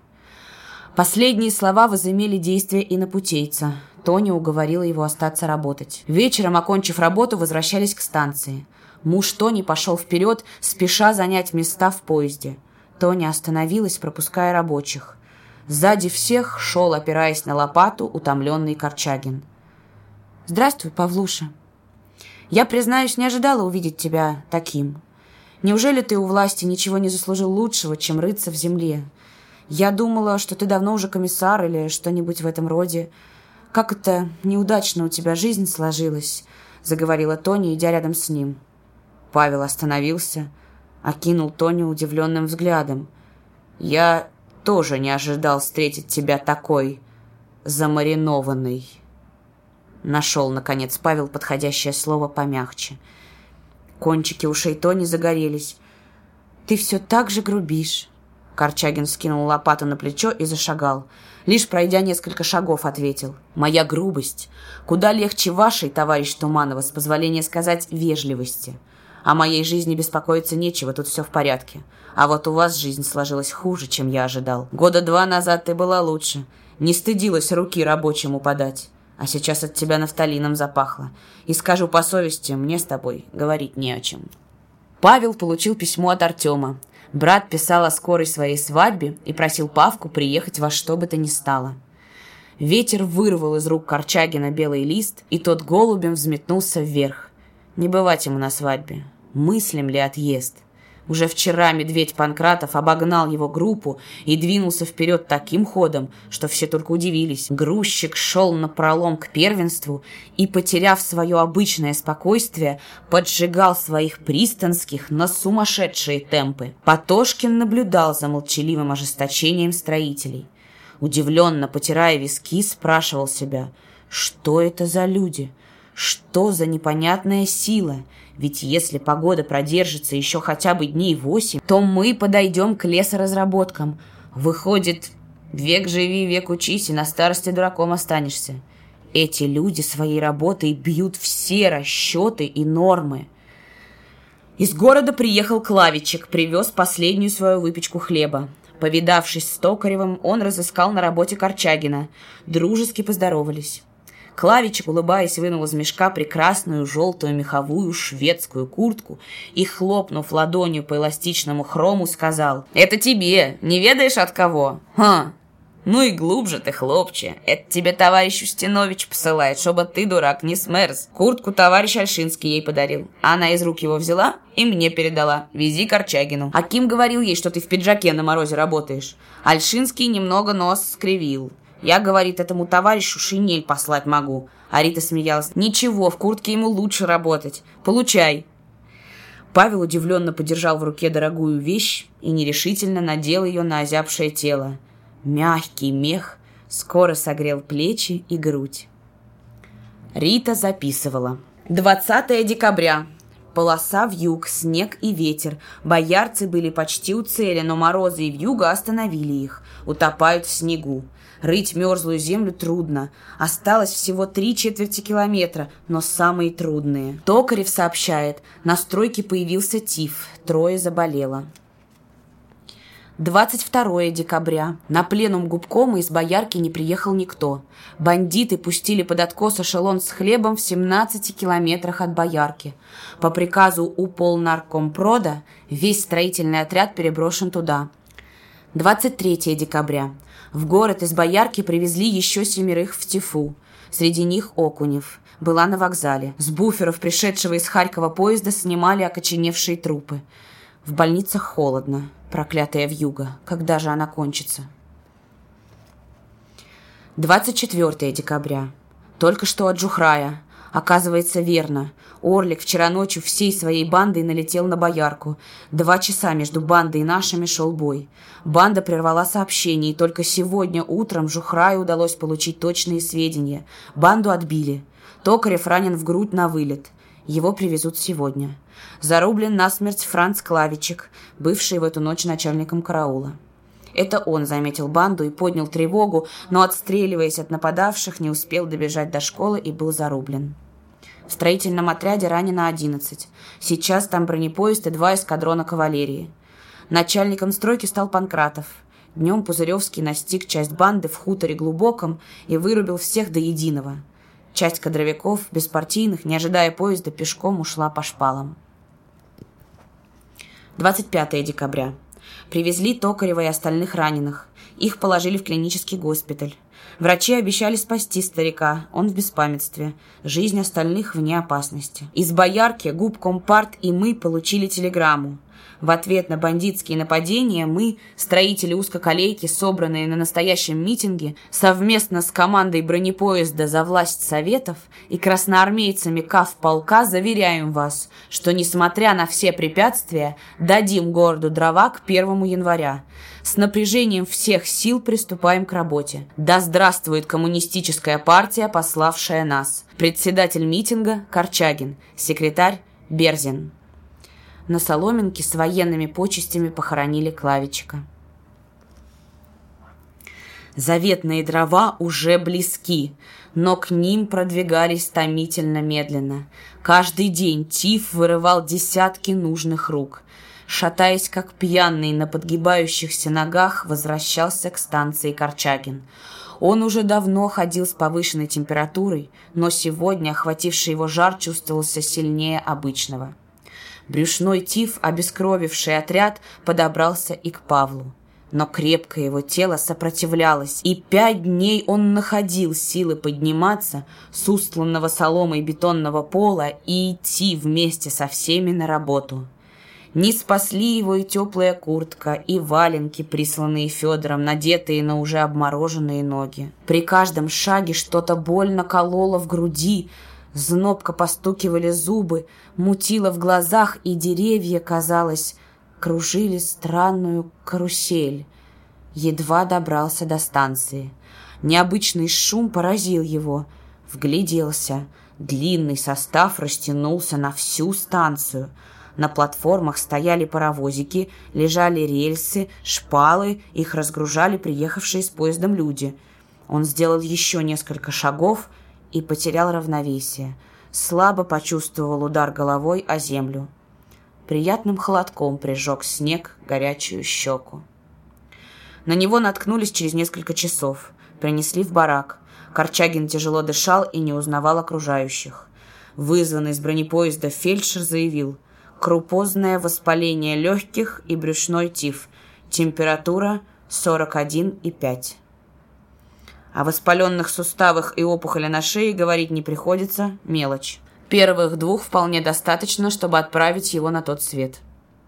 Последние слова возымели действие и на путейца. Тоня уговорила его остаться работать. Вечером, окончив работу, возвращались к станции. Муж Тони пошел вперед, спеша занять места в поезде. Тоня остановилась, пропуская рабочих. Сзади всех шел, опираясь на лопату, утомленный Корчагин. «Здравствуй, Павлуша. Я, признаюсь, не ожидала увидеть тебя таким. Неужели ты у власти ничего не заслужил лучшего, чем рыться в земле? Я думала, что ты давно уже комиссар или что-нибудь в этом роде. Как это неудачно у тебя жизнь сложилась», — заговорила Тоня, идя рядом с ним. Павел остановился, окинул Тоню удивленным взглядом. «Я тоже не ожидал встретить тебя такой замаринованной». Нашел, наконец, Павел подходящее слово помягче. Кончики ушей Тони загорелись. «Ты все так же грубишь». Корчагин скинул лопату на плечо и зашагал. Лишь пройдя несколько шагов, ответил. «Моя грубость куда легче вашей, товарищ Туманова, с позволения сказать, вежливости. О моей жизни беспокоиться нечего, тут все в порядке. А вот у вас жизнь сложилась хуже, чем я ожидал. 2 года назад ты была лучше. Не стыдилась руки рабочему подать. А сейчас от тебя нафталином запахло. И скажу по совести, мне с тобой говорить не о чем». Павел получил письмо от Артема. Брат писал о скорой своей свадьбе и просил Павку приехать во что бы то ни стало. Ветер вырвал из рук Корчагина белый лист, и тот голубем взметнулся вверх. Не бывать ему на свадьбе. Мыслим ли отъезд? Уже вчера медведь Панкратов обогнал его группу и двинулся вперед таким ходом, что все только удивились. Грузчик шел напролом к первенству и, потеряв свое обычное спокойствие, поджигал своих пристанских на сумасшедшие темпы. Потошкин наблюдал за молчаливым ожесточением строителей. Удивленно, потирая виски, спрашивал себя, что это за люди? Что за непонятная сила? Ведь если погода продержится еще хотя бы дней 8, то мы подойдем к лесоразработкам. Выходит, век живи, век учись, и на старости дураком останешься. Эти люди своей работой бьют все расчеты и нормы. Из города приехал Клавичек, привез последнюю свою выпечку хлеба. Повидавшись с Токаревым, он разыскал на работе Корчагина. Дружески поздоровались. Клавичек, улыбаясь, вынул из мешка прекрасную желтую меховую шведскую куртку и, хлопнув ладонью по эластичному хрому, сказал: «Это тебе, не ведаешь от кого? Ха! Ну и глубже ты, хлопче. Это тебе товарищ Устинович посылает, чтобы ты, дурак, не смерз. Куртку товарищ Альшинский ей подарил. Она из рук его взяла и мне передала. Вези Корчагину. Аким говорил ей, что ты в пиджаке на морозе работаешь. Альшинский немного нос скривил. Я, говорит, этому товарищу шинель послать могу». А Рита смеялась: «Ничего, в куртке ему лучше работать. Получай». Павел удивленно подержал в руке дорогую вещь и нерешительно надел ее на озябшее тело. Мягкий мех скоро согрел плечи и грудь. Рита записывала. 20 декабря. Полоса вьюг, снег и ветер. Боярцы были почти у цели, но морозы и вьюга остановили их. Утопают в снегу. Рыть мерзлую землю трудно. Осталось всего 3/4 километра, но самые трудные. Токарев сообщает, на стройке появился тиф, 3 заболело. 22 декабря. На пленум губкома из Боярки не приехал никто. Бандиты пустили под откос эшелон с хлебом в 17 километрах от Боярки. По приказу уполнаркомпрода весь строительный отряд переброшен туда. 23 декабря. В город из Боярки привезли еще 7 в Тифу. Среди них Окунев. Была на вокзале. С буферов, пришедшего из Харькова поезда, снимали окоченевшие трупы. В больницах холодно. Проклятая вьюга. Когда же она кончится? 24 декабря. Только что от Жухрая. Оказывается, верно. Орлик вчера ночью всей своей бандой налетел на Боярку. 2 часа между бандой и нашими шел бой. Банда прервала сообщение, и только сегодня утром Жухраю удалось получить точные сведения. Банду отбили. Токарев ранен в грудь на вылет. Его привезут сегодня. Зарублен насмерть Франц Клавичек, бывший в эту ночь начальником караула. Это он заметил банду и поднял тревогу, но, отстреливаясь от нападавших, не успел добежать до школы и был зарублен. В строительном отряде ранено 11. Сейчас там бронепоезд и 2 эскадрона кавалерии. Начальником стройки стал Панкратов. Днем Пузыревский настиг часть банды в хуторе Глубоком и вырубил всех до единого. Часть кадровиков, беспартийных, не ожидая поезда, пешком ушла по шпалам. 25 декабря. Привезли Токарева и остальных раненых. Их положили в клинический госпиталь. Врачи обещали спасти старика, он в беспамятстве. Жизнь остальных вне опасности. Из Боярки губкомпарт и мы получили телеграмму. В ответ на бандитские нападения мы, строители узкоколейки, собранные на настоящем митинге, совместно с командой бронепоезда «За власть Советов» и красноармейцами КАВ-полка заверяем вас, что, несмотря на все препятствия, дадим городу дрова к 1 января. С напряжением всех сил приступаем к работе. Да здравствует коммунистическая партия, пославшая нас. Председатель митинга Корчагин, секретарь Берзин. На соломинке с военными почестями похоронили Клавичика. Заветные дрова уже близки, но к ним продвигались томительно медленно. Каждый день тиф вырывал десятки нужных рук. Шатаясь как пьяный на подгибающихся ногах, возвращался к станции Корчагин. Он уже давно ходил с повышенной температурой, но сегодня охвативший его жар чувствовался сильнее обычного. Брюшной тиф, обескровивший отряд, подобрался и к Павлу. Но крепкое его тело сопротивлялось, и 5 дней он находил силы подниматься с устланного соломой бетонного пола и идти вместе со всеми на работу. Не спасли его и теплая куртка, и валенки, присланные Федором, надетые на уже обмороженные ноги. При каждом шаге что-то больно кололо в груди, знобко постукивали зубы, мутило в глазах, и деревья, казалось, кружили странную карусель. Едва добрался до станции. Необычный шум поразил его. Вгляделся. Длинный состав растянулся на всю станцию. На платформах стояли паровозики, лежали рельсы, шпалы, их разгружали приехавшие с поездом люди. Он сделал еще несколько шагов и потерял равновесие. Слабо почувствовал удар головой о землю. Приятным холодком прижег снег горячую щеку. На него наткнулись через несколько часов. Принесли в барак. Корчагин тяжело дышал и не узнавал окружающих. Вызванный из бронепоезда фельдшер заявил: крупозное воспаление легких и брюшной тиф. Температура 41,5. О воспаленных суставах и опухоли на шее говорить не приходится, мелочь. Первых 2 вполне достаточно, чтобы отправить его на тот свет.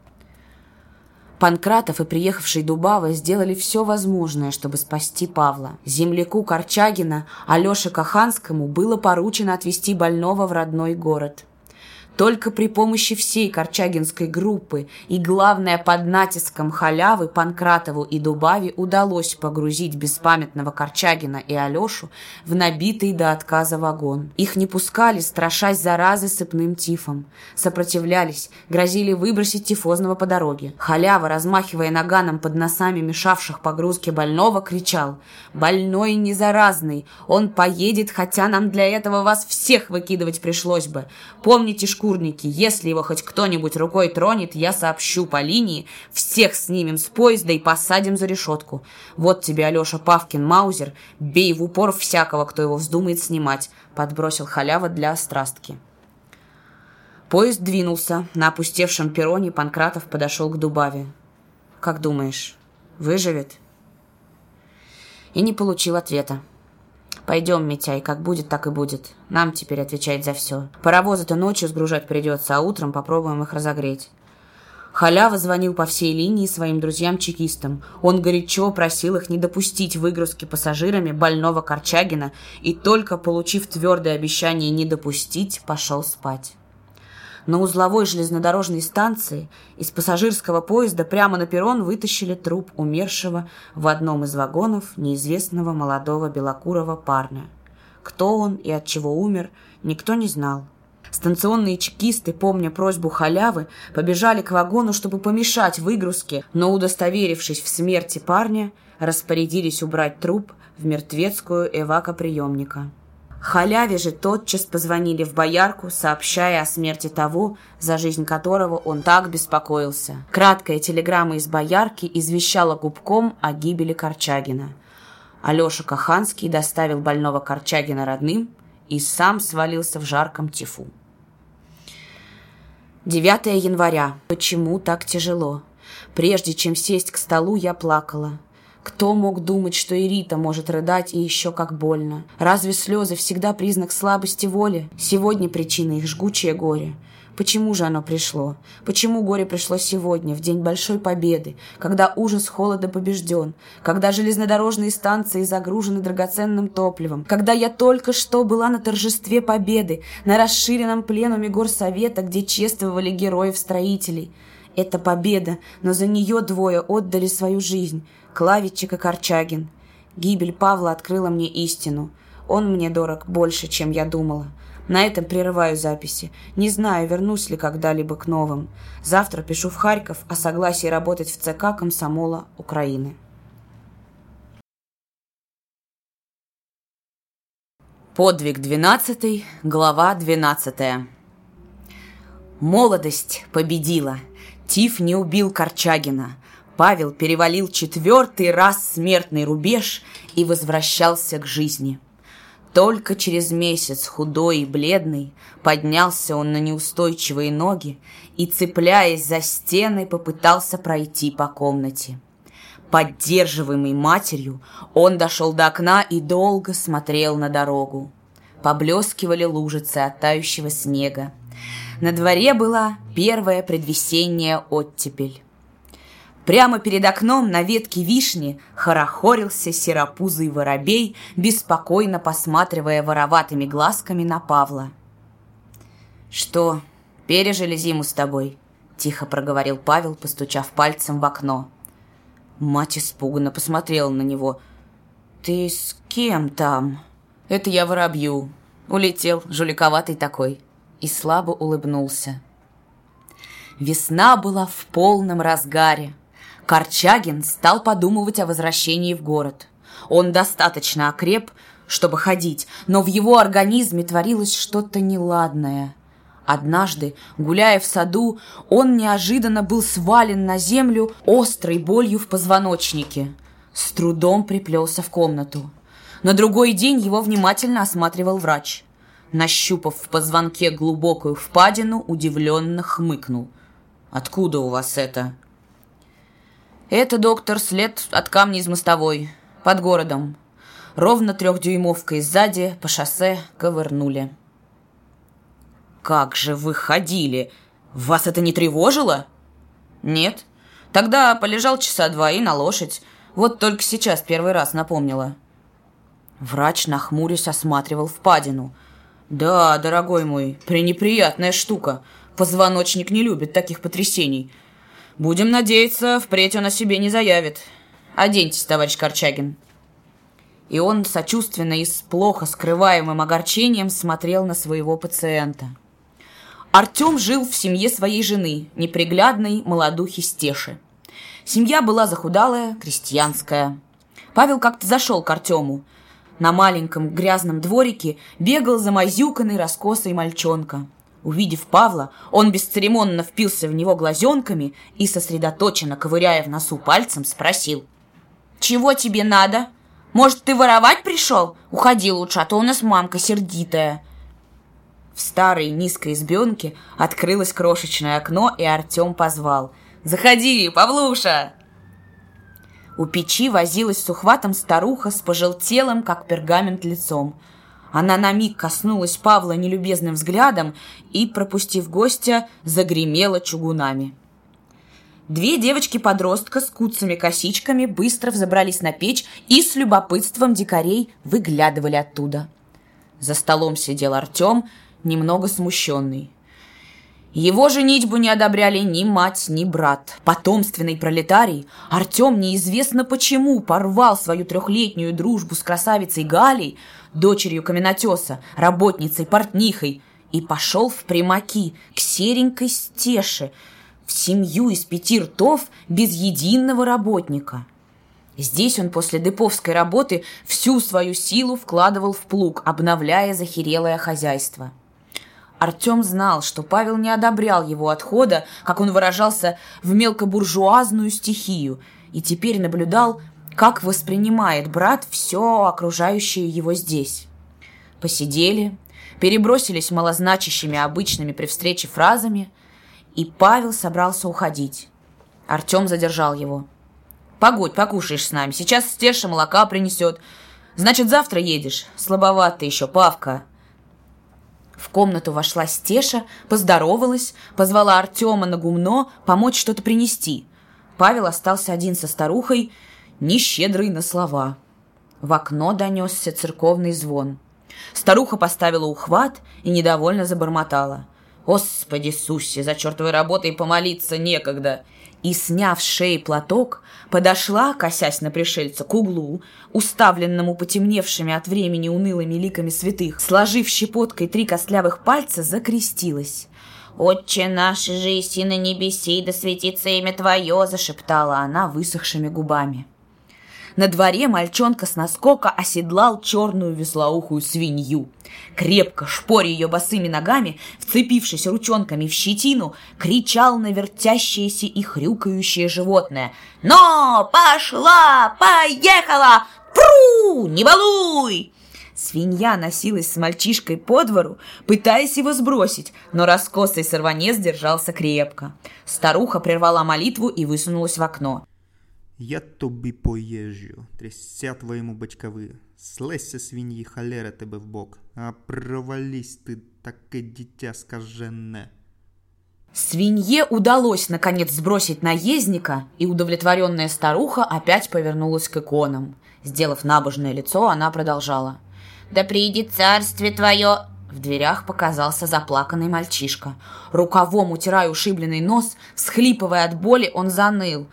Панкратов и приехавший Дубава сделали все возможное, чтобы спасти Павла. Земляку Корчагина Алёше Каханскому было поручено отвезти больного в родной город. Только при помощи всей корчагинской группы и, главное, под натиском халявы Панкратову и Дубаве удалось погрузить беспамятного Корчагина и Алешу в набитый до отказа вагон. Их не пускали, страшась заразы сыпным тифом. Сопротивлялись, грозили выбросить тифозного по дороге. Халява, размахивая наганом под носами мешавших погрузке больного, кричал: «Больной не заразный, он поедет, хотя нам для этого вас всех выкидывать пришлось бы. Помните, шкурники, если его хоть кто-нибудь рукой тронет, я сообщу по линии, всех снимем с поезда и посадим за решетку. Вот тебе, Алеша Павкин, маузер, бей в упор всякого, кто его вздумает снимать», — подбросил халява для острастки. Поезд двинулся. На опустевшем перроне Панкратов подошел к Дубаве. «Как думаешь, выживет?» И не получил ответа. «Пойдем, Митяй, как будет, так и будет. Нам теперь отвечать за все. Паровозы-то ночью сгружать придется, а утром попробуем их разогреть». Халява звонил по всей линии своим друзьям-чекистам. Он горячо просил их не допустить выгрузки пассажирами больного Корчагина и, только получив твердое обещание не допустить, пошел спать. На узловой железнодорожной станции из пассажирского поезда прямо на перрон вытащили труп умершего в одном из вагонов неизвестного молодого белокурого парня. Кто он и от чего умер, никто не знал. Станционные чекисты, помня просьбу халявы, побежали к вагону, чтобы помешать выгрузке, но, удостоверившись в смерти парня, распорядились убрать труп в мертвецкую эвакоприемника. Халяве же тотчас позвонили в Боярку, сообщая о смерти того, за жизнь которого он так беспокоился. Краткая телеграмма из Боярки извещала губком о гибели Корчагина. Алеша Каханский доставил больного Корчагина родным и сам свалился в жарком тифу. 9 января. Почему так тяжело? Прежде чем сесть к столу, я плакала. Кто мог думать, что и Рита может рыдать, и еще как больно? Разве слезы всегда признак слабости воли? Сегодня причина их жгучее горе. Почему же оно пришло? Почему горе пришло сегодня, в день большой победы, когда ужас холода побежден, когда железнодорожные станции загружены драгоценным топливом, когда я только что была на торжестве победы, на расширенном пленуме горсовета, где чествовали героев-строителей? Это победа, но за нее двое отдали свою жизнь — Клавичек и Корчагин. Гибель Павла открыла мне истину. Он мне дорог больше, чем я думала. На этом прерываю записи. Не знаю, вернусь ли когда-либо к новым. Завтра пишу в Харьков о согласии работать в ЦК Комсомола Украины. Подвиг 12, глава 12. Молодость победила. Тиф не убил Корчагина. Павел перевалил 4-й раз смертный рубеж и возвращался к жизни. Только через месяц, худой и бледный, поднялся он на неустойчивые ноги и, цепляясь за стены, попытался пройти по комнате. Поддерживаемый матерью, он дошел до окна и долго смотрел на дорогу. Поблескивали лужицы от тающего снега. На дворе была первая предвесенняя оттепель. Прямо перед окном на ветке вишни хорохорился серопузый воробей, беспокойно посматривая вороватыми глазками на Павла. «Что, пережили зиму с тобой?» — тихо проговорил Павел, постучав пальцем в окно. Мать испуганно посмотрела на него. «Ты с кем там?» «Это я воробью. Улетел, жуликоватый такой». И слабо улыбнулся. Весна была в полном разгаре. Корчагин стал подумывать о возвращении в город. Он достаточно окреп, чтобы ходить, но в его организме творилось что-то неладное. Однажды, гуляя в саду, он неожиданно был свален на землю острой болью в позвоночнике. С трудом приплелся в комнату. На другой день его внимательно осматривал врач. Нащупав в позвонке глубокую впадину, удивленно хмыкнул. «Откуда у вас это?» «Это, доктор, след от камня из мостовой, под городом. Ровно 3-дюймовкой сзади по шоссе ковырнули». «Как же вы ходили? Вас это не тревожило?» «Нет. Тогда полежал часа 2 и на лошадь. Вот только сейчас первый раз напомнила». Врач, нахмурясь, осматривал впадину. «Да, дорогой мой, пренеприятная штука. Позвоночник не любит таких потрясений. Будем надеяться, впредь он о себе не заявит. Оденьтесь, товарищ Корчагин». И он сочувственно и с плохо скрываемым огорчением смотрел на своего пациента. Артем жил в семье своей жены, неприглядной молодухи Стеши. Семья была захудалая, крестьянская. Павел как-то зашел к Артему. На маленьком грязном дворике бегал замазюканный раскосый мальчонка. Увидев Павла, он бесцеремонно впился в него глазенками и, сосредоточенно ковыряя в носу пальцем, спросил: «Чего тебе надо? Может, ты воровать пришел? Уходи лучше, а то у нас мамка сердитая». В старой низкой избенке открылось крошечное окно, и Артем позвал: «Заходи, Павлуша!» У печи возилась с ухватом старуха с пожелтелым, как пергамент, лицом. Она на миг коснулась Павла нелюбезным взглядом и, пропустив гостя, загремела чугунами. 2 девочки-подростка с куцами косичками быстро взобрались на печь и с любопытством дикарей выглядывали оттуда. За столом сидел Артем, немного смущенный. Его женитьбу не одобряли ни мать, ни брат. Потомственный пролетарий, Артем неизвестно почему порвал свою 3-летнюю дружбу с красавицей Галей, дочерью каменотеса, работницей-портнихой, и пошел в примаки к серенькой Стеше, в семью из 5 ртов без единого работника. Здесь он после деповской работы всю свою силу вкладывал в плуг, обновляя захерелое хозяйство. Артем знал, что Павел не одобрял его отхода, как он выражался, в мелкобуржуазную стихию, и теперь наблюдал, как воспринимает брат все окружающее его здесь. Посидели, перебросились малозначащими обычными при встрече фразами, и Павел собрался уходить. Артем задержал его. «Погодь, покушаешь с нами, сейчас Стеша молока принесет. Значит, завтра едешь? Слабоват ты еще, Павка». В комнату вошла Стеша, поздоровалась, позвала Артема на гумно помочь что-то принести. Павел остался один со старухой, нещедрый на слова. В окно донесся церковный звон. Старуха поставила ухват и недовольно забормотала: «Господи Иисусе, за чертовой работой помолиться некогда!» И, сняв с шеи платок, подошла, косясь на пришельца, к углу, уставленному потемневшими от времени унылыми ликами святых, сложив щепоткой 3 костлявых пальца, закрестилась. «Отче наш, жиси на небеси, да светится имя Твое!» — зашептала она высохшими губами. На дворе мальчонка с наскока оседлал черную веслоухую свинью. Крепко шпоря ее босыми ногами, вцепившись ручонками в щетину, кричал на вертящееся и хрюкающее животное: «Но! Пошла! Поехала! Пру! Не балуй!» Свинья носилась с мальчишкой по двору, пытаясь его сбросить, но раскосый сорванец держался крепко. Старуха прервала молитву и высунулась в окно. «Я тобі поїжджу, трясся твоєму батькові, слезься свиньї, холера тебе в бок, а провались ты, таке дитя скаженне». Свинье удалось, наконец, сбросить наездника, и удовлетворенная старуха опять повернулась к иконам. Сделав набожное лицо, она продолжала: «Да приидет царствие твое!» В дверях показался заплаканный мальчишка. Рукавом утирая ушибленный нос, всхлипывая от боли, он заныл: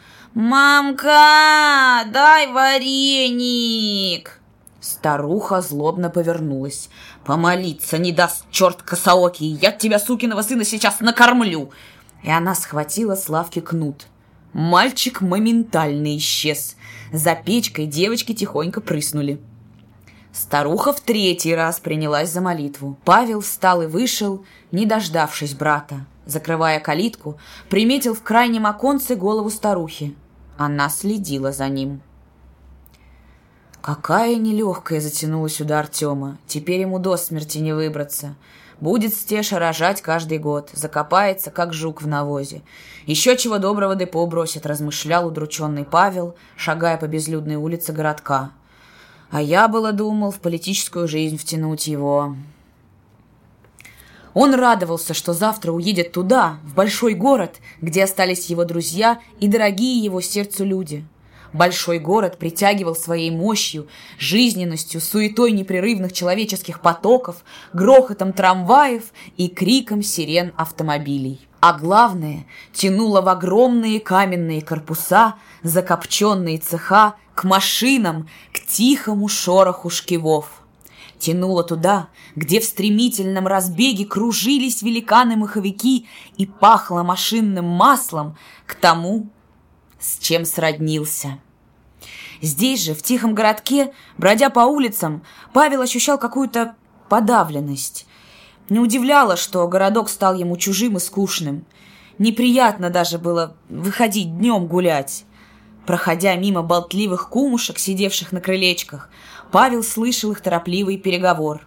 «Мамка, дай вареник!» Старуха злобно повернулась. «Помолиться не даст, черт косоокий! Я тебя, сукиного сына, сейчас накормлю!» И она схватила с лавки кнут. Мальчик моментально исчез. За печкой девочки тихонько прыснули. Старуха в 3-й раз принялась за молитву. Павел встал и вышел, не дождавшись брата. Закрывая калитку, приметил в крайнем оконце голову старухи. Она следила за ним. Какая нелегкая затянула сюда Артема. Теперь ему до смерти не выбраться. Будет Стеша рожать каждый год, закопается, как жук в навозе. Еще чего доброго депо бросит, размышлял удрученный Павел, шагая по безлюдной улице городка. А я было думал в политическую жизнь втянуть его. Он радовался, что завтра уедет туда, в большой город, где остались его друзья и дорогие его сердцу люди. Большой город притягивал своей мощью, жизненностью, суетой непрерывных человеческих потоков, грохотом трамваев и криком сирен автомобилей. А главное, тянуло в огромные каменные корпуса, закопченные цеха, к машинам, к тихому шороху шкивов. Тянуло туда, где в стремительном разбеге кружились великаны-маховики и пахло машинным маслом, к тому, с чем сроднился. Здесь же, в тихом городке, бродя по улицам, Павел ощущал какую-то подавленность. Не удивляло, что городок стал ему чужим и скучным. Неприятно даже было выходить днем гулять. Проходя мимо болтливых кумушек, сидевших на крылечках, Павел слышал их торопливый переговор.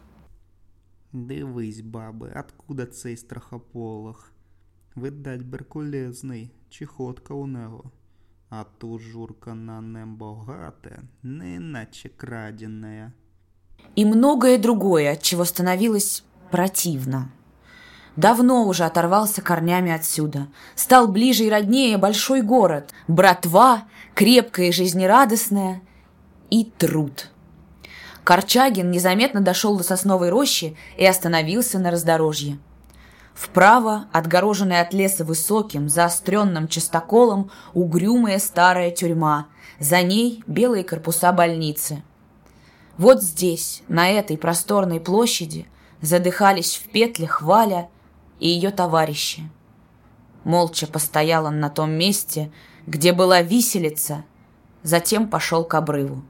«Дивись, баби, откуда цей страхополох? Видать, беркулезний, чехотка у него. А тут журка на нем богатая, не иначе краденая». И многое другое, от чего становилось противно. Давно уже оторвался корнями отсюда. Стал ближе и роднее большой город, братва, крепкая и жизнерадостная, и труд. Корчагин незаметно дошел до сосновой рощи и остановился на раздорожье. Вправо, отгороженная от леса высоким, заостренным частоколом, угрюмая старая тюрьма. За ней белые корпуса больницы. Вот здесь, на этой просторной площади, задыхались в петлях Валя и ее товарищи. Молча постоял он на том месте, где была виселица, затем пошел к обрыву.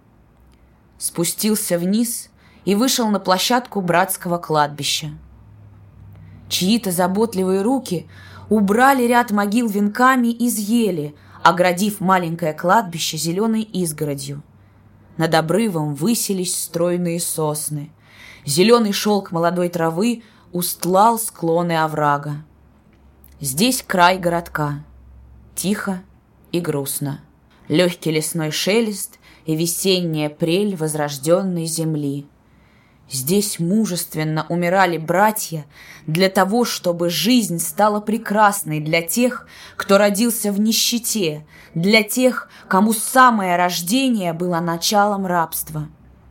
Спустился вниз и вышел на площадку братского кладбища. Чьи-то заботливые руки убрали ряд могил венками из ели, оградив маленькое кладбище зеленой изгородью. Над обрывом высились стройные сосны. Зеленый шелк молодой травы устлал склоны оврага. Здесь край городка. Тихо и грустно. Легкий лесной шелест и весенняя прель возрожденной земли. Здесь мужественно умирали братья для того, чтобы жизнь стала прекрасной для тех, кто родился в нищете, для тех, кому самое рождение было началом рабства.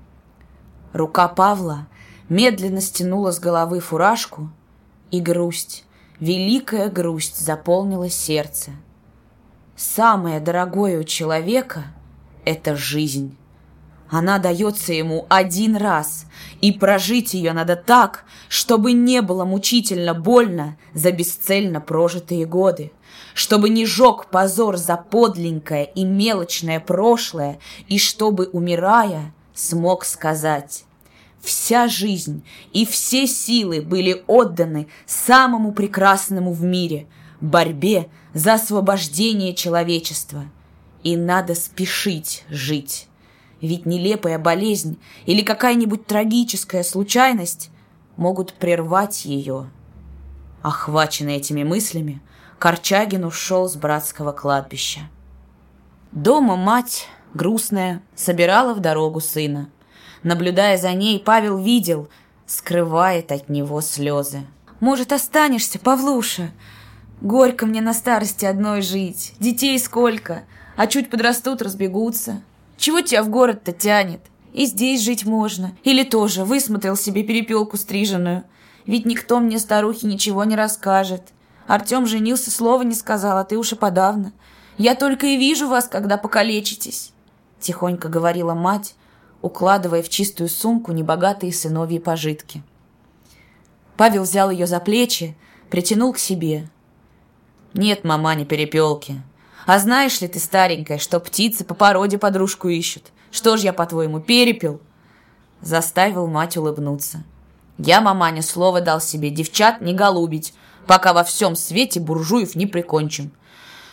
Рука Павла медленно стянула с головы фуражку, и грусть, великая грусть заполнила сердце. Самое дорогое у человека — это жизнь. Она дается ему один раз, и прожить ее надо так, чтобы не было мучительно больно за бесцельно прожитые годы, чтобы не жег позор за подленькое и мелочное прошлое, и чтобы, умирая, смог сказать: «Вся жизнь и все силы были отданы самому прекрасному в мире — борьбе за освобождение человечества, и надо спешить жить». Ведь нелепая болезнь или какая-нибудь трагическая случайность могут прервать ее. Охваченный этими мыслями, Корчагин ушел с братского кладбища. Дома мать, грустная, собирала в дорогу сына. Наблюдая за ней, Павел видел, скрывает от него слезы. «Может, останешься, Павлуша? Горько мне на старости одной жить. Детей сколько, а чуть подрастут, разбегутся. Чего тебя в город-то тянет? И здесь жить можно. Или тоже высмотрел себе перепелку стриженную. Ведь никто мне, старухе, ничего не расскажет. Артем женился, слова не сказал, а ты уж и подавно. Я только и вижу вас, когда покалечитесь», — тихонько говорила мать, укладывая в чистую сумку небогатые сыновьи пожитки. Павел взял ее за плечи, притянул к себе. «Нет, мама, не перепелки. А знаешь ли ты, старенькая, что птицы по породе подружку ищут? Что ж я, по-твоему, перепел?» Заставил мать улыбнуться. «Я, маманя, слово дал себе девчат не голубить, пока во всем свете буржуев не прикончим.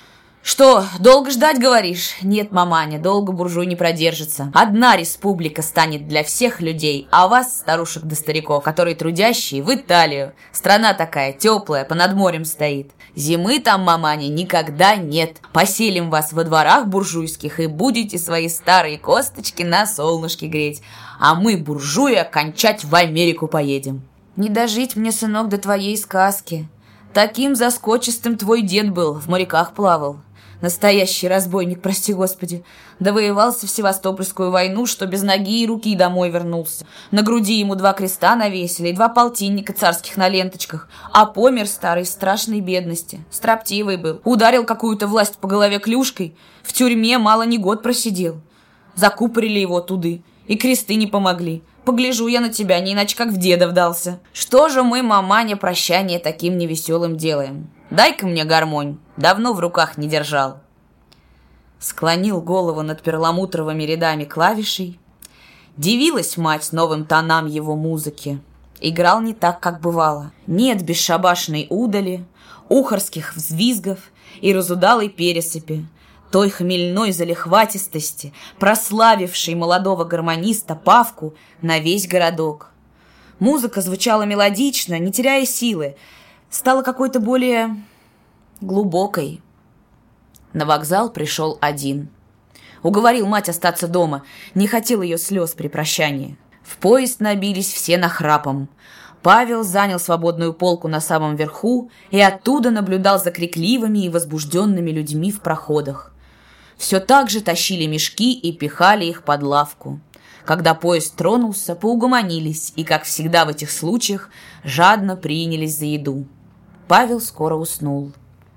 «Что, долго ждать, говоришь?» «Нет, маманя, долго буржуй не продержится. Одна республика станет для всех людей, а вас, старушек да стариков, которые трудящие, в Италию. Страна такая, теплая, понад морем стоит. Зимы там, маманя, никогда нет. Поселим вас во дворах буржуйских и будете свои старые косточки на солнышке греть. А мы, буржуи, окончать в Америку поедем». «Не дожить мне, сынок, до твоей сказки. Таким заскочистым твой дед был, в моряках плавал. Настоящий разбойник, прости господи. Довоевался в Севастопольскую войну, что без ноги и руки домой вернулся. На груди ему 2 креста навесили и 2 полтинника царских на ленточках. А помер старый в страшной бедности. Строптивый был. Ударил какую-то власть по голове клюшкой. В тюрьме мало не год просидел. Закупорили его туды. И кресты не помогли. Погляжу я на тебя, не иначе как в деда вдался. Что же мы, маманя, прощание таким невеселым делаем? Дай-ка мне гармонь. Давно в руках не держал». Склонил голову над перламутровыми рядами клавишей. Дивилась мать новым тонам его музыки. Играл не так, как бывало. Нет бесшабашной удали, ухарских взвизгов и разудалой пересыпи, той хмельной залихватистости, прославившей молодого гармониста Павку на весь городок. Музыка звучала мелодично, не теряя силы, стала какой-то более глубокой. На вокзал пришел один. Уговорил мать остаться дома, не хотел ее слез при прощании. В поезд набились все нахрапом. Павел занял свободную полку на самом верху и оттуда наблюдал за крикливыми и возбужденными людьми в проходах. Все так же тащили мешки и пихали их под лавку. Когда поезд тронулся, поугомонились и, как всегда в этих случаях, жадно принялись за еду. Павел скоро уснул.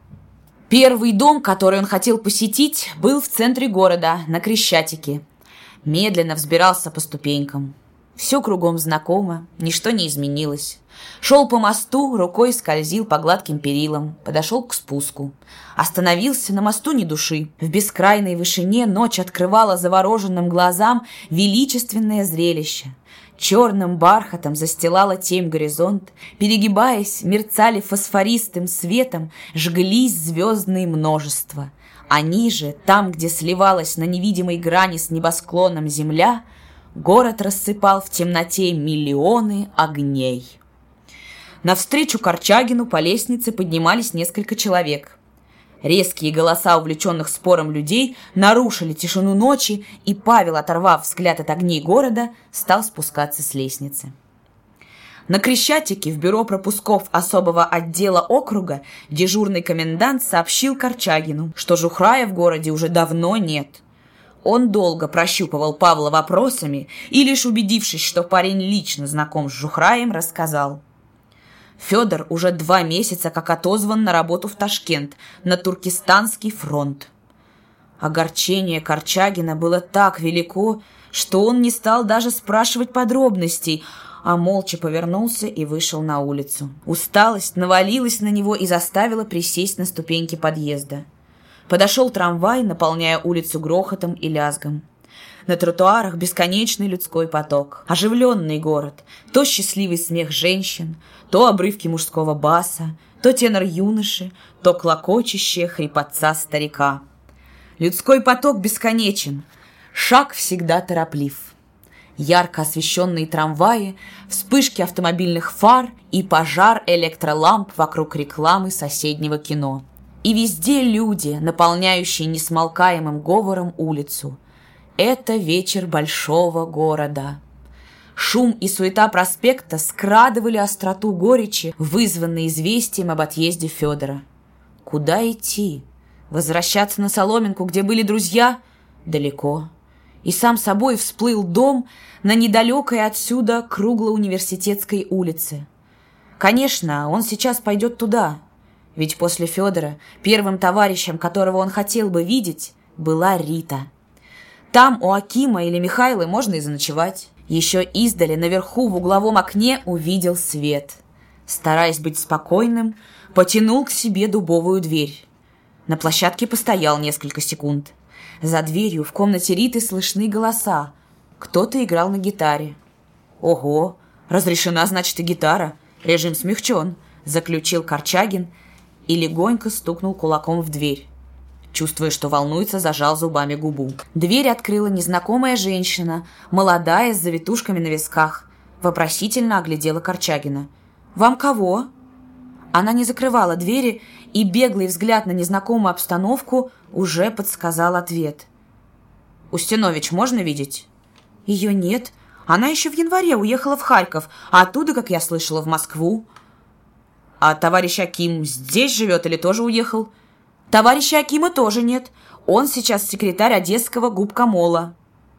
Первый дом, который он хотел посетить, был в центре города, на Крещатике. Медленно взбирался по ступенькам. Все кругом знакомо, ничто не изменилось. Шел по мосту, рукой скользил по гладким перилам, подошел к спуску. Остановился, на мосту ни души. В бескрайней вышине ночь открывала завороженным глазам величественное зрелище. Черным бархатом застилала темь горизонт, перегибаясь, мерцали фосфористым светом, жглись звездные множества. А ниже, там, где сливалась на невидимой грани с небосклоном земля, город рассыпал в темноте миллионы огней. Навстречу Корчагину по лестнице поднимались несколько человек. Резкие голоса увлеченных спором людей нарушили тишину ночи, и Павел, оторвав взгляд от огней города, стал спускаться с лестницы. На Крещатике в бюро пропусков особого отдела округа дежурный комендант сообщил Корчагину, что Жухрая в городе уже давно нет. Он долго прощупывал Павла вопросами и, лишь убедившись, что парень лично знаком с Жухраем, рассказал. Федор уже 2 месяца как отозван на работу в Ташкент, на Туркестанский фронт. Огорчение Корчагина было так велико, что он не стал даже спрашивать подробностей, а молча повернулся и вышел на улицу. Усталость навалилась на него и заставила присесть на ступеньки подъезда. Подошел трамвай, наполняя улицу грохотом и лязгом. На тротуарах бесконечный людской поток. Оживленный город. То счастливый смех женщин, то обрывки мужского баса, то тенор юноши, то клокочущая хрипотца старика. Людской поток бесконечен. Шаг всегда тороплив. Ярко освещенные трамваи, вспышки автомобильных фар и пожар электроламп вокруг рекламы соседнего кино. И везде люди, наполняющие несмолкаемым говором улицу. Это вечер большого города. Шум и суета проспекта скрадывали остроту горечи, вызванной известием об отъезде Федора. Куда идти? Возвращаться на Соломинку, где были друзья? Далеко. И сам собой всплыл дом на недалекой отсюда круглоуниверситетской улице. Конечно, он сейчас пойдет туда, ведь после Федора первым товарищем, которого он хотел бы видеть, была Рита. Там у Акима или Михайлы можно и заночевать. Еще издали наверху в угловом окне увидел свет. Стараясь быть спокойным, потянул к себе дубовую дверь. На площадке постоял несколько секунд. За дверью в комнате Риты слышны голоса. Кто-то играл на гитаре. «Ого, разрешена, значит, и гитара. Режим смягчен», — заключил Корчагин и легонько стукнул кулаком в дверь. Чувствуя, что волнуется, зажал зубами губу. Дверь открыла незнакомая женщина, молодая, с завитушками на висках. Вопросительно оглядела Корчагина. «Вам кого?» Она не закрывала двери, и беглый взгляд на незнакомую обстановку уже подсказал ответ. «Устинович можно видеть?» «Ее нет. Она еще в январе уехала в Харьков, а оттуда, как я слышала, в Москву». «А товарищ Аким здесь живет или тоже уехал?» «Товарища Акима тоже нет. Он сейчас секретарь Одесского губкомола».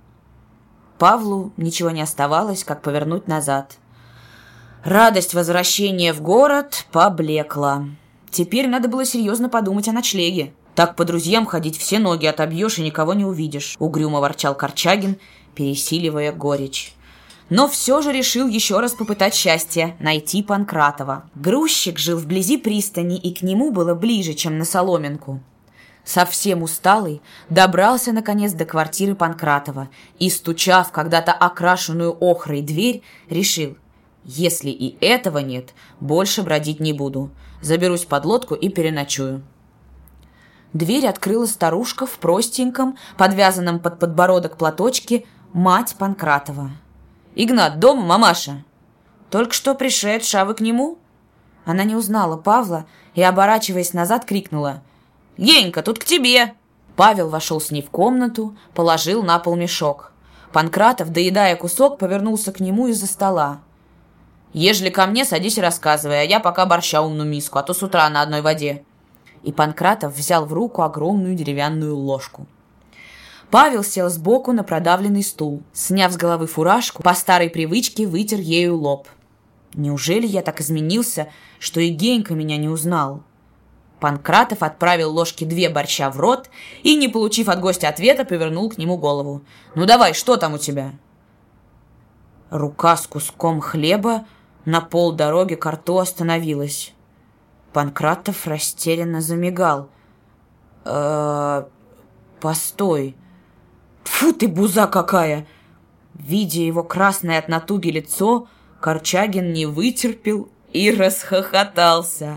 Павлу ничего не оставалось, как повернуть назад. Радость возвращения в город поблекла. Теперь надо было серьезно подумать о ночлеге. «Так по друзьям ходить все ноги отобьешь и никого не увидишь», — угрюмо ворчал Корчагин, пересиливая горечь. Но все же решил еще раз попытать счастье — найти Панкратова. Грузчик жил вблизи пристани, и к нему было ближе, чем на Соломинку. Совсем усталый, добрался, наконец, до квартиры Панкратова и, стуча в когда-то окрашенную охрой дверь, решил: если и этого нет, больше бродить не буду. Заберусь под лодку и переночую. Дверь открыла старушка в простеньком, подвязанном под подбородок платочке, мать Панкратова. «Игнат, дома, мамаша?» «Только что пришедшая, а вы к нему?» Она не узнала Павла и, оборачиваясь назад, крикнула: «Генька, тут к тебе!» Павел вошел с ней в комнату, положил на пол мешок. Панкратов, доедая кусок, повернулся к нему из-за стола. «Ежели ко мне, садись и рассказывай, а я пока борща умну миску, а то с утра на одной воде». И Панкратов взял в руку огромную деревянную ложку. Павел сел сбоку на продавленный стул. Сняв с головы фуражку, по старой привычке вытер ею лоб. «Неужели я так изменился, что и Генька меня не узнал?» Панкратов отправил ложке 2 борща в рот и, не получив от гостя ответа, повернул к нему голову. «Ну давай, что там у тебя?» Рука с куском хлеба на полдороги к рту остановилась. Панкратов растерянно замигал. «Постой. Тьфу ты, буза какая!» Видя его красное от натуги лицо, Корчагин не вытерпел и расхохотался.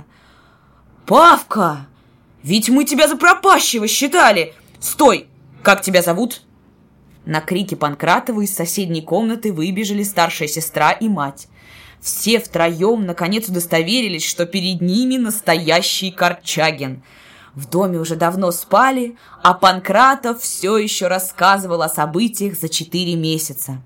«Павка! Ведь мы тебя за пропащего считали! Стой! Как тебя зовут?» На крики Панкратова из соседней комнаты выбежали старшая сестра и мать. Все втроем наконец удостоверились, что перед ними настоящий Корчагин. В доме уже давно спали, а Панкратов все еще рассказывал о событиях за 4 месяца.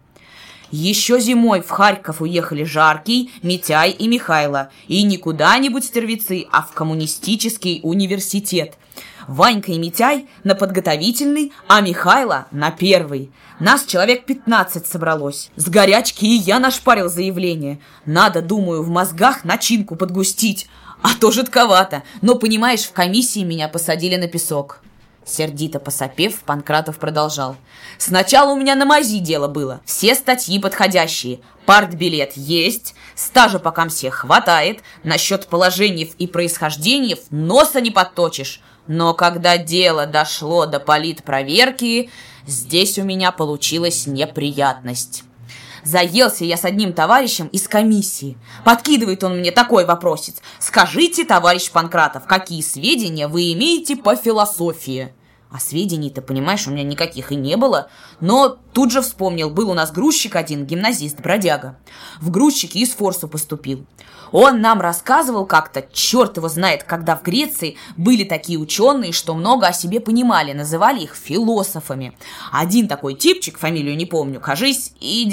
Еще зимой в Харьков уехали Жаркий, Митяй и Михайло. И не куда-нибудь стервицы, а в коммунистический университет. Ванька и Митяй на подготовительный, а Михайло на первый. Нас человек 15 собралось. С горячки и я нашпарил заявление. Надо, думаю, в мозгах начинку подгустить. А то жидковато. Но, понимаешь, в комиссии меня посадили на песок. Сердито посопев, Панкратов продолжал. Сначала у меня на мази дело было. Все статьи подходящие. Партбилет есть, стажа по комсе хватает. Насчет положений и происхождений носа не подточишь. Но когда дело дошло до политпроверки, здесь у меня получилась неприятность. Заелся я с одним товарищем из комиссии. Подкидывает он мне такой вопросец. «Скажите, товарищ Панкратов, какие сведения вы имеете по философии?» А сведений-то, понимаешь, у меня никаких и не было. Но тут же вспомнил, был у нас грузчик один, гимназист, бродяга. В грузчики из форсу поступил. Он нам рассказывал как-то, черт его знает, когда в Греции были такие ученые, что много о себе понимали, называли их философами. Один такой типчик, фамилию не помню, кажись,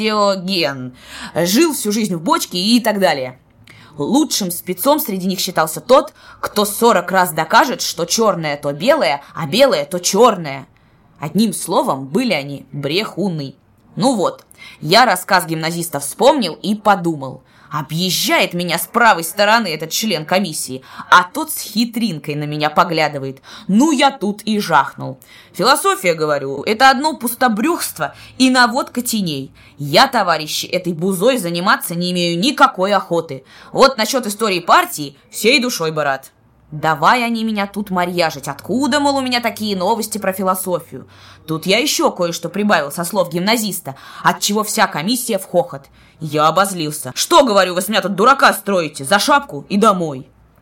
Диоген, жил всю жизнь в бочке и так далее. Лучшим спецом среди них считался тот, кто 40 раз докажет, что черное то белое, а белое то черное. Одним словом, были они брехуны. Ну вот, я рассказ гимназиста вспомнил и подумал. Объезжает меня с правой стороны этот член комиссии, а тот с хитринкой на меня поглядывает. Ну, я тут и жахнул. Философия, говорю, это одно пустобрюхство и наводка теней. Я, товарищи, этой бузой заниматься не имею никакой охоты. Вот насчет истории партии всей душой бы рад. Давай они меня тут марьяжить. Откуда, мол, у меня такие новости про философию? Тут я еще кое-что прибавил со слов гимназиста, отчего вся комиссия в хохот. Я обозлился. Что, говорю, вы с меня тут дурака строите? За шапку и домой.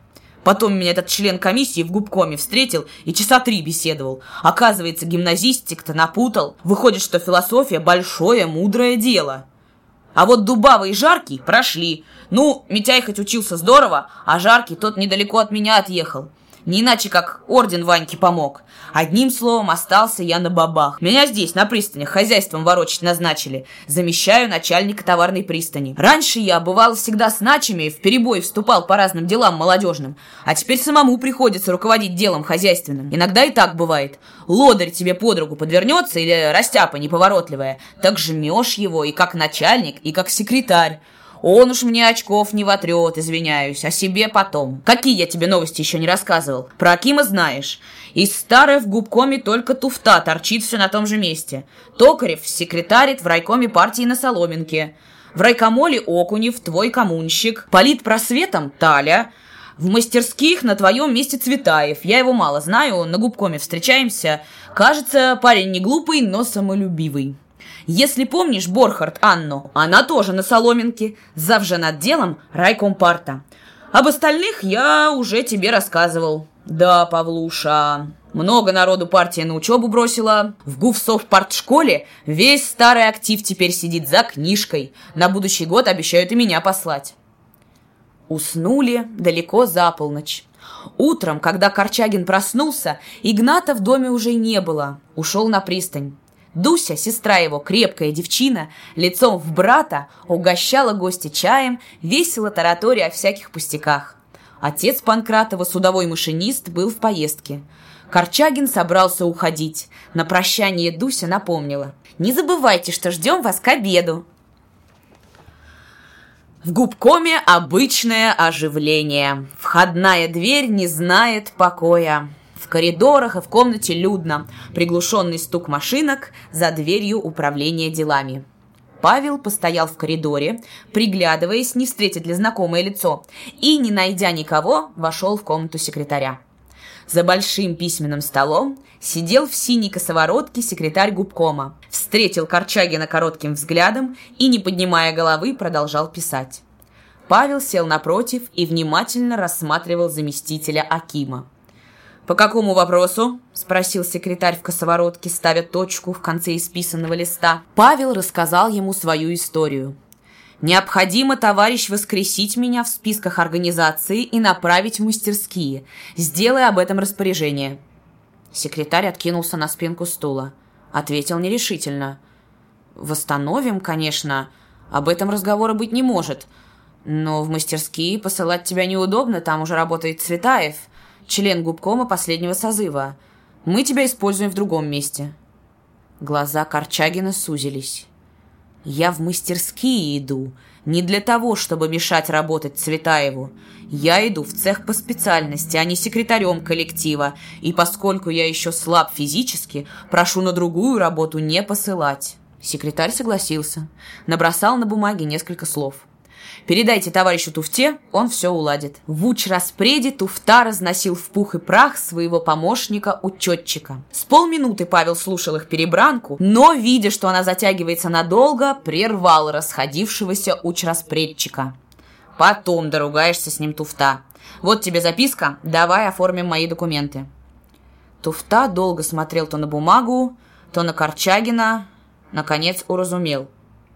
Потом меня этот член комиссии в губкоме встретил и часа 3 беседовал. Оказывается, гимназистик-то напутал. Выходит, что философия – большое, мудрое дело. А вот Дубава и Жаркий прошли. Ну, Митяй хоть учился здорово, а Жаркий тот недалеко от меня отъехал. Не иначе, как орден Ваньке помог. Одним словом, остался я на бабах. Меня здесь, на пристанях, хозяйством ворочать назначили. Замещаю начальника товарной пристани. Раньше я, бывало, всегда с начами вперебой вступал по разным делам молодежным. А теперь самому приходится руководить делом хозяйственным. Иногда и так бывает. Лодырь тебе под руку подвернется или растяпа неповоротливая. Так жмешь его и как начальник, и как секретарь. Он уж мне очков не вотрет, извиняюсь, о себе потом. Какие я тебе новости еще не рассказывал? Про Акима знаешь. Из старой в губкоме только туфта торчит все на том же месте. Токарев секретарит в райкоме партии на Соломенке. В райкомоле Окунев, твой коммунщик. Политпросветом Таля. В мастерских на твоем месте Цветаев. Я его мало знаю, на губкоме встречаемся. Кажется, парень не глупый, но самолюбивый. Если помнишь Борхард Анну, она тоже на Соломенке, завженотделом райкомпарта. Об остальных я уже тебе рассказывал. Да, Павлуша, много народу партия на учебу бросила. В гуфсовпартшколе весь старый актив теперь сидит за книжкой. На будущий год обещают и меня послать. Уснули далеко за полночь. Утром, когда Корчагин проснулся, Игната в доме уже не было, ушел на пристань. Дуся, сестра его, крепкая девчина, лицом в брата, угощала гостя чаем, весело тараторя о всяких пустяках. Отец Панкратова, судовой машинист, был в поездке. Корчагин собрался уходить. На прощание Дуся напомнила: «Не забывайте, что ждем вас к обеду». В губкоме обычное оживление. Входная дверь не знает покоя. В коридорах и в комнате людно. Приглушенный стук машинок за дверью управления делами. Павел постоял в коридоре, приглядываясь, не встретит ли знакомое лицо, и, не найдя никого, вошел в комнату секретаря. За большим письменным столом сидел в синей косоворотке секретарь губкома, встретил Корчагина коротким взглядом и, не поднимая головы, продолжал писать. Павел сел напротив и внимательно рассматривал заместителя Акима. «По какому вопросу?» – спросил секретарь в косоворотке, ставя точку в конце исписанного листа. Павел рассказал ему свою историю. «Необходимо, товарищ, воскресить меня в списках организации и направить в мастерские. Сделай об этом распоряжение». Секретарь откинулся на спинку стула. Ответил нерешительно. «Восстановим, конечно. Об этом разговора быть не может. Но в мастерские посылать тебя неудобно, там уже работает Цветаев, член губкома последнего созыва. Мы тебя используем в другом месте». Глаза Корчагина сузились. «Я в мастерские иду не для того, чтобы мешать работать Цветаеву. Я иду в цех по специальности, а не секретарем коллектива, и поскольку я еще слаб физически, прошу на другую работу не посылать». Секретарь согласился. Набросал на бумаге несколько слов. «Передайте товарищу Туфте, он все уладит». В учраспреде Туфта разносил в пух и прах своего помощника-учетчика. С полминуты Павел слушал их перебранку, но, видя, что она затягивается надолго, прервал расходившегося учраспредчика. «Потом доругаешься с ним, Туфта. Вот тебе записка, давай оформим мои документы». Туфта долго смотрел то на бумагу, то на Корчагина, наконец уразумел.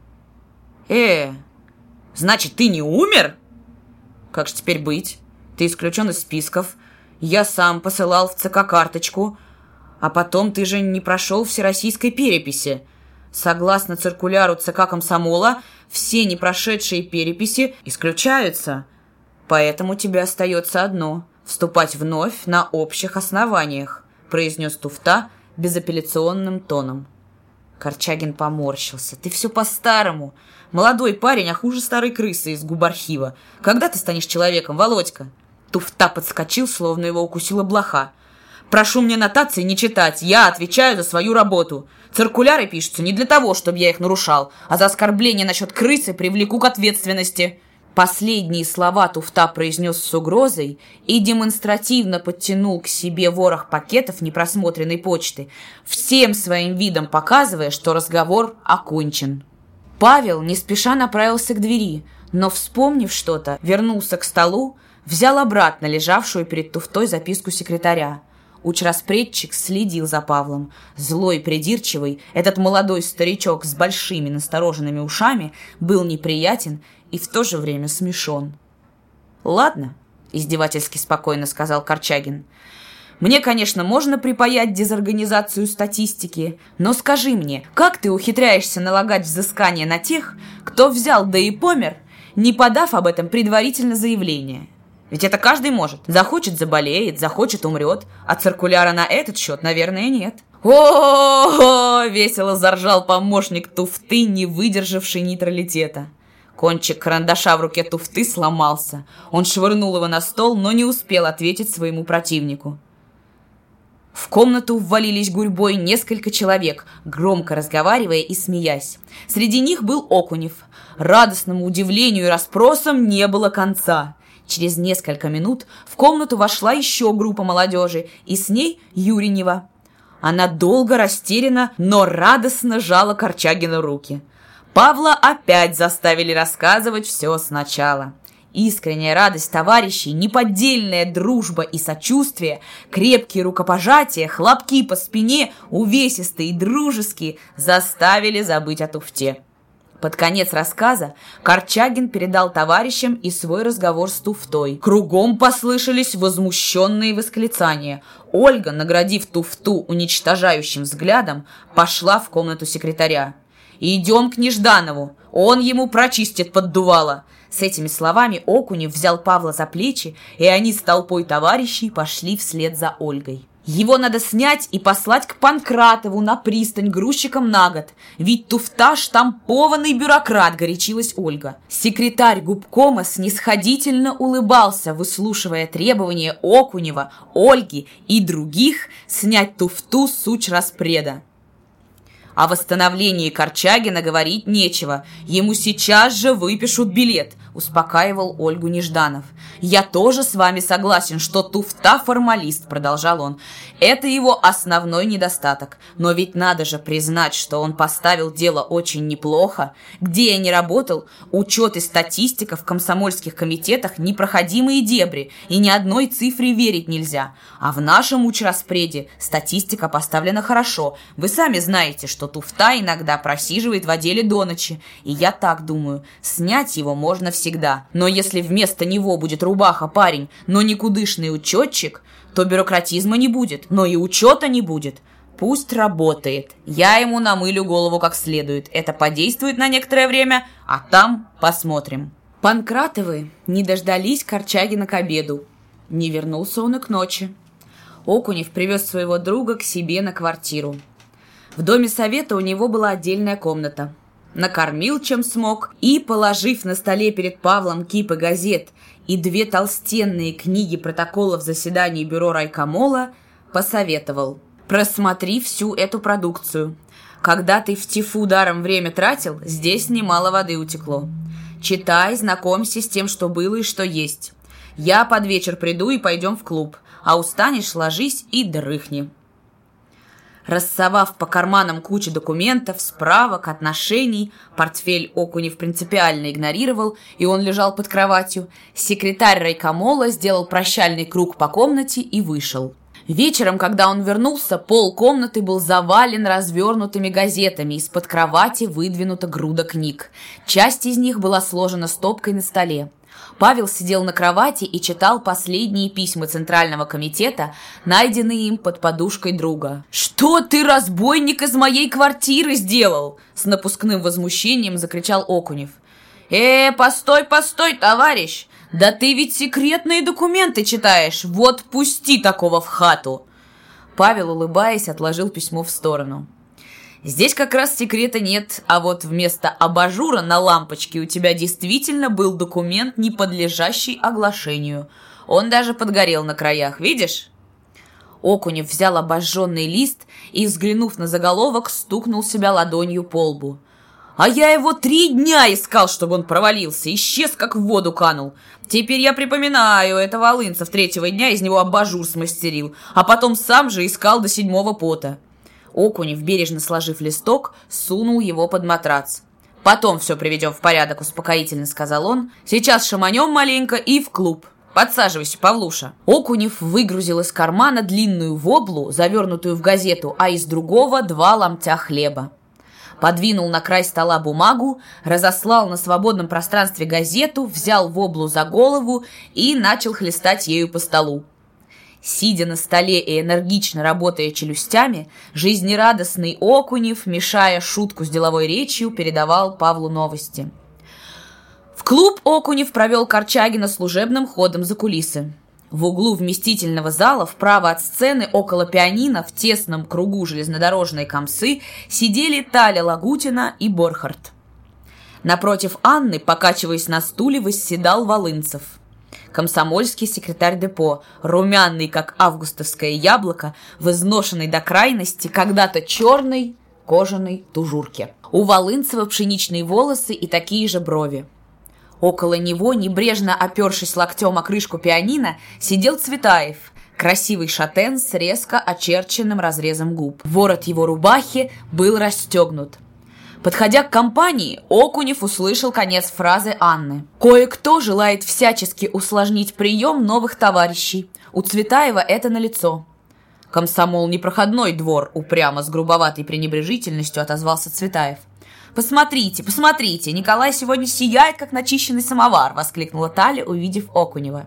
Значит, ты не умер? Как же теперь быть? Ты исключен из списков. Я сам посылал в ЦК карточку. А потом ты же не прошел всероссийской переписи. Согласно циркуляру ЦК комсомола, все не прошедшие переписи исключаются. Поэтому тебе остается одно – вступать вновь на общих основаниях, произнес Туфта безапелляционным тоном. Корчагин поморщился. «Ты все по-старому. Молодой парень, а хуже старой крысы из губархива. Когда ты станешь человеком, Володька?» Туфта подскочил, словно его укусила блоха. «Прошу мне нотации не читать. Я отвечаю за свою работу. Циркуляры пишутся не для того, чтобы я их нарушал, а за оскорбление насчет крысы привлеку к ответственности». Последние слова Туфта произнес с угрозой и демонстративно подтянул к себе ворох пакетов непросмотренной почты, всем своим видом показывая, что разговор окончен. Павел не спеша направился к двери, но, вспомнив что-то, вернулся к столу, взял обратно лежавшую перед туфтой записку секретаря. Учраспредчик следил за Павлом. Злой, придирчивый, этот молодой старичок с большими настороженными ушами был неприятен и в то же время смешон. «Ладно», — издевательски спокойно сказал Корчагин. «Мне, конечно, можно припаять дезорганизацию статистики, но скажи мне, как ты ухитряешься налагать взыскание на тех, кто взял да и помер, не подав об этом предварительно заявление? Ведь это каждый может. Захочет — заболеет, захочет — умрет, а циркуляра на этот счет, наверное, нет». «О-о-о!» — весело заржал помощник туфты, не выдержавший нейтралитета. Кончик карандаша в руке туфты сломался. Он швырнул его на стол, но не успел ответить своему противнику. В комнату ввалились гурьбой несколько человек, громко разговаривая и смеясь. Среди них был Окунев. Радостному удивлению и расспросам не было конца. Через несколько минут в комнату вошла еще группа молодежи, и с ней Юринева. Она долго, растерянно, но радостно жала Корчагину руки. Павла опять заставили рассказывать все сначала. Искренняя радость товарищей, неподдельная дружба и сочувствие, крепкие рукопожатия, хлопки по спине, увесистые и дружеские, заставили забыть о туфте. Под конец рассказа Корчагин передал товарищам и свой разговор с туфтой. Кругом послышались возмущенные восклицания. Ольга, наградив туфту уничтожающим взглядом, пошла в комнату секретаря. «Идем к Нежданову, он ему прочистит поддувало». С этими словами Окунев взял Павла за плечи, и они с толпой товарищей пошли вслед за Ольгой. «Его надо снять и послать к Панкратову на пристань грузчиком на год. Ведь туфта штампованный бюрократ», — горячилась Ольга. Секретарь губкома снисходительно улыбался, выслушивая требования Окунева, Ольги и других снять туфту с учраспреда. О восстановлении Корчагина говорить нечего. Ему сейчас же выпишут билет, успокаивал Ольгу Нежданов. «Я тоже с вами согласен, что туфта формалист», — продолжал он. «Это его основной недостаток. Но ведь надо же признать, что он поставил дело очень неплохо. Где я не работал, учет и статистика в комсомольских комитетах — непроходимые дебри, и ни одной цифре верить нельзя. А в нашем учраспреде статистика поставлена хорошо. Вы сами знаете, что туфта иногда просиживает в отделе до ночи. И я так думаю, снять его можно всегда. Но если вместо него будет рубаха-парень, но никудышный учетчик, то бюрократизма не будет, но и учета не будет. Пусть работает. Я ему намылю голову как следует. Это подействует на некоторое время, а там посмотрим». Панкратовы не дождались Корчагина к обеду. Не вернулся он и к ночи. Окунев привез своего друга к себе на квартиру. В доме совета у него была отдельная комната. Накормил, чем смог, и, положив на столе перед Павлом кипы газет и 2 толстенные книги протоколов заседаний бюро райкомола, посоветовал: «Просмотри всю эту продукцию. Когда ты в ТИФУ даром время тратил, здесь немало воды утекло. Читай, знакомься с тем, что было и что есть. Я под вечер приду и пойдем в клуб, а устанешь, ложись и дрыхни». Рассовав по карманам кучу документов, справок, отношений, портфель Окунев принципиально игнорировал, и он лежал под кроватью, секретарь райкомола сделал прощальный круг по комнате и вышел. Вечером, когда он вернулся, пол комнаты был завален развернутыми газетами, из-под кровати выдвинута груда книг. Часть из них была сложена стопкой на столе. Павел сидел на кровати и читал последние письма Центрального комитета, найденные им под подушкой друга. «Что ты, разбойник, из моей квартиры сделал?» С напускным возмущением закричал Окунев. Постой, товарищ! Да ты ведь секретные документы читаешь! Вот пусти такого в хату!» Павел, улыбаясь, отложил письмо в сторону. «Здесь как раз секрета нет, а вот вместо абажура на лампочке у тебя действительно был документ, не подлежащий оглашению. Он даже подгорел на краях, видишь?» Окунев взял обожженный лист и, взглянув на заголовок, стукнул себя ладонью по лбу. «А я его 3 дня искал, чтобы он провалился, исчез, как в воду канул. Теперь я припоминаю, это Волынцев 3-го дня из него абажур смастерил, а потом сам же искал до 7-го пота». Окунев, бережно сложив листок, сунул его под матрац. «Потом все приведем в порядок», — успокоительно сказал он. «Сейчас шаманем маленько и в клуб. Подсаживайся, Павлуша». Окунев выгрузил из кармана длинную воблу, завернутую в газету, а из другого 2 ломтя хлеба. Подвинул на край стола бумагу, разослал на свободном пространстве газету, взял воблу за голову и начал хлестать ею по столу. Сидя на столе и энергично работая челюстями, жизнерадостный Окунев, мешая шутку с деловой речью, передавал Павлу новости. В клуб Окунев провел Корчагина служебным ходом за кулисы. В углу вместительного зала, вправо от сцены, около пианино, в тесном кругу железнодорожной комсы, сидели Таля Лагутина и Борхард. Напротив Анны, покачиваясь на стуле, восседал Волынцев. Комсомольский секретарь депо, румяный, как августовское яблоко, в изношенной до крайности, когда-то черной кожаной тужурке. У Волынцева пшеничные волосы и такие же брови. Около него, небрежно опершись локтем о крышку пианино, сидел Цветаев, красивый шатен с резко очерченным разрезом губ. Ворот его рубахи был расстегнут. Подходя к компании, Окунев услышал конец фразы Анны. «Кое-кто желает всячески усложнить прием новых товарищей. У Цветаева это налицо». «Комсомол — непроходной двор», — упрямо с грубоватой пренебрежительностью отозвался Цветаев. «Посмотрите, посмотрите, Николай сегодня сияет, как начищенный самовар!» — воскликнула Таля, увидев Окунева.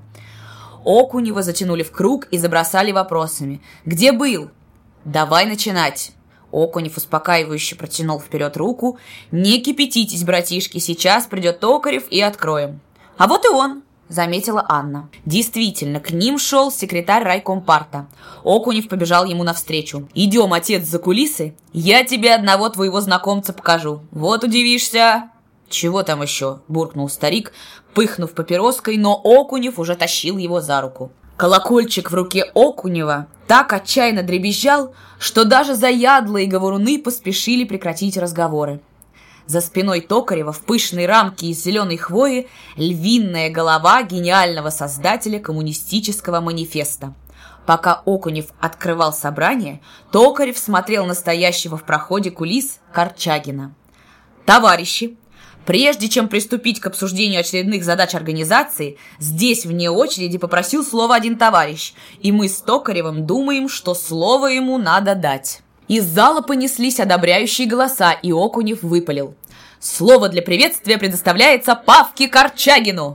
Окунева затянули в круг и забросали вопросами. «Где был?» «Давай начинать!» Окунев успокаивающе протянул вперед руку. «Не кипятитесь, братишки, сейчас придет Токарев и откроем». «А вот и он!» — заметила Анна. Действительно, к ним шел секретарь райкомпарта. Окунев побежал ему навстречу. «Идем, отец, за кулисы. Я тебе одного твоего знакомца покажу. Вот удивишься». «Чего там еще?» — буркнул старик, пыхнув папироской, но Окунев уже тащил его за руку. Колокольчик в руке Окунева так отчаянно дребезжал, что даже заядлые говоруны поспешили прекратить разговоры. За спиной Токарева в пышной рамке из зеленой хвои львиная голова гениального создателя коммунистического манифеста. Пока Окунев открывал собрание, Токарев смотрел на стоящего в проходе кулис Корчагина. «Товарищи, прежде чем приступить к обсуждению очередных задач организации, здесь вне очереди попросил слово один товарищ, и мы с Токаревым думаем, что слово ему надо дать». Из зала понеслись одобряющие голоса, и Окунев выпалил: «Слово для приветствия предоставляется Павке Корчагину!»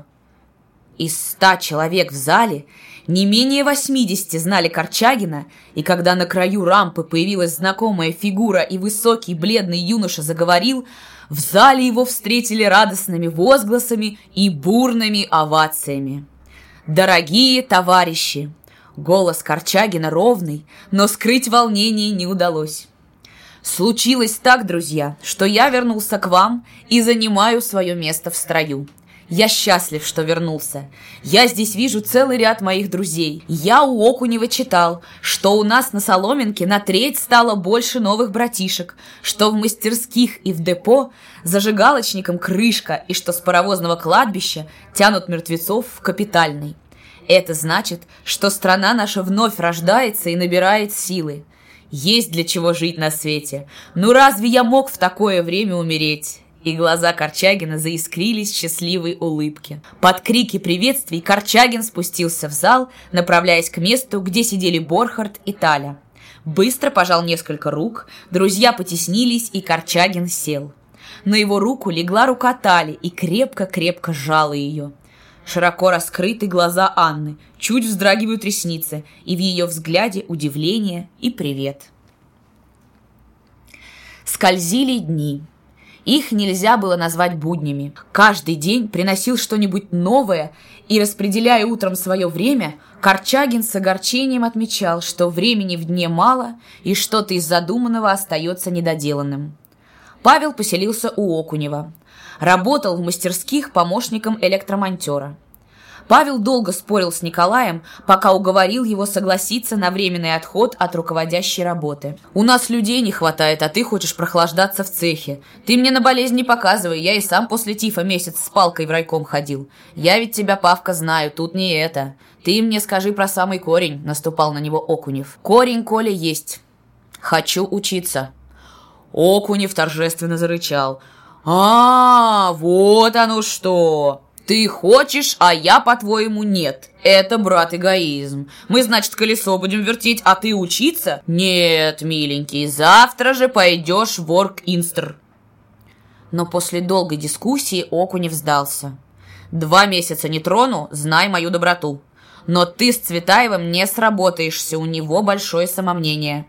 Из 100 человек в зале не менее 80 знали Корчагина, и когда на краю рампы появилась знакомая фигура и высокий бледный юноша заговорил, в зале его встретили радостными возгласами и бурными овациями. «Дорогие товарищи!» Голос Корчагина ровный, но скрыть волнение не удалось. «Случилось так, друзья, что я вернулся к вам и занимаю свое место в строю. Я счастлив, что вернулся. Я здесь вижу целый ряд моих друзей. Я у Окунева читал, что у нас на Соломенке на треть стало больше новых братишек, что в мастерских и в депо зажигалочникам крышка и что с паровозного кладбища тянут мертвецов в капитальный. Это значит, что страна наша вновь рождается и набирает силы. Есть для чего жить на свете. Ну разве я мог в такое время умереть?» И глаза Корчагина заискрились в счастливой улыбке. Под крики приветствий Корчагин спустился в зал, направляясь к месту, где сидели Борхард и Таля. Быстро пожал несколько рук, друзья потеснились, и Корчагин сел. На его руку легла рука Тали и крепко-крепко сжала ее. Широко раскрыты глаза Анны, чуть вздрагивают ресницы, и в ее взгляде удивление и привет. Скользили дни. Их нельзя было назвать буднями. Каждый день приносил что-нибудь новое, и, распределяя утром свое время, Корчагин с огорчением отмечал, что времени в дне мало, и что-то из задуманного остается недоделанным. Павел поселился у Окунева. Работал в мастерских помощником электромонтера. Павел долго спорил с Николаем, пока уговорил его согласиться на временный отход от руководящей работы. «У нас людей не хватает, а ты хочешь прохлаждаться в цехе. Ты мне на болезнь не показывай, я и сам после тифа месяц с палкой в райком ходил. Я ведь тебя, Павка, знаю, тут не это. Ты мне скажи про самый корень», — наступал на него Окунев. «Корень, Коля, есть. Хочу учиться». Окунев торжественно зарычал. «А, вот оно что! Ты хочешь, а я, по-твоему, нет. Это, брат, эгоизм. Мы, значит, колесо будем вертеть, а ты учиться? Нет, миленький, завтра же пойдешь в орг-инстр. Но после долгой дискуссии Окунев сдался. 2 месяца не трону, знай мою доброту. Но ты с Цветаевым не сработаешься, у него большое самомнение.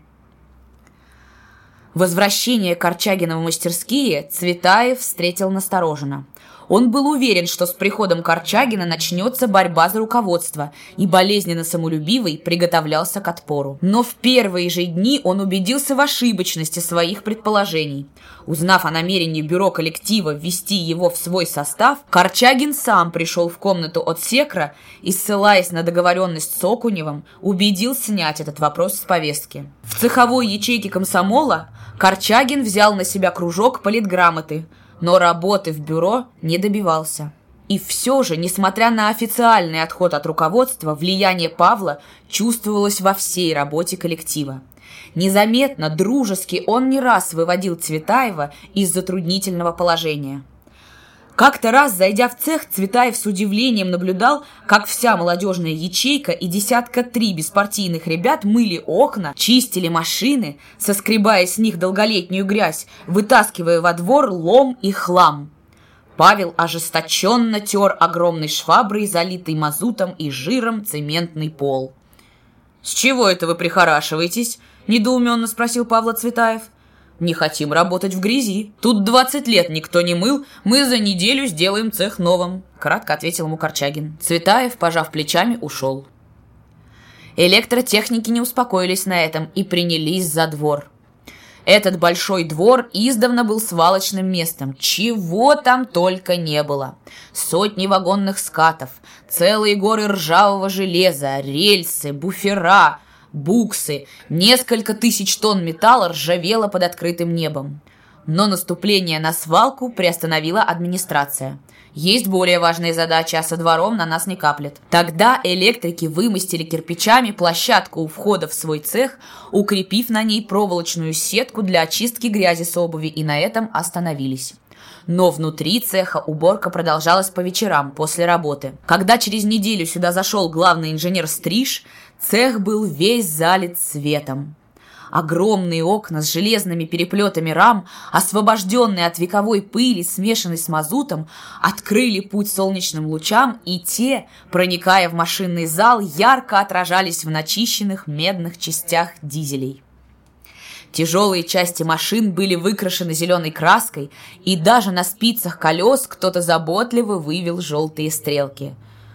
Возвращение Корчагина в мастерские Цветаев встретил настороженно. Он был уверен, что с приходом Корчагина начнется борьба за руководство, и болезненно самолюбивый приготовлялся к отпору. Но в первые же дни он убедился в ошибочности своих предположений. Узнав о намерении бюро коллектива ввести его в свой состав, Корчагин сам пришел в комнату отсекра и, ссылаясь на договоренность с Окуневым, убедил снять этот вопрос с повестки. В цеховой ячейке комсомола Корчагин взял на себя кружок политграмоты, но работы в бюро не добивался. И все же, несмотря на официальный отход от руководства, влияние Павла чувствовалось во всей работе коллектива. Незаметно, дружески он не раз выводил Цветаева из затруднительного положения. Как-то раз, зайдя в цех, Цветаев с удивлением наблюдал, как вся молодежная ячейка и 3 беспартийных ребят мыли окна, чистили машины, соскребая с них долголетнюю грязь, вытаскивая во двор лом и хлам. Павел ожесточенно тер огромной шваброй, залитой мазутом и жиром, цементный пол. «С чего это вы прихорашиваетесь?» – недоуменно спросил Павла Цветаев. «Не хотим работать в грязи. Тут 20 лет никто не мыл, мы за неделю сделаем цех новым», — кратко ответил ему Корчагин. Цветаев, пожав плечами, ушел. Электротехники не успокоились на этом и принялись за двор. Этот большой двор издавна был свалочным местом, чего там только не было. Сотни вагонных скатов, целые горы ржавого железа, рельсы, буфера, буксы, несколько тысяч тонн металла ржавело под открытым небом. Но наступление на свалку приостановила администрация. Есть более важные задачи, а со двором на нас не каплет. Тогда электрики вымостили кирпичами площадку у входа в свой цех, укрепив на ней проволочную сетку для очистки грязи с обуви, и на этом остановились. Но внутри цеха уборка продолжалась по вечерам после работы. Когда через неделю сюда зашел главный инженер Стриж, цех был весь залит светом. Огромные окна с железными переплетами рам, освобожденные от вековой пыли, смешанной с мазутом, открыли путь солнечным лучам, и те, проникая в машинный зал, ярко отражались в начищенных медных частях дизелей. Тяжелые части машин были выкрашены зеленой краской, и даже на спицах колес кто-то заботливо вывел желтые стрелки.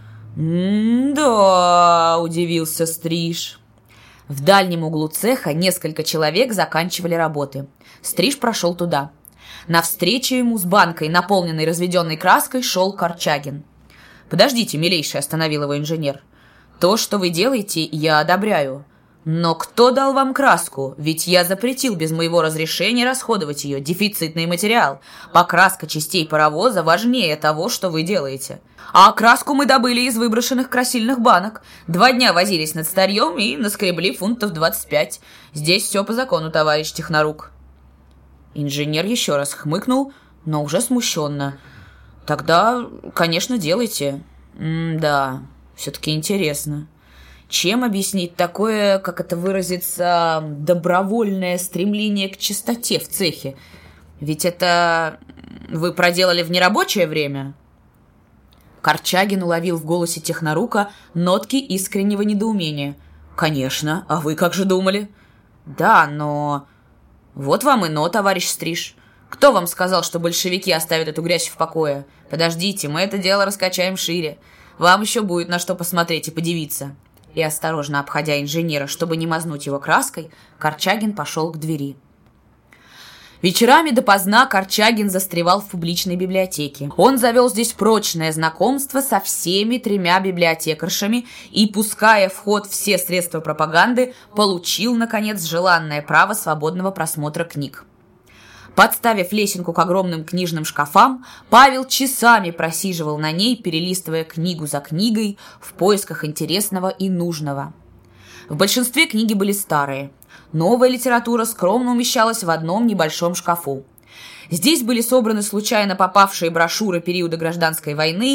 «Да», — удивился Стриж. В дальнем углу цеха несколько человек заканчивали работы. Стриж прошел туда. Навстречу ему с банкой, наполненной разведенной краской, шел Корчагин. «Подождите, милейший», — остановил его инженер. «То, что вы делаете, я одобряю. Но кто дал вам краску? Ведь я запретил без моего разрешения расходовать ее. Дефицитный материал. Покраска частей паровоза важнее того, что вы делаете. А краску мы добыли из выброшенных красильных банок. 2 дня возились над старьем и наскребли фунтов 25. Здесь все по закону, товарищ технорук». Инженер еще раз хмыкнул, но уже смущенно. «Тогда, конечно, делайте. Да, все-таки интересно. Чем объяснить такое, как это выразится, добровольное стремление к чистоте в цехе? Ведь это вы проделали в нерабочее время?» Корчагин уловил в голосе технорука нотки искреннего недоумения. «Конечно, а вы как же думали?» «Да, но...» «Вот вам и но, товарищ Стриж. Кто вам сказал, что большевики оставят эту грязь в покое? Подождите, мы это дело раскачаем шире. Вам еще будет на что посмотреть и подивиться». И, осторожно обходя инженера, чтобы не мазнуть его краской, Корчагин пошел к двери. Вечерами допоздна Корчагин застревал в публичной библиотеке. Он завел здесь прочное знакомство со всеми 3 библиотекаршами и, пуская в ход все средства пропаганды, получил, наконец, желанное право свободного просмотра книг. Подставив лесенку к огромным книжным шкафам, Павел часами просиживал на ней, перелистывая книгу за книгой в поисках интересного и нужного. В большинстве книги были старые. Новая литература скромно умещалась в одном небольшом шкафу. Здесь были собраны случайно попавшие брошюры периода Гражданской войны,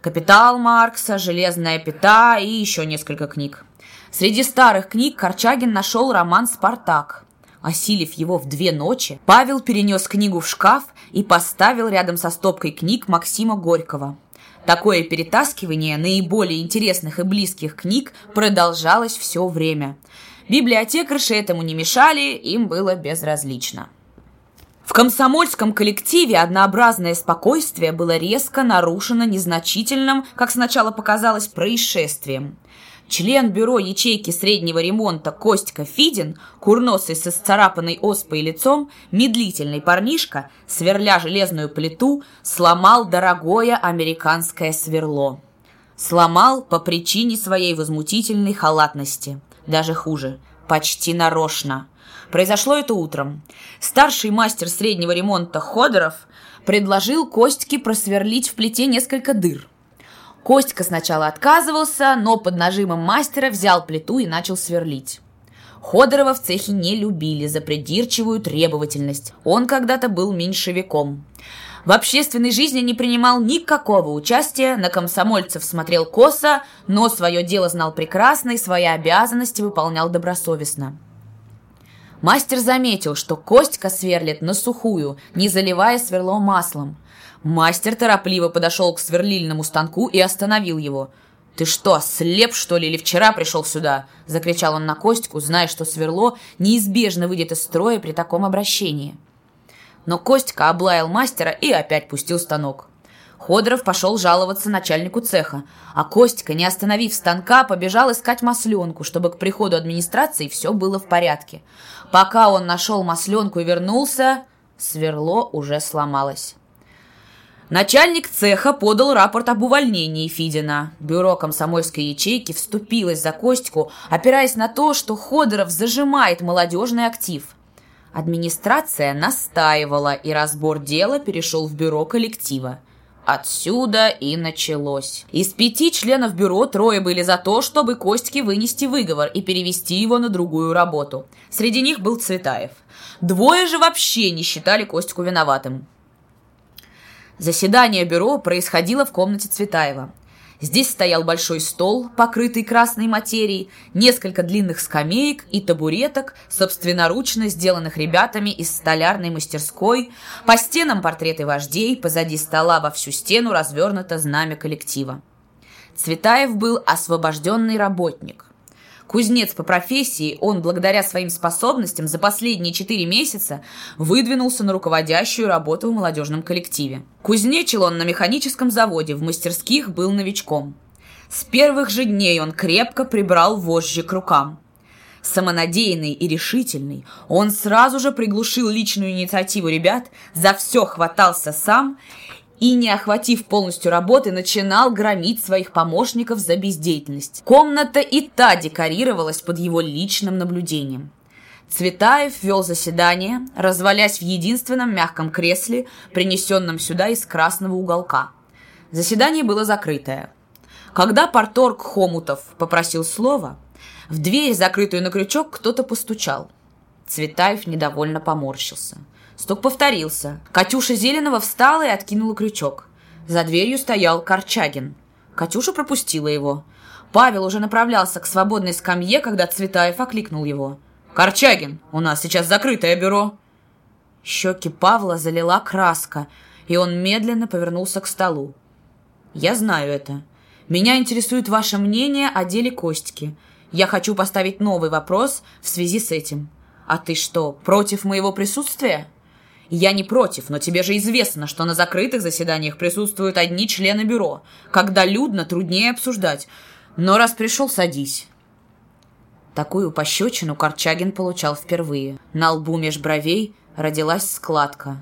«Капитал» Маркса, «Железная пята» и еще несколько книг. Среди старых книг Корчагин нашел роман «Спартак». Осилив его в 2 ночи, Павел перенес книгу в шкаф и поставил рядом со стопкой книг Максима Горького. Такое перетаскивание наиболее интересных и близких книг продолжалось все время. Библиотекарши этому не мешали, им было безразлично. В комсомольском коллективе однообразное спокойствие было резко нарушено незначительным, как сначала показалось, происшествием. Член бюро ячейки среднего ремонта Костька Фидин, курносый с исцарапанной оспой лицом, медлительный парнишка, сверля железную плиту, сломал дорогое американское сверло. Сломал по причине своей возмутительной халатности. Даже хуже, почти нарочно. Произошло это утром. Старший мастер среднего ремонта Ходоров предложил Костьке просверлить в плите несколько дыр. Костька сначала отказывался, но под нажимом мастера взял плиту и начал сверлить. Ходорова в цехе не любили за придирчивую требовательность. Он когда-то был меньшевиком. В общественной жизни не принимал никакого участия, на комсомольцев смотрел косо, но свое дело знал прекрасно и свои обязанности выполнял добросовестно. Мастер заметил, что Костька сверлит на сухую, не заливая сверло маслом. Мастер торопливо подошел к сверлильному станку и остановил его. «Ты что, слеп, что ли, или вчера пришел сюда?» – закричал он на Костьку, зная, что сверло неизбежно выйдет из строя при таком обращении. Но Костька облаял мастера и опять пустил станок. Ходоров пошел жаловаться начальнику цеха, а Костька, не остановив станка, побежал искать масленку, чтобы к приходу администрации все было в порядке. Пока он нашел масленку и вернулся, сверло уже сломалось. Начальник цеха подал рапорт об увольнении Фидина. Бюро комсомольской ячейки вступилось за Костьку, опираясь на то, что Ходоров зажимает молодежный актив. Администрация настаивала, и разбор дела перешел в бюро коллектива. Отсюда и началось. Из 5 членов бюро 3 были за то, чтобы Костьке вынести выговор и перевести его на другую работу. Среди них был Цветаев. 2 же вообще не считали Костьку виноватым. Заседание бюро происходило в комнате Цветаева. Здесь стоял большой стол, покрытый красной материей, несколько длинных скамеек и табуреток, собственноручно сделанных ребятами из столярной мастерской, по стенам портреты вождей, позади стола во всю стену развернуто знамя коллектива. Цветаев был освобожденный работник. Кузнец по профессии, он, благодаря своим способностям, за последние 4 месяца выдвинулся на руководящую работу в молодежном коллективе. Кузнечил он на механическом заводе, в мастерских был новичком. С первых же дней он крепко прибрал вожжи к рукам. Самонадеянный и решительный, он сразу же приглушил личную инициативу ребят, за все хватался сам и, не охватив полностью работы, начинал громить своих помощников за бездеятельность. Комната и та декорировалась под его личным наблюдением. Цветаев вел заседание, развалясь в единственном мягком кресле, принесенном сюда из красного уголка. Заседание было закрытое. Когда парторг Хомутов попросил слова, в дверь, закрытую на крючок, кто-то постучал. Цветаев недовольно поморщился. Стук повторился. Катюша Зеленова встала и откинула крючок. За дверью стоял Корчагин. Катюша пропустила его. Павел уже направлялся к свободной скамье, когда Цветаев окликнул его. «Корчагин, у нас сейчас закрытое бюро!» Щеки Павла залила краска, и он медленно повернулся к столу. «Я знаю это. Меня интересует ваше мнение о деле Костьки. Я хочу поставить новый вопрос в связи с этим. А ты что, против моего присутствия?» «Я не против, но тебе же известно, что на закрытых заседаниях присутствуют одни члены бюро. Когда людно, труднее обсуждать. Но раз пришел, садись». Такую пощечину Корчагин получал впервые. На лбу меж бровей родилась складка.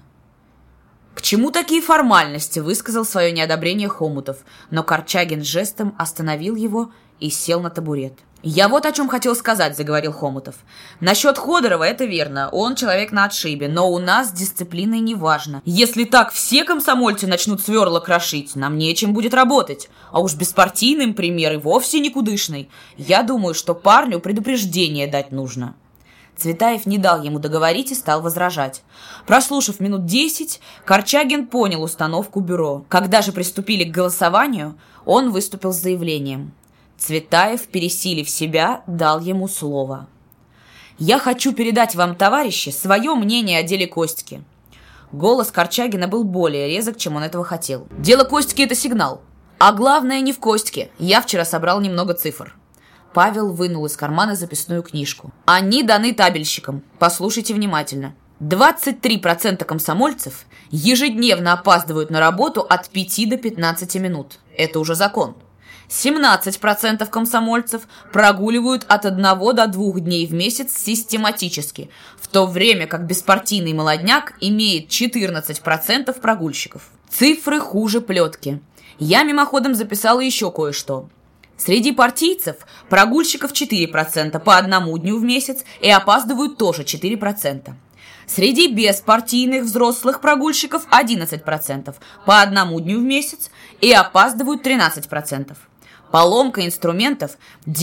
«К чему такие формальности?» – высказал свое неодобрение Хомутов, но Корчагин жестом остановил его и сел на табурет. «Я вот о чем хотел сказать», – заговорил Хомутов. «Насчет Ходорова это верно, он человек на отшибе, но у нас с дисциплиной не важно. Если так все комсомольцы начнут сверла крошить, нам нечем будет работать. А уж беспартийным пример и вовсе никудышный. Я думаю, что парню предупреждение дать нужно». Цветаев не дал ему договорить и стал возражать. Прослушав минут 10, Корчагин понял установку бюро. Когда же приступили к голосованию, он выступил с заявлением. Цветаев, пересилив себя, дал ему слово. «Я хочу передать вам, товарищи, свое мнение о деле Костьки». Голос Корчагина был более резок, чем он этого хотел. «Дело Костьки – это сигнал. А главное не в Костьке. Я вчера собрал немного цифр». Павел вынул из кармана записную книжку. «Они даны табельщикам. Послушайте внимательно. 23% комсомольцев ежедневно опаздывают на работу от 5 до 15 минут. Это уже закон. 17% комсомольцев прогуливают от 1 до 2 дней в месяц систематически, в то время как беспартийный молодняк имеет 14% прогульщиков. Цифры хуже плетки. Я мимоходом записала еще кое-что. Среди партийцев прогульщиков 4% по 1 дню в месяц и опаздывают тоже 4%. Среди беспартийных взрослых прогульщиков 11% по 1 дню в месяц и опаздывают 13%. Поломка инструментов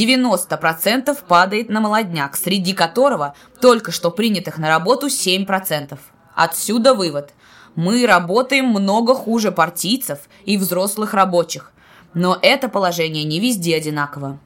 90% падает на молодняк, среди которого только что принятых на работу 7%. Отсюда вывод. Мы работаем много хуже партийцев и взрослых рабочих, но это положение не везде одинаково.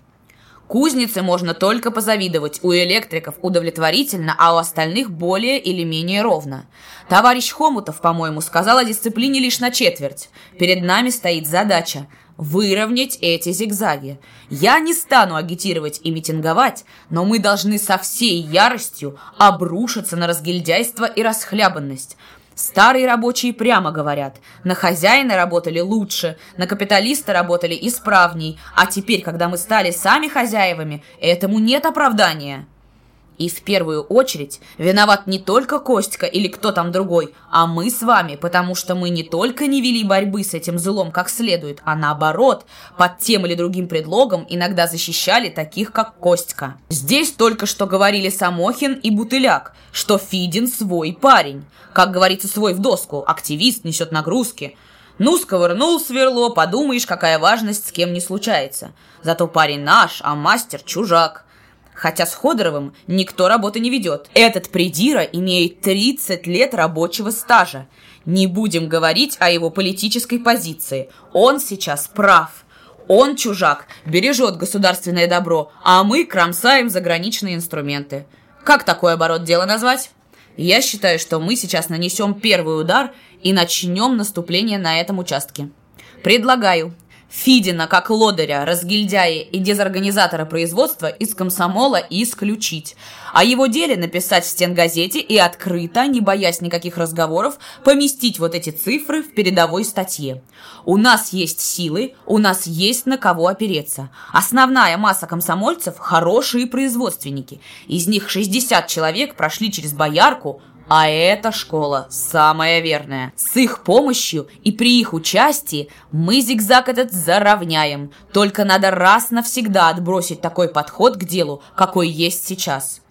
Кузнице можно только позавидовать, у электриков удовлетворительно, а у остальных более или менее ровно. Товарищ Хомутов, по-моему, сказал о дисциплине лишь на четверть. Перед нами стоит задача выровнять эти зигзаги. Я не стану агитировать и митинговать, но мы должны со всей яростью обрушиться на разгильдяйство и расхлябанность. Старые рабочие прямо говорят, на хозяина работали лучше, на капиталиста работали исправней, а теперь, когда мы стали сами хозяевами, этому нет оправдания. И в первую очередь виноват не только Костька или кто там другой, а мы с вами, потому что мы не только не вели борьбы с этим злом как следует, а наоборот, под тем или другим предлогом иногда защищали таких, как Костька. Здесь только что говорили Самохин и Бутыляк, что Фидин свой парень. Как говорится, свой в доску, активист, несет нагрузки. Ну, сковырнул сверло, подумаешь, какая важность с кем не случается. Зато парень наш, а мастер чужак. Хотя с Ходоровым никто работы не ведет. Этот придира имеет 30 лет рабочего стажа. Не будем говорить о его политической позиции. Он сейчас прав. Он, чужак, бережет государственное добро, а мы кромсаем заграничные инструменты. Как такой оборот дела назвать? Я считаю, что мы сейчас нанесем первый удар и начнем наступление на этом участке. Предлагаю Фидина, как лодыря, разгильдяя и дезорганизатора производства, из комсомола исключить. О его деле написать в стенгазете и открыто, не боясь никаких разговоров, поместить вот эти цифры в передовой статье. У нас есть силы, у нас есть на кого опереться. Основная масса комсомольцев – хорошие производственники. Из них 60 человек прошли через Боярку, а эта школа самая верная. С их помощью и при их участии мы зигзаг этот заровняем. Только надо раз навсегда отбросить такой подход к делу, какой есть сейчас.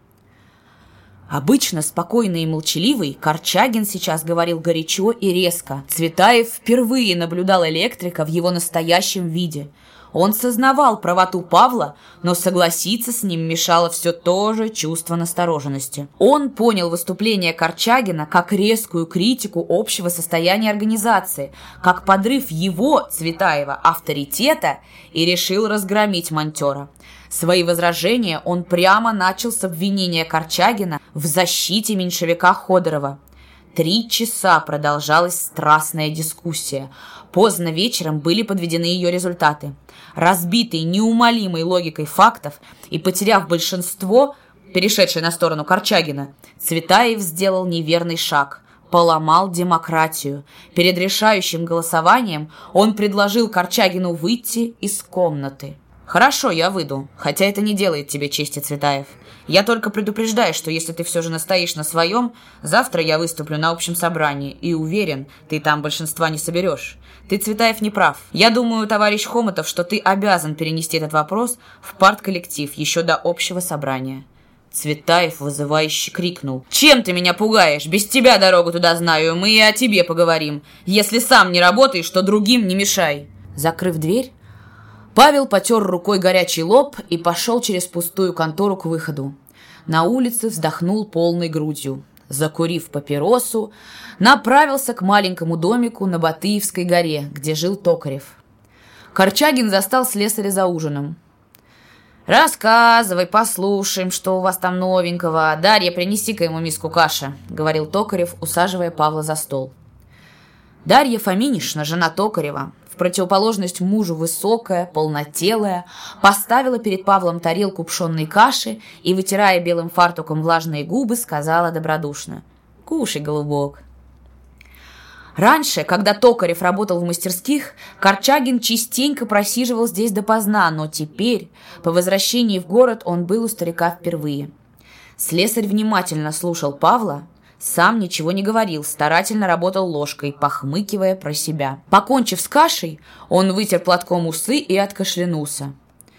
Обычно спокойный и молчаливый, Корчагин сейчас говорил горячо и резко. Цветаев впервые наблюдал электрика в его настоящем виде. Он сознавал правоту Павла, но согласиться с ним мешало все то же чувство настороженности. Он понял выступление Корчагина как резкую критику общего состояния организации, как подрыв его, Цветаева, авторитета, и решил разгромить монтера. Свои возражения он прямо начал с обвинения Корчагина в защите меньшевика Ходорова. 3 часа продолжалась страстная дискуссия. Поздно вечером были подведены ее результаты. Разбитый неумолимой логикой фактов и потеряв большинство, перешедшее на сторону Корчагина, Цветаев сделал неверный шаг, поломал демократию. Перед решающим голосованием он предложил Корчагину выйти из комнаты. «Хорошо, я выйду, хотя это не делает тебе чести, Цветаев. Я только предупреждаю, что если ты все же настоишь на своем, завтра я выступлю на общем собрании, и уверен, ты там большинства не соберешь. Ты, Цветаев, не прав. Я думаю, товарищ Хомутов, что ты обязан перенести этот вопрос в партколлектив еще до общего собрания». Цветаев вызывающе крикнул: «Чем ты меня пугаешь? Без тебя дорогу туда знаю, мы и о тебе поговорим. Если сам не работаешь, то другим не мешай». Закрыв дверь, Павел потер рукой горячий лоб и пошел через пустую контору к выходу. на улице вздохнул полной грудью. Закурив папиросу, направился к маленькому домику на Батыевской горе, где жил Токарев. Корчагин застал слесаря за ужином. «Рассказывай, послушаем, что у вас там новенького. Дарья, принеси-ка ему миску каши», — говорил Токарев, усаживая Павла за стол. Дарья Фоминишна, жена Токарева, в противоположность мужу высокая, полнотелая, поставила перед Павлом тарелку пшенной каши и, вытирая белым фартуком влажные губы, сказала добродушно: «Кушай, голубок». Раньше, когда Токарев работал в мастерских, Корчагин частенько просиживал здесь допоздна, но теперь, по возвращении в город, он был у старика впервые. Слесарь внимательно слушал Павла, сам ничего не говорил, старательно работал ложкой, похмыкивая про себя. Покончив с кашей, он вытер платком усы и откашлянулся.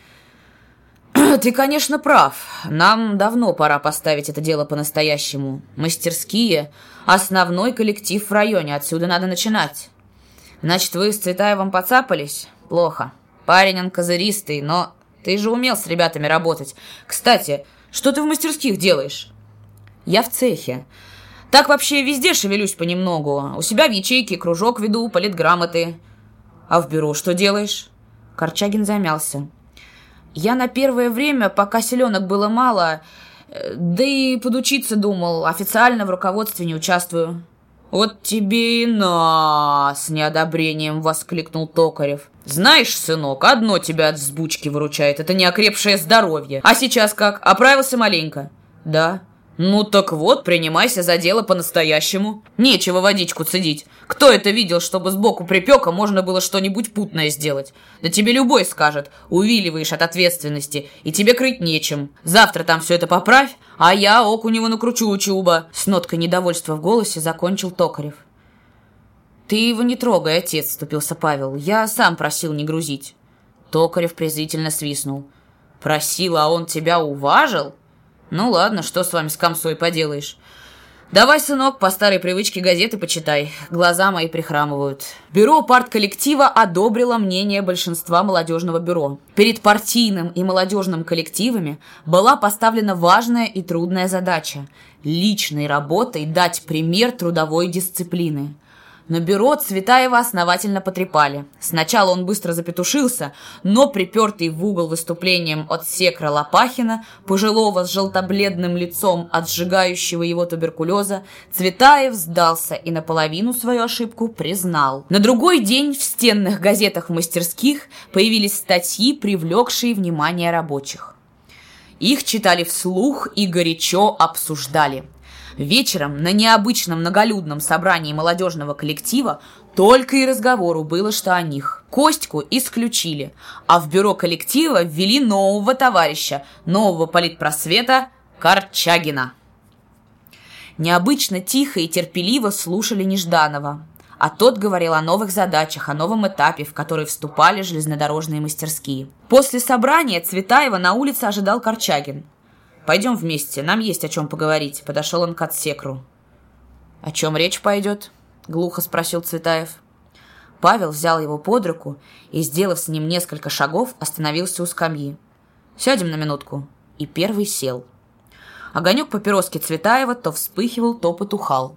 «Ты, конечно, прав. Нам давно пора поставить это дело по-настоящему. Мастерские – основной коллектив в районе, отсюда надо начинать. Значит, вы с Цветаевым поцапались? Плохо. Парень он козыристый, но ты же умел с ребятами работать. Кстати, что ты в мастерских делаешь?» «Я в цехе. Так вообще везде шевелюсь понемногу. У себя в ячейке кружок веду, политграмоты. А в бюро что делаешь?» Корчагин замялся. «Я на первое время, пока селенок было мало, да и подучиться думал, официально в руководстве не участвую». «Вот тебе и на!» — с неодобрением воскликнул Токарев. «Знаешь, сынок, одно тебя от взбучки выручает — это неокрепшее здоровье. А сейчас как, оправился маленько?» «Да». «Ну так вот, принимайся за дело по-настоящему. Нечего водичку цедить. Кто это видел, чтобы сбоку припека можно было что-нибудь путное сделать? Да тебе любой скажет, увиливаешь от ответственности, и тебе крыть нечем. Завтра там все это поправь, а я Окуневу накручу чуба». С ноткой недовольства в голосе закончил Токарев. «Ты его не трогай, отец», — вступился Павел. «Я сам просил не грузить». Токарев презрительно свистнул. «Просил, а он тебя уважил? Ну ладно, что с вами с комсой поделаешь. Давай, сынок, по старой привычке газеты почитай. Глаза мои прихрамывают». Бюро партколлектива одобрило мнение большинства молодежного бюро. Перед партийным и молодежным коллективами была поставлена важная и трудная задача – личной работой дать пример трудовой дисциплины. Но бюро Цветаева основательно потрепали. Сначала он быстро запетушился, но припертый в угол выступлением от секра Лопахина, пожилого с желтобледным лицом от сжигающего его туберкулеза, Цветаев сдался и наполовину свою ошибку признал. На другой день в стенных газетах в мастерских появились статьи, привлекшие внимание рабочих. Их читали вслух и горячо обсуждали. Вечером на необычном многолюдном собрании молодежного коллектива только и разговору было, что о них. Костьку исключили, а в бюро коллектива ввели нового товарища, нового политпросвета Корчагина. Необычно тихо и терпеливо слушали Нежданова, а тот говорил о новых задачах, о новом этапе, в который вступали железнодорожные мастерские. После собрания Цветаева на улице ожидал Корчагин. «Пойдем вместе, нам есть о чем поговорить», — подошел он к отсекру. «О чем речь пойдет?» — глухо спросил Цветаев. Павел взял его под руку и, сделав с ним несколько шагов, остановился у скамьи. «Сядем на минутку». И первый сел. Огонек папироски Цветаева то вспыхивал, то потухал.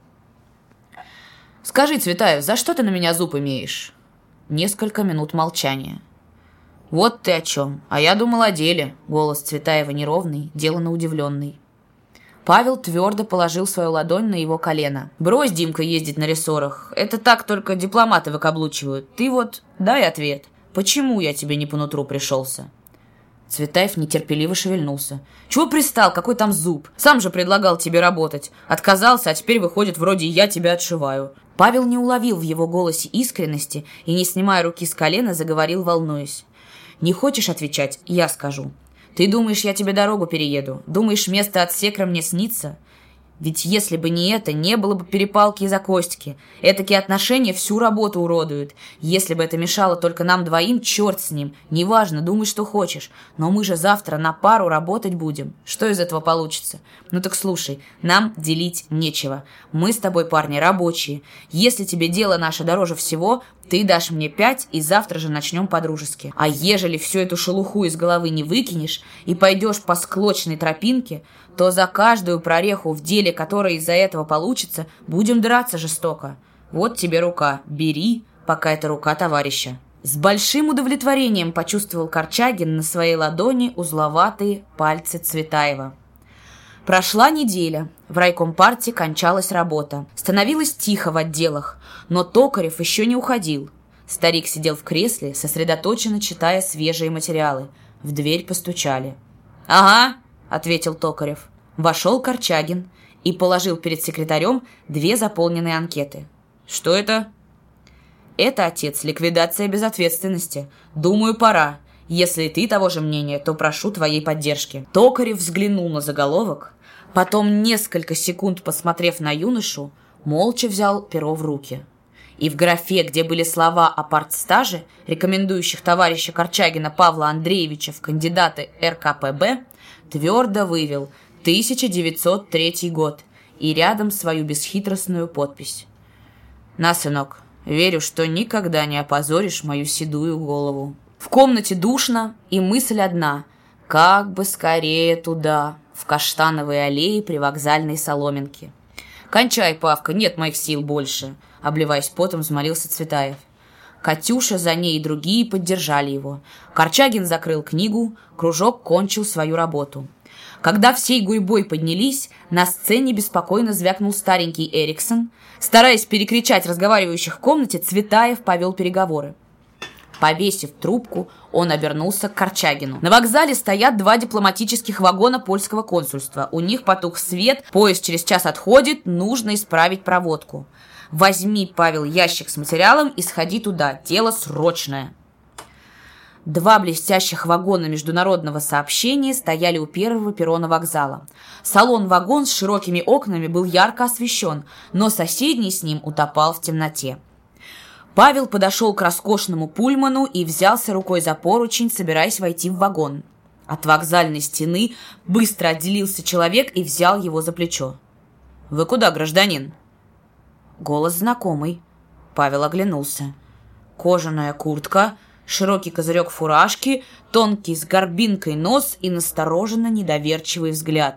«Скажи, Цветаев, за что ты на меня зуб имеешь?» Несколько минут молчания. «Вот ты о чем. А я думал о деле». Голос Цветаева неровный, деланно удивленный. Павел твердо положил свою ладонь на его колено. «Брось, Димка, ездить на рессорах. Это так только дипломаты выкаблучивают. Ты вот дай ответ. Почему я тебе не по нутру пришелся?» Цветаев нетерпеливо шевельнулся. «Чего пристал? Какой там зуб? Сам же предлагал тебе работать. Отказался, а теперь, выходит, вроде я тебя отшиваю». Павел не уловил в его голосе искренности и, не снимая руки с колена, заговорил, волнуясь. «Не хочешь отвечать? Я скажу. Ты думаешь, я тебе дорогу перееду? Думаешь, место отсекра мне снится? Ведь если бы не это, не было бы перепалки из-за Костики. Этакие отношения всю работу уродуют. Если бы это мешало только нам двоим, черт с ним. Неважно, думай, что хочешь. Но мы же завтра на пару работать будем. Что из этого получится? Ну так слушай, нам делить нечего. Мы с тобой, парни, рабочие. Если тебе дело наше дороже всего, ты дашь мне 5, и завтра же начнем по-дружески. А ежели всю эту шелуху из головы не выкинешь и пойдешь по склочной тропинке, то за каждую прореху в деле, которая из-за этого получится, будем драться жестоко. Вот тебе рука, бери, пока это рука товарища». С большим удовлетворением почувствовал Корчагин на своей ладони узловатые пальцы Цветаева. Прошла неделя. В райкомпартии кончалась работа. Становилось тихо в отделах, но Токарев еще не уходил. Старик сидел в кресле, сосредоточенно читая свежие материалы. В дверь постучали. «Ага», — ответил Токарев. Вошел Корчагин и положил перед секретарем 2 заполненные анкеты. «Что это?» «Это, отец, ликвидация безответственности. Думаю, пора. Если ты того же мнения, то прошу твоей поддержки». Токарев взглянул на заголовок, потом, несколько секунд посмотрев на юношу, молча взял перо в руки. И в графе, где были слова о партстаже, рекомендующих товарища Корчагина Павла Андреевича в кандидаты РКПБ, твердо вывел 1903 год и рядом свою бесхитростную подпись. «На, сынок, верю, что никогда не опозоришь мою седую голову». В комнате душно, и мысль одна – как бы скорее туда, в каштановой аллее при вокзальной соломинке. «Кончай, Павка, нет моих сил больше», – обливаясь потом, взмолился Цветаев. Катюша, за ней и другие поддержали его. Корчагин закрыл книгу, кружок кончил свою работу. Когда всей гурьбой поднялись, на сцене беспокойно звякнул старенький Эриксон. Стараясь перекричать разговаривающих в комнате, Цветаев повел переговоры. Повесив трубку, он обернулся к Корчагину. На вокзале стоят 2 дипломатических вагона польского консульства. У них потух свет, поезд через час отходит, нужно исправить проводку. Возьми, Павел, ящик с материалом и сходи туда. Дело срочное. 2 блестящих вагона международного сообщения стояли у первого перрона вокзала. Салон-вагон с широкими окнами был ярко освещен, но соседний с ним утопал в темноте. Павел подошел к роскошному пульману и взялся рукой за поручень, собираясь войти в вагон. От вокзальной стены быстро отделился человек и взял его за плечо. «Вы куда, гражданин?» Голос знакомый. Павел оглянулся. Кожаная куртка, широкий козырек фуражки, тонкий с горбинкой нос и настороженно недоверчивый взгляд.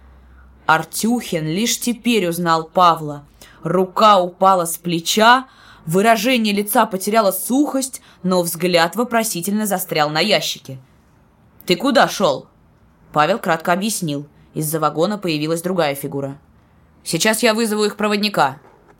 Артюхин лишь теперь узнал Павла. Рука упала с плеча, выражение лица потеряло сухость, но взгляд вопросительно застрял на ящике. «Ты куда шел?» Павел кратко объяснил. Из-за вагона появилась другая фигура. «Сейчас я вызову их проводника».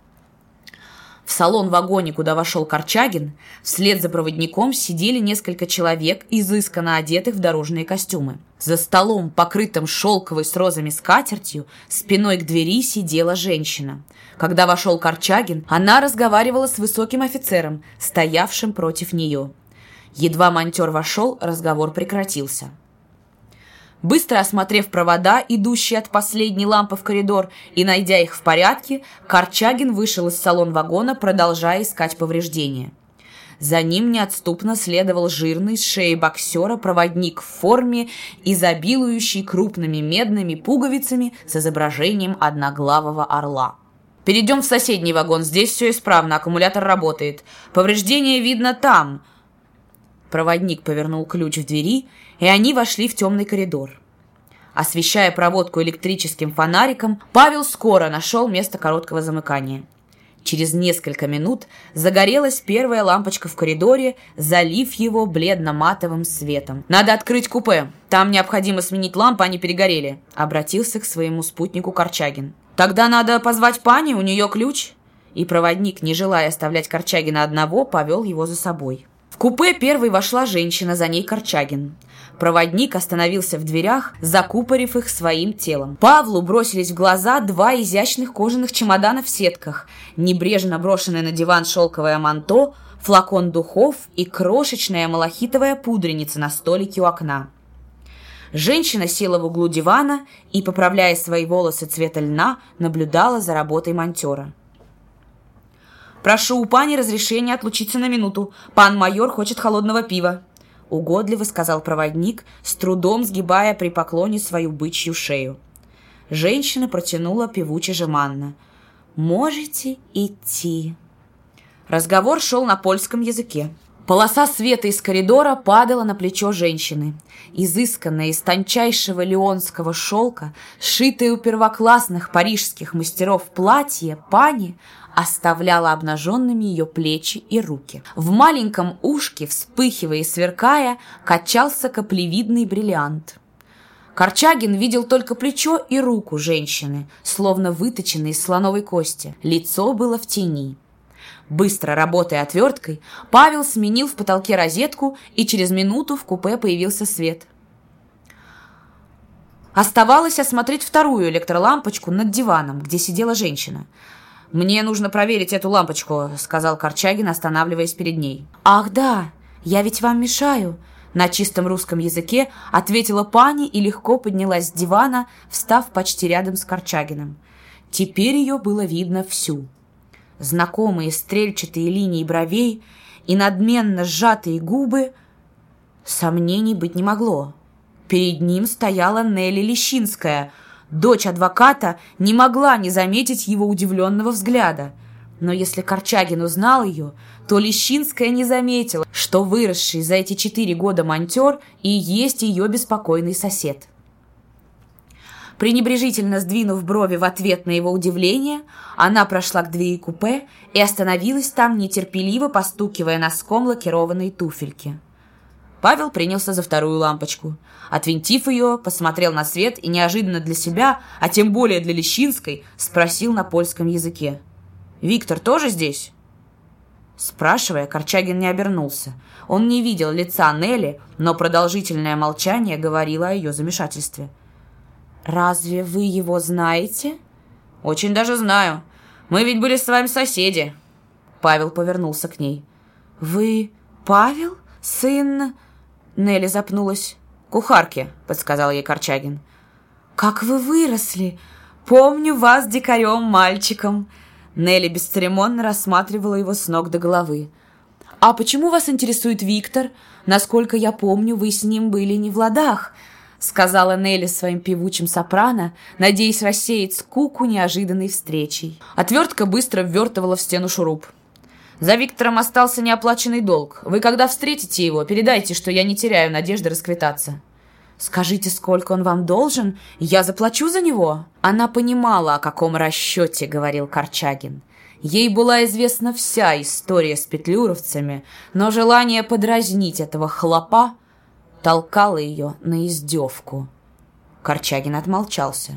В салон-вагоне, куда вошел Корчагин, вслед за проводником сидели несколько человек, изысканно одетых в дорожные костюмы. За столом, покрытым шелковой с розами скатертью, спиной к двери сидела женщина. Когда вошел Корчагин, она разговаривала с высоким офицером, стоявшим против нее. Едва монтер вошел, разговор прекратился. Быстро осмотрев провода, идущие от последней лампы в коридор, и найдя их в порядке, Корчагин вышел из салон-вагона, продолжая искать повреждения. За ним неотступно следовал жирный с шеей боксера проводник в форме, изобилующий крупными медными пуговицами с изображением одноглавого орла. «Перейдем в соседний вагон, здесь все исправно, аккумулятор работает. Повреждение видно там». Проводник повернул ключ в двери, и они вошли в темный коридор. Освещая проводку электрическим фонариком, Павел скоро нашел место короткого замыкания. Через несколько минут загорелась первая лампочка в коридоре, залив его бледно-матовым светом. «Надо открыть купе. Там необходимо сменить лампы, они перегорели», — обратился к своему спутнику Корчагин. «Тогда надо позвать пани, у нее ключ». И проводник, не желая оставлять Корчагина одного, повел его за собой. В купе первой вошла женщина, за ней Корчагин. Проводник остановился в дверях, закупорив их своим телом. Павлу бросились в глаза 2 изящных кожаных чемодана в сетках, небрежно брошенное на диван шелковое манто, флакон духов и крошечная малахитовая пудреница на столике у окна. Женщина села в углу дивана и, поправляя свои волосы цвета льна, наблюдала за работой монтера. «Прошу у пани разрешения отлучиться на минуту. Пан майор хочет холодного пива», — угодливо сказал проводник, с трудом сгибая при поклоне свою бычью шею. Женщина протянула певуче-жеманно. «Можете идти». Разговор шел на польском языке. Полоса света из коридора падала на плечо женщины. Изысканное из тончайшего леонского шелка, сшитое у первоклассных парижских мастеров платье пани оставляло обнаженными ее плечи и руки. В маленьком ушке, вспыхивая и сверкая, качался каплевидный бриллиант. Корчагин видел только плечо и руку женщины, словно выточенные из слоновой кости. Лицо было в тени. Быстро работая отверткой, Павел сменил в потолке розетку, и через минуту в купе появился свет. Оставалось осмотреть вторую электролампочку над диваном, где сидела женщина. «Мне нужно проверить эту лампочку», — сказал Корчагин, останавливаясь перед ней. «Ах да, я ведь вам мешаю», — на чистом русском языке ответила пани и легко поднялась с дивана, встав почти рядом с Корчагиным. Теперь ее было видно всю. Знакомые стрельчатые линии бровей и надменно сжатые губы. Сомнений быть не могло. Перед ним стояла Нелли Лещинская. Дочь адвоката не могла не заметить его удивленного взгляда. Но если Корчагин узнал ее, то Лещинская не заметила, что выросший за эти 4 года монтер и есть ее беспокойный сосед. Пренебрежительно сдвинув брови в ответ на его удивление, она прошла к двери купе и остановилась там, нетерпеливо постукивая носком лакированной туфельки. Павел принялся за вторую лампочку. Отвинтив ее, посмотрел на свет и неожиданно для себя, а тем более для Лещинской, спросил на польском языке: «Виктор тоже здесь?» Спрашивая, Корчагин не обернулся. Он не видел лица Нелли, но продолжительное молчание говорило о ее замешательстве. «Разве вы его знаете?» «Очень даже знаю. Мы ведь были с вами соседи». Павел повернулся к ней. «Вы Павел? Сын...» Нелли запнулась. «Кухарки», — подсказал ей Корчагин. «Как вы выросли! Помню вас дикарем-мальчиком!» Нелли бесцеремонно рассматривала его с ног до головы. «А почему вас интересует Виктор? Насколько я помню, вы с ним были не в ладах», — сказала Нелли своим певучим сопрано, надеясь рассеять скуку неожиданной встречей. Отвертка быстро ввертывала в стену шуруп. «За Виктором остался неоплаченный долг. Вы, когда встретите его, передайте, что я не теряю надежды расквитаться». «Скажите, сколько он вам должен? Я заплачу за него». Она понимала, о каком расчете говорил Корчагин. Ей была известна вся история с петлюровцами, но желание подразнить этого хлопа толкало ее на издевку. Корчагин отмолчался.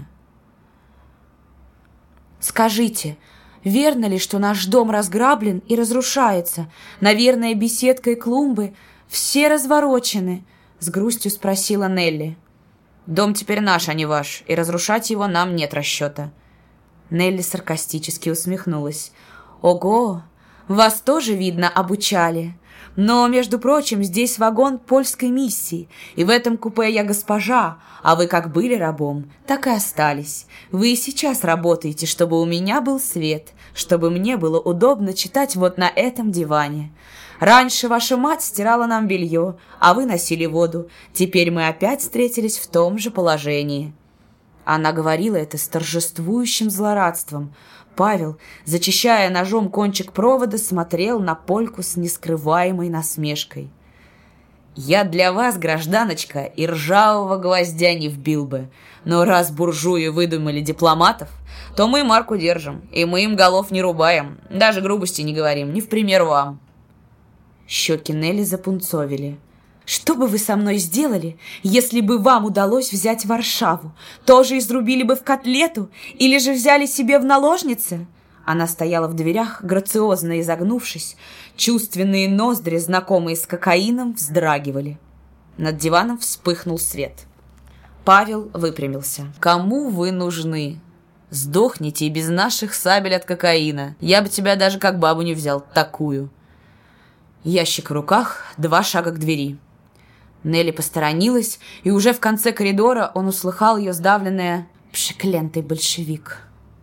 «Скажите, верно ли, что наш дом разграблен и разрушается? Наверное, беседка и клумбы все разворочены», — с грустью спросила Нелли. «Дом теперь наш, а не ваш, и разрушать его нам нет расчета». Нелли саркастически усмехнулась. «Ого, вас тоже, видно, обучали. Но, между прочим, здесь вагон польской миссии, и в этом купе я госпожа, а вы как были рабом, так и остались. Вы и сейчас работаете, чтобы у меня был свет, чтобы мне было удобно читать вот на этом диване. Раньше ваша мать стирала нам белье, а вы носили воду. Теперь мы опять встретились в том же положении». Она говорила это с торжествующим злорадством. Павел, зачищая ножом кончик провода, смотрел на польку с нескрываемой насмешкой. «Я для вас, гражданочка, и ржавого гвоздя не вбил бы. Но раз буржуи выдумали дипломатов, то мы марку держим, и мы им голов не рубаем, даже грубости не говорим, не в пример вам». Щеки Нелли запунцовили. «Что бы вы со мной сделали, если бы вам удалось взять Варшаву? Тоже изрубили бы в котлету или же взяли себе в наложницы?» Она стояла в дверях, грациозно изогнувшись. Чувственные ноздри, знакомые с кокаином, вздрагивали. Над диваном вспыхнул свет. Павел выпрямился. «Кому вы нужны? Сдохните и без наших сабель от кокаина. Я бы тебя даже как бабу не взял, такую». Ящик в руках, 2 шага к двери. Нелли посторонилась, и уже в конце коридора он услыхал ее сдавленное «пшеклентый большевик».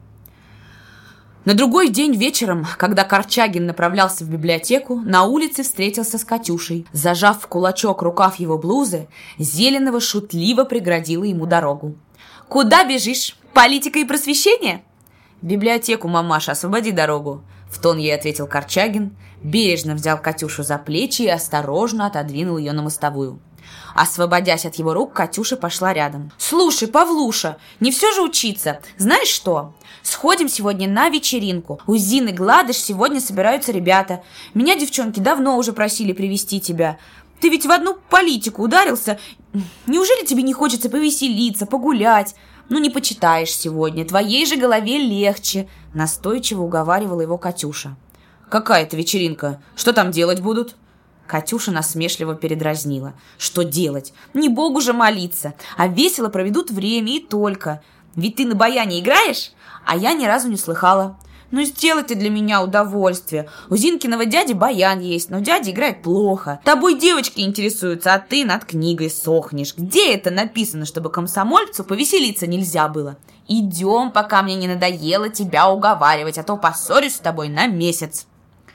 На другой день вечером, когда Корчагин направлялся в библиотеку, на улице встретился с Катюшей. Зажав в кулачок рукав его блузы, Зеленова шутливо преградила ему дорогу. «Куда бежишь? Политика и просвещение?» «В библиотеку, мамаша, освободи дорогу». В тон ей ответил Корчагин, бережно взял Катюшу за плечи и осторожно отодвинул ее на мостовую. Освободясь от его рук, Катюша пошла рядом. «Слушай, Павлуша, не все же учиться. Знаешь что? Сходим сегодня на вечеринку. У Зины Гладыш сегодня собираются ребята. Меня девчонки давно уже просили привезти тебя. Ты ведь в одну политику ударился. Неужели тебе не хочется повеселиться, погулять? Ну, не почитаешь сегодня. Твоей же голове легче», — настойчиво уговаривала его Катюша. «Какая это вечеринка? Что там делать будут?» Катюша насмешливо передразнила. «Что делать? Не Богу же молиться, а весело проведут время и только. Ведь ты на баяне играешь, а я ни разу не слыхала. Ну, сделай ты для меня удовольствие. У Зинкиного дяди баян есть, но дядя играет плохо. Тобой девочки интересуются, а ты над книгой сохнешь. Где это написано, чтобы комсомольцу повеселиться нельзя было? Идем, пока мне не надоело тебя уговаривать, а то поссорюсь с тобой на месяц».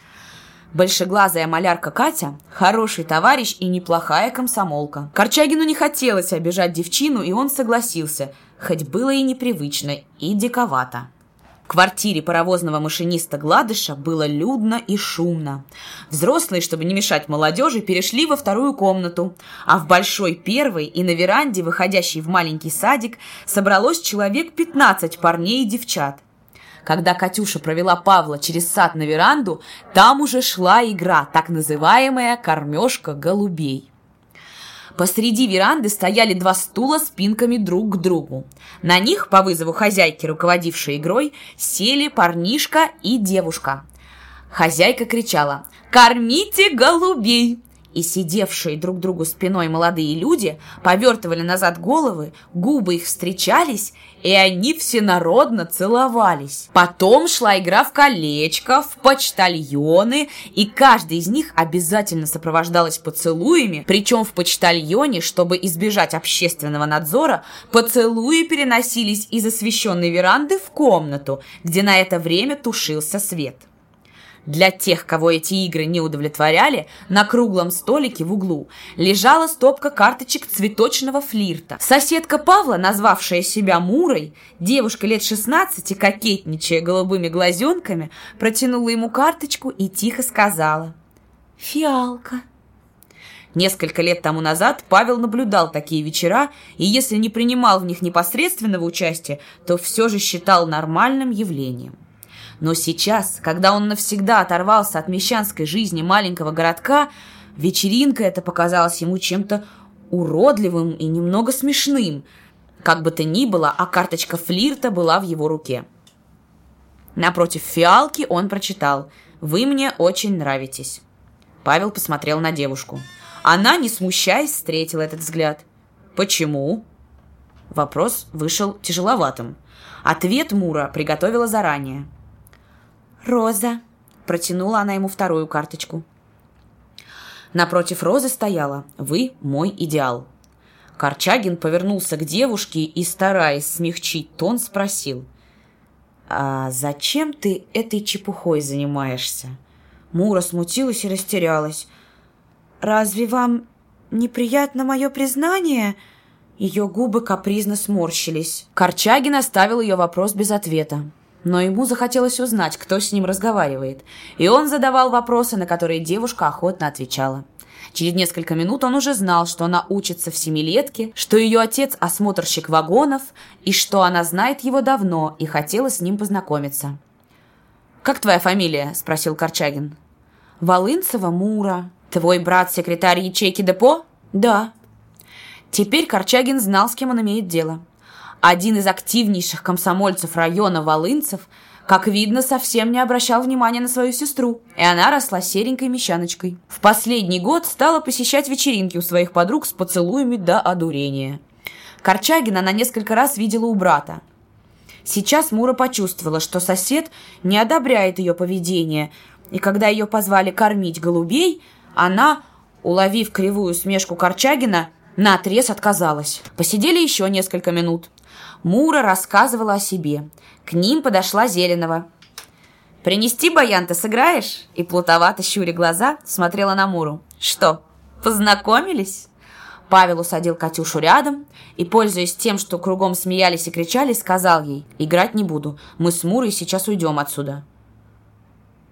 Большеглазая малярка Катя – хороший товарищ и неплохая комсомолка. Корчагину не хотелось обижать девчину, и он согласился, хоть было и непривычно, и диковато. В квартире паровозного машиниста Гладыша было людно и шумно. Взрослые, чтобы не мешать молодежи, перешли во вторую комнату, а в большой первой и на веранде, выходящей в маленький садик, собралось человек 15 парней и девчат. Когда Катюша провела Павла через сад на веранду, там уже шла игра, так называемая «кормежка голубей». Посреди веранды стояли 2 стула спинками друг к другу. На них, по вызову хозяйки, руководившей игрой, сели парнишка и девушка. Хозяйка кричала «Кормите голубей!» И сидевшие друг к другу спиной молодые люди повертывали назад головы, губы их встречались, и они всенародно целовались. Потом шла игра в колечко, в почтальоны, и каждый из них обязательно сопровождалась поцелуями, причем в почтальоне, чтобы избежать общественного надзора, поцелуи переносились из освещенной веранды в комнату, где на это время тушился свет. Для тех, кого эти игры не удовлетворяли, на круглом столике в углу лежала стопка карточек цветочного флирта. Соседка Павла, назвавшая себя Мурой, девушка лет 16, кокетничая голубыми глазенками, протянула ему карточку и тихо сказала «Фиалка». Несколько лет тому назад Павел наблюдал такие вечера, и если не принимал в них непосредственного участия, то все же считал нормальным явлением. Но сейчас, когда он навсегда оторвался от мещанской жизни маленького городка, вечеринка эта показалась ему чем-то уродливым и немного смешным. Как бы то ни было, а карточка флирта была в его руке. Напротив фиалки он прочитал «Вы мне очень нравитесь». Павел посмотрел на девушку. Она, не смущаясь, встретила этот взгляд. «Почему?» Вопрос вышел тяжеловатым. Ответ Мура приготовила заранее. «Роза», — протянула она ему вторую карточку. Напротив розы стояла «Вы мой идеал». Корчагин повернулся к девушке и, стараясь смягчить тон, спросил: «А зачем ты этой чепухой занимаешься?» Мура смутилась и растерялась. «Разве вам неприятно мое признание?» Ее губы капризно сморщились. Корчагин оставил ее вопрос без ответа. Но ему захотелось узнать, кто с ним разговаривает, и он задавал вопросы, на которые девушка охотно отвечала. Через несколько минут он уже знал, что она учится в семилетке, что ее отец – осмотрщик вагонов, и что она знает его давно и хотела с ним познакомиться. «Как твоя фамилия?» – спросил Корчагин. «Волынцева Мура. Твой брат секретарь ячейки депо?» «Да». Теперь Корчагин знал, с кем он имеет дело. Один из активнейших комсомольцев района Волынцев, как видно, совсем не обращал внимания на свою сестру, и она росла серенькой мещаночкой. В последний год стала посещать вечеринки у своих подруг с поцелуями до одурения. Корчагина она несколько раз видела у брата. Сейчас Мура почувствовала, что сосед не одобряет ее поведение, и когда ее позвали кормить голубей, она, уловив кривую усмешку Корчагина, наотрез отказалась. Посидели еще несколько минут. Мура рассказывала о себе. К ним подошла Зеленова. «Принести баян ты сыграешь?» И плутовато щуря глаза смотрела на Муру. «Что, познакомились?» Павел усадил Катюшу рядом и, пользуясь тем, что кругом смеялись и кричали, сказал ей: «Играть не буду, мы с Мурой сейчас уйдем отсюда».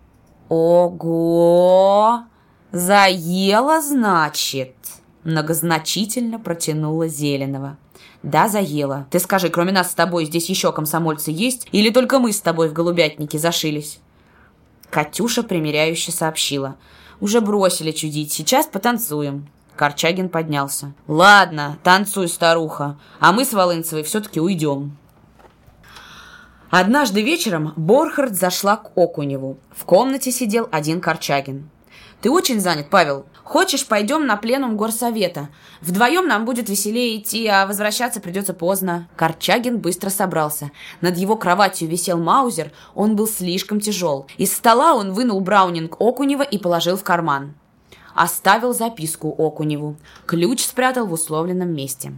«Ого! Заела, значит?» Многозначительно протянула Зеленова. «Да, заела. Ты скажи, кроме нас с тобой здесь еще комсомольцы есть? Или только мы с тобой в голубятнике зашились?» Катюша примиряюще сообщила. «Уже бросили чудить, сейчас потанцуем». Корчагин поднялся. «Ладно, танцуй, старуха, а мы с Волынцевой все-таки уйдем». Однажды вечером Борхард зашла к Окуневу. В комнате сидел один Корчагин. «Ты очень занят, Павел. Хочешь, пойдем на пленум горсовета? Вдвоем нам будет веселее идти, а возвращаться придется поздно». Корчагин быстро собрался. Над его кроватью висел маузер, он был слишком тяжел. Из стола он вынул браунинг Окунева и положил в карман. Оставил записку Окуневу. Ключ спрятал в условленном месте.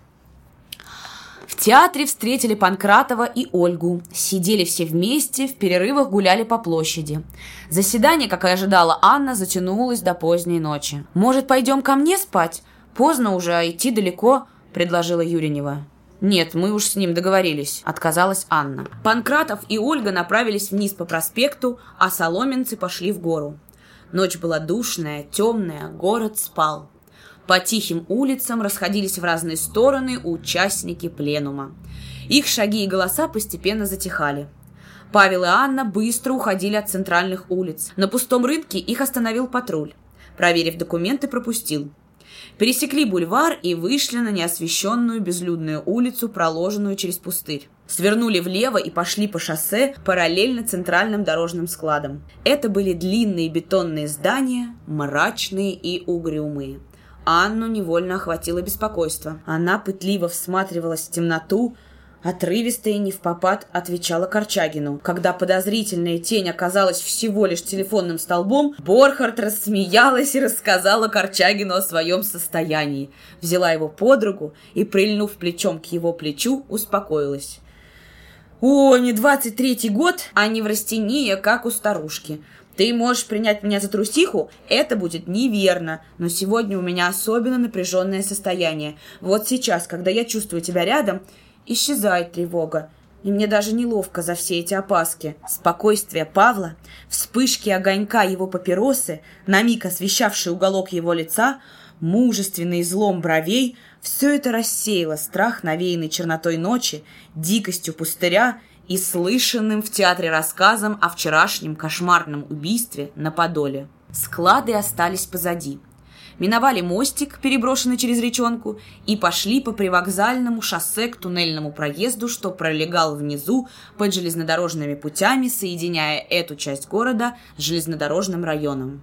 В театре встретили Панкратова и Ольгу. Сидели все вместе, в перерывах гуляли по площади. Заседание, как и ожидала Анна, затянулось до поздней ночи. «Может, пойдем ко мне спать? Поздно уже, а идти далеко», — предложила Юринева. «Нет, мы уж с ним договорились», — отказалась Анна. Панкратов и Ольга направились вниз по проспекту, а соломенцы пошли в гору. Ночь была душная, темная, город спал. По тихим улицам расходились в разные стороны участники пленума. Их шаги и голоса постепенно затихали. Павел и Анна быстро уходили от центральных улиц. На пустом рынке их остановил патруль. Проверив документы, пропустил. Пересекли бульвар и вышли на неосвещенную безлюдную улицу, проложенную через пустырь. Свернули влево и пошли по шоссе параллельно центральным дорожным складам. Это были длинные бетонные здания, мрачные и угрюмые. Анну невольно охватило беспокойство. Она пытливо всматривалась в темноту, отрывисто и невпопад отвечала Корчагину. Когда подозрительная тень оказалась всего лишь телефонным столбом, Борхард рассмеялась и рассказала Корчагину о своем состоянии. Взяла его под руку и, прильнув плечом к его плечу, успокоилась. «О, не 23-й год, а неврастения, как у старушки. Ты можешь принять меня за трусиху, это будет неверно, но сегодня у меня особенно напряженное состояние. Вот сейчас, когда я чувствую тебя рядом, исчезает тревога, и мне даже неловко за все эти опаски». Спокойствие Павла, вспышки огонька его папиросы, на миг освещавший уголок его лица, мужественный излом бровей — все это рассеяло страх, навеянный чернотой ночи, дикостью пустыря и слышанным в театре рассказом о вчерашнем кошмарном убийстве на Подоле. Склады остались позади. Миновали мостик, переброшенный через речонку, и пошли по привокзальному шоссе к туннельному проезду, что пролегал внизу под железнодорожными путями, соединяя эту часть города с железнодорожным районом.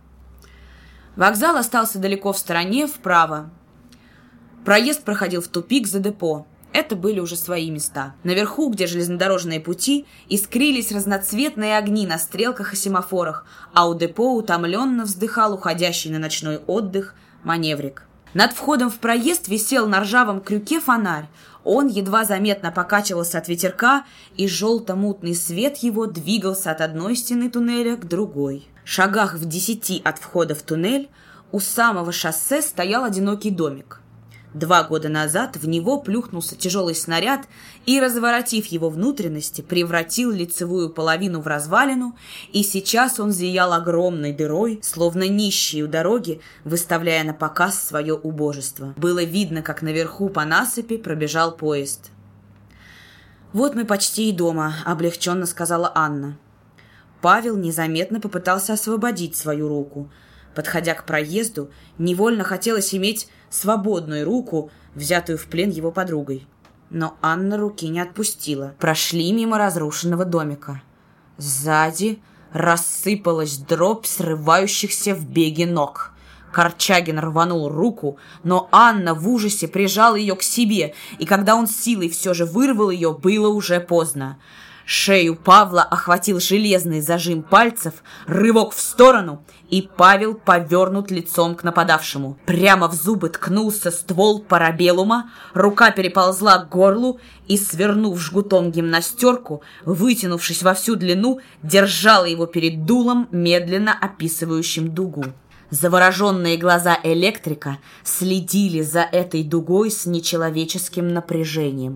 Вокзал остался далеко в стороне, вправо. Проезд проходил в тупик за депо. Это были уже свои места. Наверху, где железнодорожные пути, искрились разноцветные огни на стрелках и семафорах, а у депо утомленно вздыхал уходящий на ночной отдых маневрик. Над входом в проезд висел на ржавом крюке фонарь. Он едва заметно покачивался от ветерка, и желто-мутный свет его двигался от одной стены туннеля к другой. В шагах в 10 от входа в туннель у самого шоссе стоял одинокий домик. 2 года назад в него плюхнулся тяжелый снаряд и, разворотив его внутренности, превратил лицевую половину в развалину, и сейчас он зиял огромной дырой, словно нищий у дороги, выставляя на показ свое убожество. Было видно, как наверху по насыпи пробежал поезд. «Вот мы почти и дома», — облегченно сказала Анна. Павел незаметно попытался освободить свою руку. Подходя к проезду, невольно хотелось иметь свободную руку, взятую в плен его подругой. Но Анна руки не отпустила. Прошли мимо разрушенного домика. Сзади рассыпалась дробь срывающихся в беге ног. Корчагин рванул руку, но Анна в ужасе прижала ее к себе, и когда он силой все же вырвал ее, было уже поздно. Шею Павла охватил железный зажим пальцев, рывок в сторону, и Павел повернут лицом к нападавшему. Прямо в зубы ткнулся ствол парабеллума, рука переползла к горлу и, свернув жгутом гимнастерку, вытянувшись во всю длину, держала его перед дулом, медленно описывающим дугу. Завороженные глаза электрика следили за этой дугой с нечеловеческим напряжением.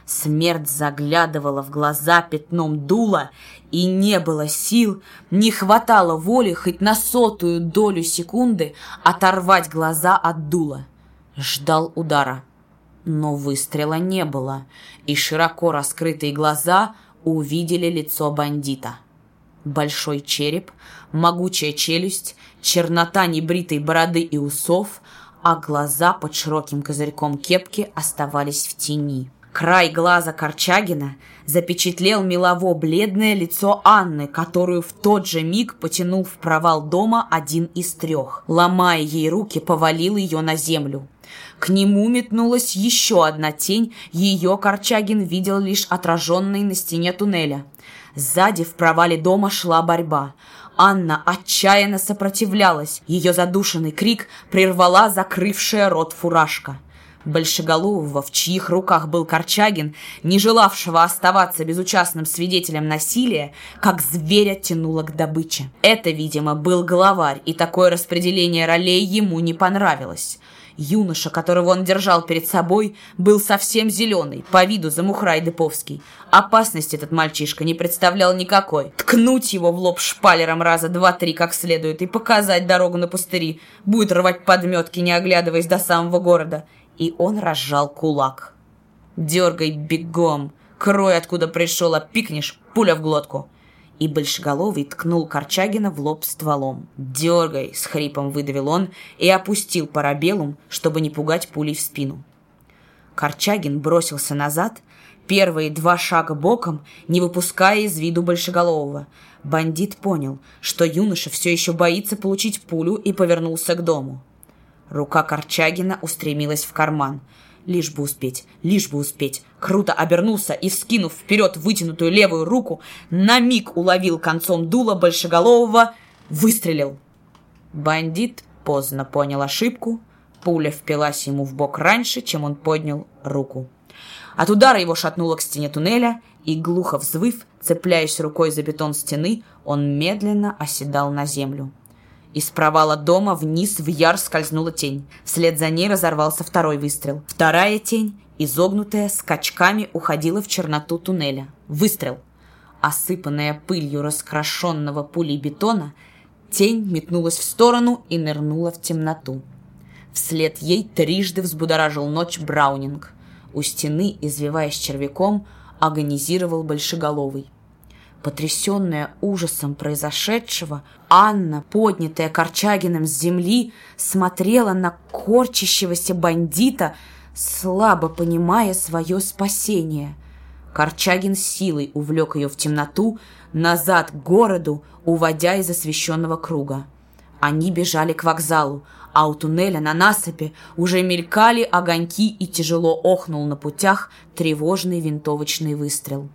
Смерть заглядывала в глаза пятном дула, и не было сил, не хватало воли хоть на 100-ую долю секунды оторвать глаза от дула. Ждал удара. Но выстрела не было, и широко раскрытые глаза увидели лицо бандита. Большой череп, могучая челюсть, чернота небритой бороды и усов, а глаза под широким козырьком кепки оставались в тени. Край глаза Корчагина запечатлел мелово-бледное лицо Анны, которую в тот же миг потянул в провал дома один из 3. Ломая ей руки, повалил ее на землю. К нему метнулась еще одна тень, ее Корчагин видел лишь отраженной на стене туннеля. Сзади в провале дома шла борьба. Анна отчаянно сопротивлялась, ее задушенный крик прервала закрывшая рот фуражка. Большеголового, в чьих руках был Корчагин, не желавшего оставаться безучастным свидетелем насилия, как зверя тянуло к добыче. Это, видимо, был главарь, и такое распределение ролей ему не понравилось. Юноша, которого он держал перед собой, был совсем зеленый, по виду замухрай Деповский. Опасности этот мальчишка не представлял никакой. Ткнуть его в лоб шпалером раза 2-3 как следует и показать дорогу на пустыри. Будет рвать подметки, не оглядываясь до самого города. И он разжал кулак. «Дергай бегом! Крой, откуда пришел, а пикнешь, пуля в глотку!» И Большеголовый ткнул Корчагина в лоб стволом. «Дергай!» — с хрипом выдавил он и опустил парабеллум, чтобы не пугать пулей в спину. Корчагин бросился назад, первые 2 шага боком, не выпуская из виду Большеголового. Бандит понял, что юноша все еще боится получить пулю, и повернулся к дому. Рука Корчагина устремилась в карман. Лишь бы успеть, лишь бы успеть. Круто обернулся и, вскинув вперед вытянутую левую руку, на миг уловил концом дула Большеголового, выстрелил. Бандит поздно понял ошибку. Пуля впилась ему в бок раньше, чем он поднял руку. От удара его шатнуло к стене туннеля, и, глухо взвыв, цепляясь рукой за бетон стены, он медленно оседал на землю. Из провала дома вниз в яр скользнула тень. Вслед за ней разорвался 2-й выстрел. Вторая тень, изогнутая, скачками уходила в черноту туннеля. Выстрел. Осыпанная пылью раскрашенного пулей бетона, тень метнулась в сторону и нырнула в темноту. Вслед ей трижды взбудоражил ночь Браунинг. У стены, извиваясь червяком, агонизировал Большеголовый. Потрясенная ужасом произошедшего, Анна, поднятая Корчагиным с земли, смотрела на корчащегося бандита, слабо понимая свое спасение. Корчагин силой увлек ее в темноту, назад к городу, уводя из освещенного круга. Они бежали к вокзалу, а у туннеля на насыпи уже мелькали огоньки, и тяжело охнул на путях тревожный винтовочный выстрел.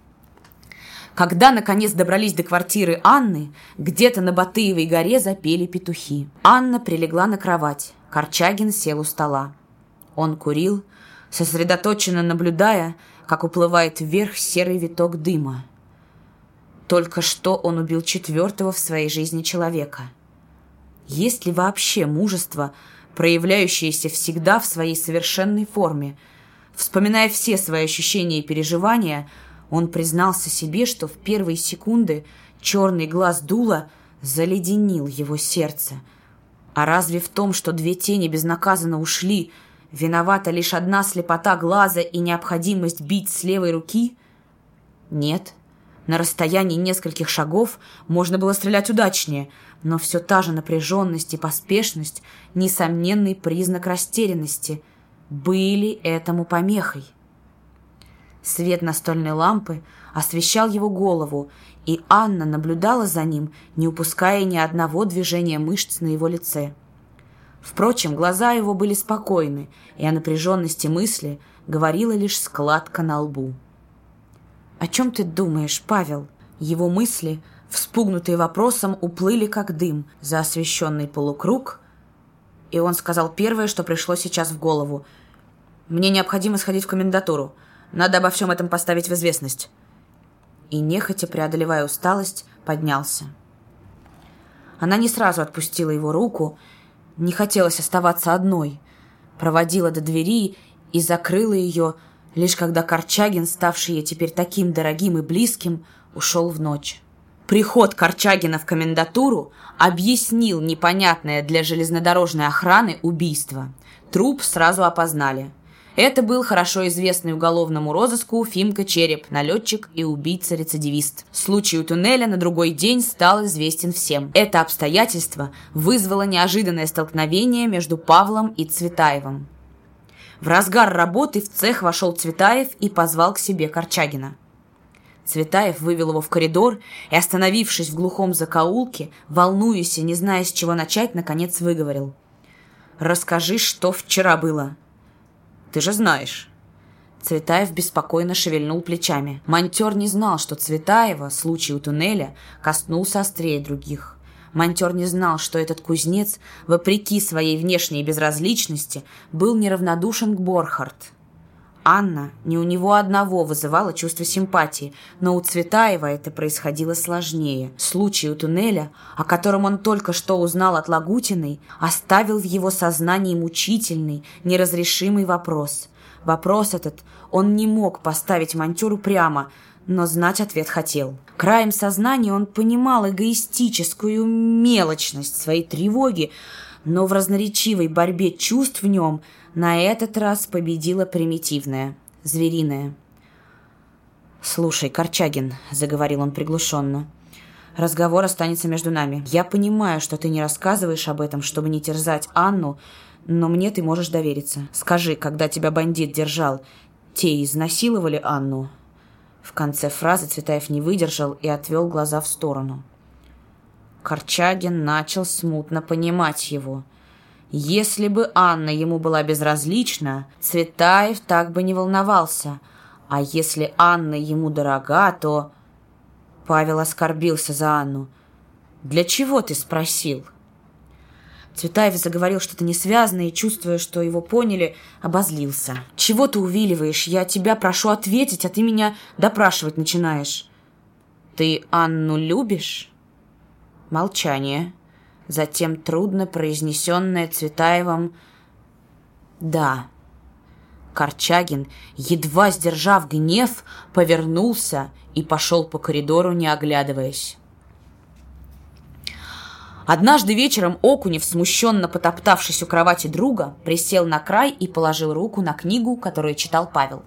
Когда, наконец, добрались до квартиры Анны, где-то на Батыевой горе запели петухи. Анна прилегла на кровать. Корчагин сел у стола. Он курил, сосредоточенно наблюдая, как уплывает вверх серый виток дыма. Только что он убил 4-го в своей жизни человека. Есть ли вообще мужество, проявляющееся всегда в своей совершенной форме? Вспоминая все свои ощущения и переживания, он признался себе, что в первые секунды черный глаз дула заледенил его сердце. А разве в том, что 2 тени безнаказанно ушли, виновата лишь одна слепота глаза и необходимость бить с левой руки? Нет. На расстоянии нескольких шагов можно было стрелять удачнее, но все та же напряженность и поспешность, несомненный признак растерянности, были этому помехой. Свет настольной лампы освещал его голову, и Анна наблюдала за ним, не упуская ни одного движения мышц на его лице. Впрочем, глаза его были спокойны, и о напряженности мысли говорила лишь складка на лбу. «О чем ты думаешь, Павел?» Его мысли, вспугнутые вопросом, уплыли как дым за освещенный полукруг, и он сказал первое, что пришло сейчас в голову. «Мне необходимо сходить в комендатуру. Надо обо всем этом поставить в известность». И, нехотя преодолевая усталость, поднялся. Она не сразу отпустила его руку, не хотелось оставаться одной, проводила до двери и закрыла ее, Лишь когда Корчагин, ставший ей теперь таким дорогим и близким, ушел в ночь. Приход Корчагина в комендатуру объяснил непонятное для железнодорожной охраны убийство. Труп сразу опознали. Это был хорошо известный уголовному розыску Фимка Череп, налетчик и убийца-рецидивист. Случай у туннеля на другой день стал известен всем. Это обстоятельство вызвало неожиданное столкновение между Павлом и Цветаевым. В разгар работы в цех вошел Цветаев и позвал к себе Корчагина. Цветаев вывел его в коридор и, остановившись в глухом закоулке, волнуясь и не зная, с чего начать, наконец выговорил: «Расскажи, что вчера было. Ты же знаешь». Цветаев беспокойно шевельнул плечами. Монтер не знал, что Цветаева случай у туннеля коснулся острее других. Монтер не знал, что этот кузнец, вопреки своей внешней безразличности, был неравнодушен к Борхард. Анна не у него одного вызывала чувство симпатии, но у Цветаева это происходило сложнее. Случай у туннеля, о котором он только что узнал от Лагутиной, оставил в его сознании мучительный, неразрешимый вопрос. Вопрос этот он не мог поставить Монтеру прямо, но знать ответ хотел. Краем сознания он понимал эгоистическую мелочность своей тревоги, но в разноречивой борьбе чувств в нем на этот раз победила примитивная, звериная. «Слушай, Корчагин», — заговорил он приглушенно, — «разговор останется между нами. Я понимаю, что ты не рассказываешь об этом, чтобы не терзать Анну, но мне ты можешь довериться. Скажи, когда тебя бандит держал, те изнасиловали Анну?» В конце фразы Цветаев не выдержал и отвел глаза в сторону. Корчагин начал смутно понимать его. Если бы Анна ему была безразлична, Цветаев так бы не волновался. А если Анна ему дорога, то... Павел оскорбился за Анну. «Для чего ты спросил?» Цветаев заговорил что-то несвязное и, чувствуя, что его поняли, обозлился. «Чего ты увиливаешь? Я тебя прошу ответить, а ты меня допрашивать начинаешь». «Ты Анну любишь?» Молчание. Затем трудно произнесенное Цветаевым «да». Корчагин, едва сдержав гнев, повернулся и пошел по коридору, не оглядываясь. Однажды вечером Окунев, смущенно потоптавшись у кровати друга, присел на край и положил руку на книгу, которую читал Павел.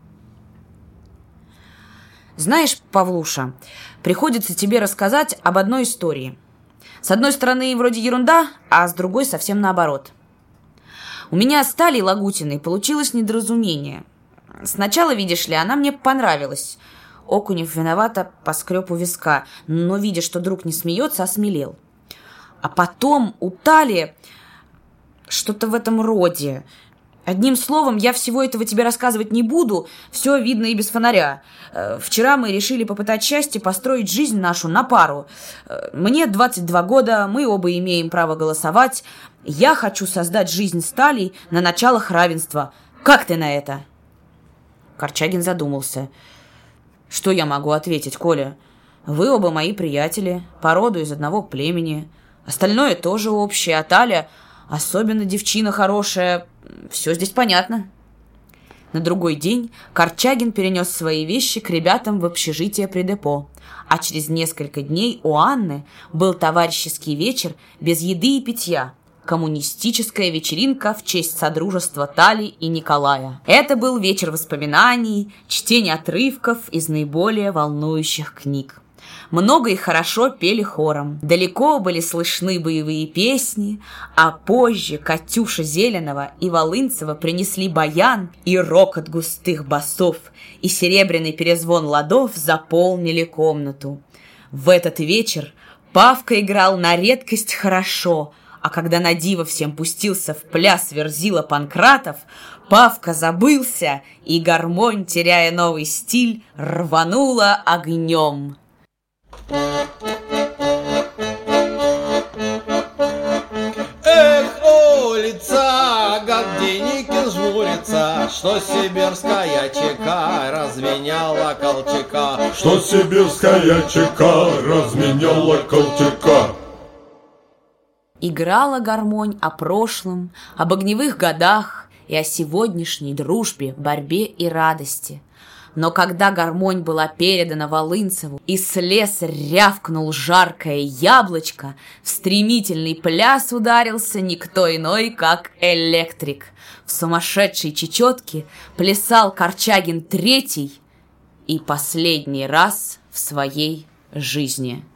«Знаешь, Павлуша, приходится тебе рассказать об одной истории. С одной стороны, вроде ерунда, а с другой совсем наоборот. У меня с Талей Лагутиной получилось недоразумение. Сначала, видишь ли, она мне понравилась». Окунев виновато поскреб у виска, но, видя, что друг не смеется, осмелел. «А потом у Тали что-то в этом роде. Одним словом, я всего этого тебе рассказывать не буду, все видно и без фонаря. Вчера мы решили попытать счастье построить жизнь нашу на пару. Мне 22 года, мы оба имеем право голосовать. Я хочу создать жизнь с Талей на началах равенства. Как ты на это?» Корчагин задумался. «Что я могу ответить, Коля? Вы оба мои приятели, по роду из одного племени. Остальное тоже общее, а Таля, особенно девчина хорошая, все здесь понятно». На другой день Корчагин перенес свои вещи к ребятам в общежитие при депо, а через несколько дней у Анны был товарищеский вечер без еды и питья, коммунистическая вечеринка в честь содружества Тали и Николая. Это был вечер воспоминаний, чтения отрывков из наиболее волнующих книг. Много и хорошо пели хором. Далеко были слышны боевые песни, а позже Катюша Зеленова и Волынцева принесли баян, и рокот густых басов и серебряный перезвон ладов заполнили комнату. В этот вечер Павка играл на редкость хорошо, а когда на диво всем пустился в пляс Верзила Панкратов, Павка забылся, и гармонь, теряя новый стиль, рванула огнем. Эх, улица, гад Деникин жмурится, что сибирская чека разменяла Колчака. Что сибирская чека разменяла Колчака. Играла гармонь о прошлом, об огневых годах и о сегодняшней дружбе, борьбе и радости. Но когда гармонь была передана Волынцеву, и с леса рявкнул жаркое яблочко, в стремительный пляс ударился никто иной, как электрик. В сумасшедшей чечетке плясал Корчагин третий и последний раз в своей жизни.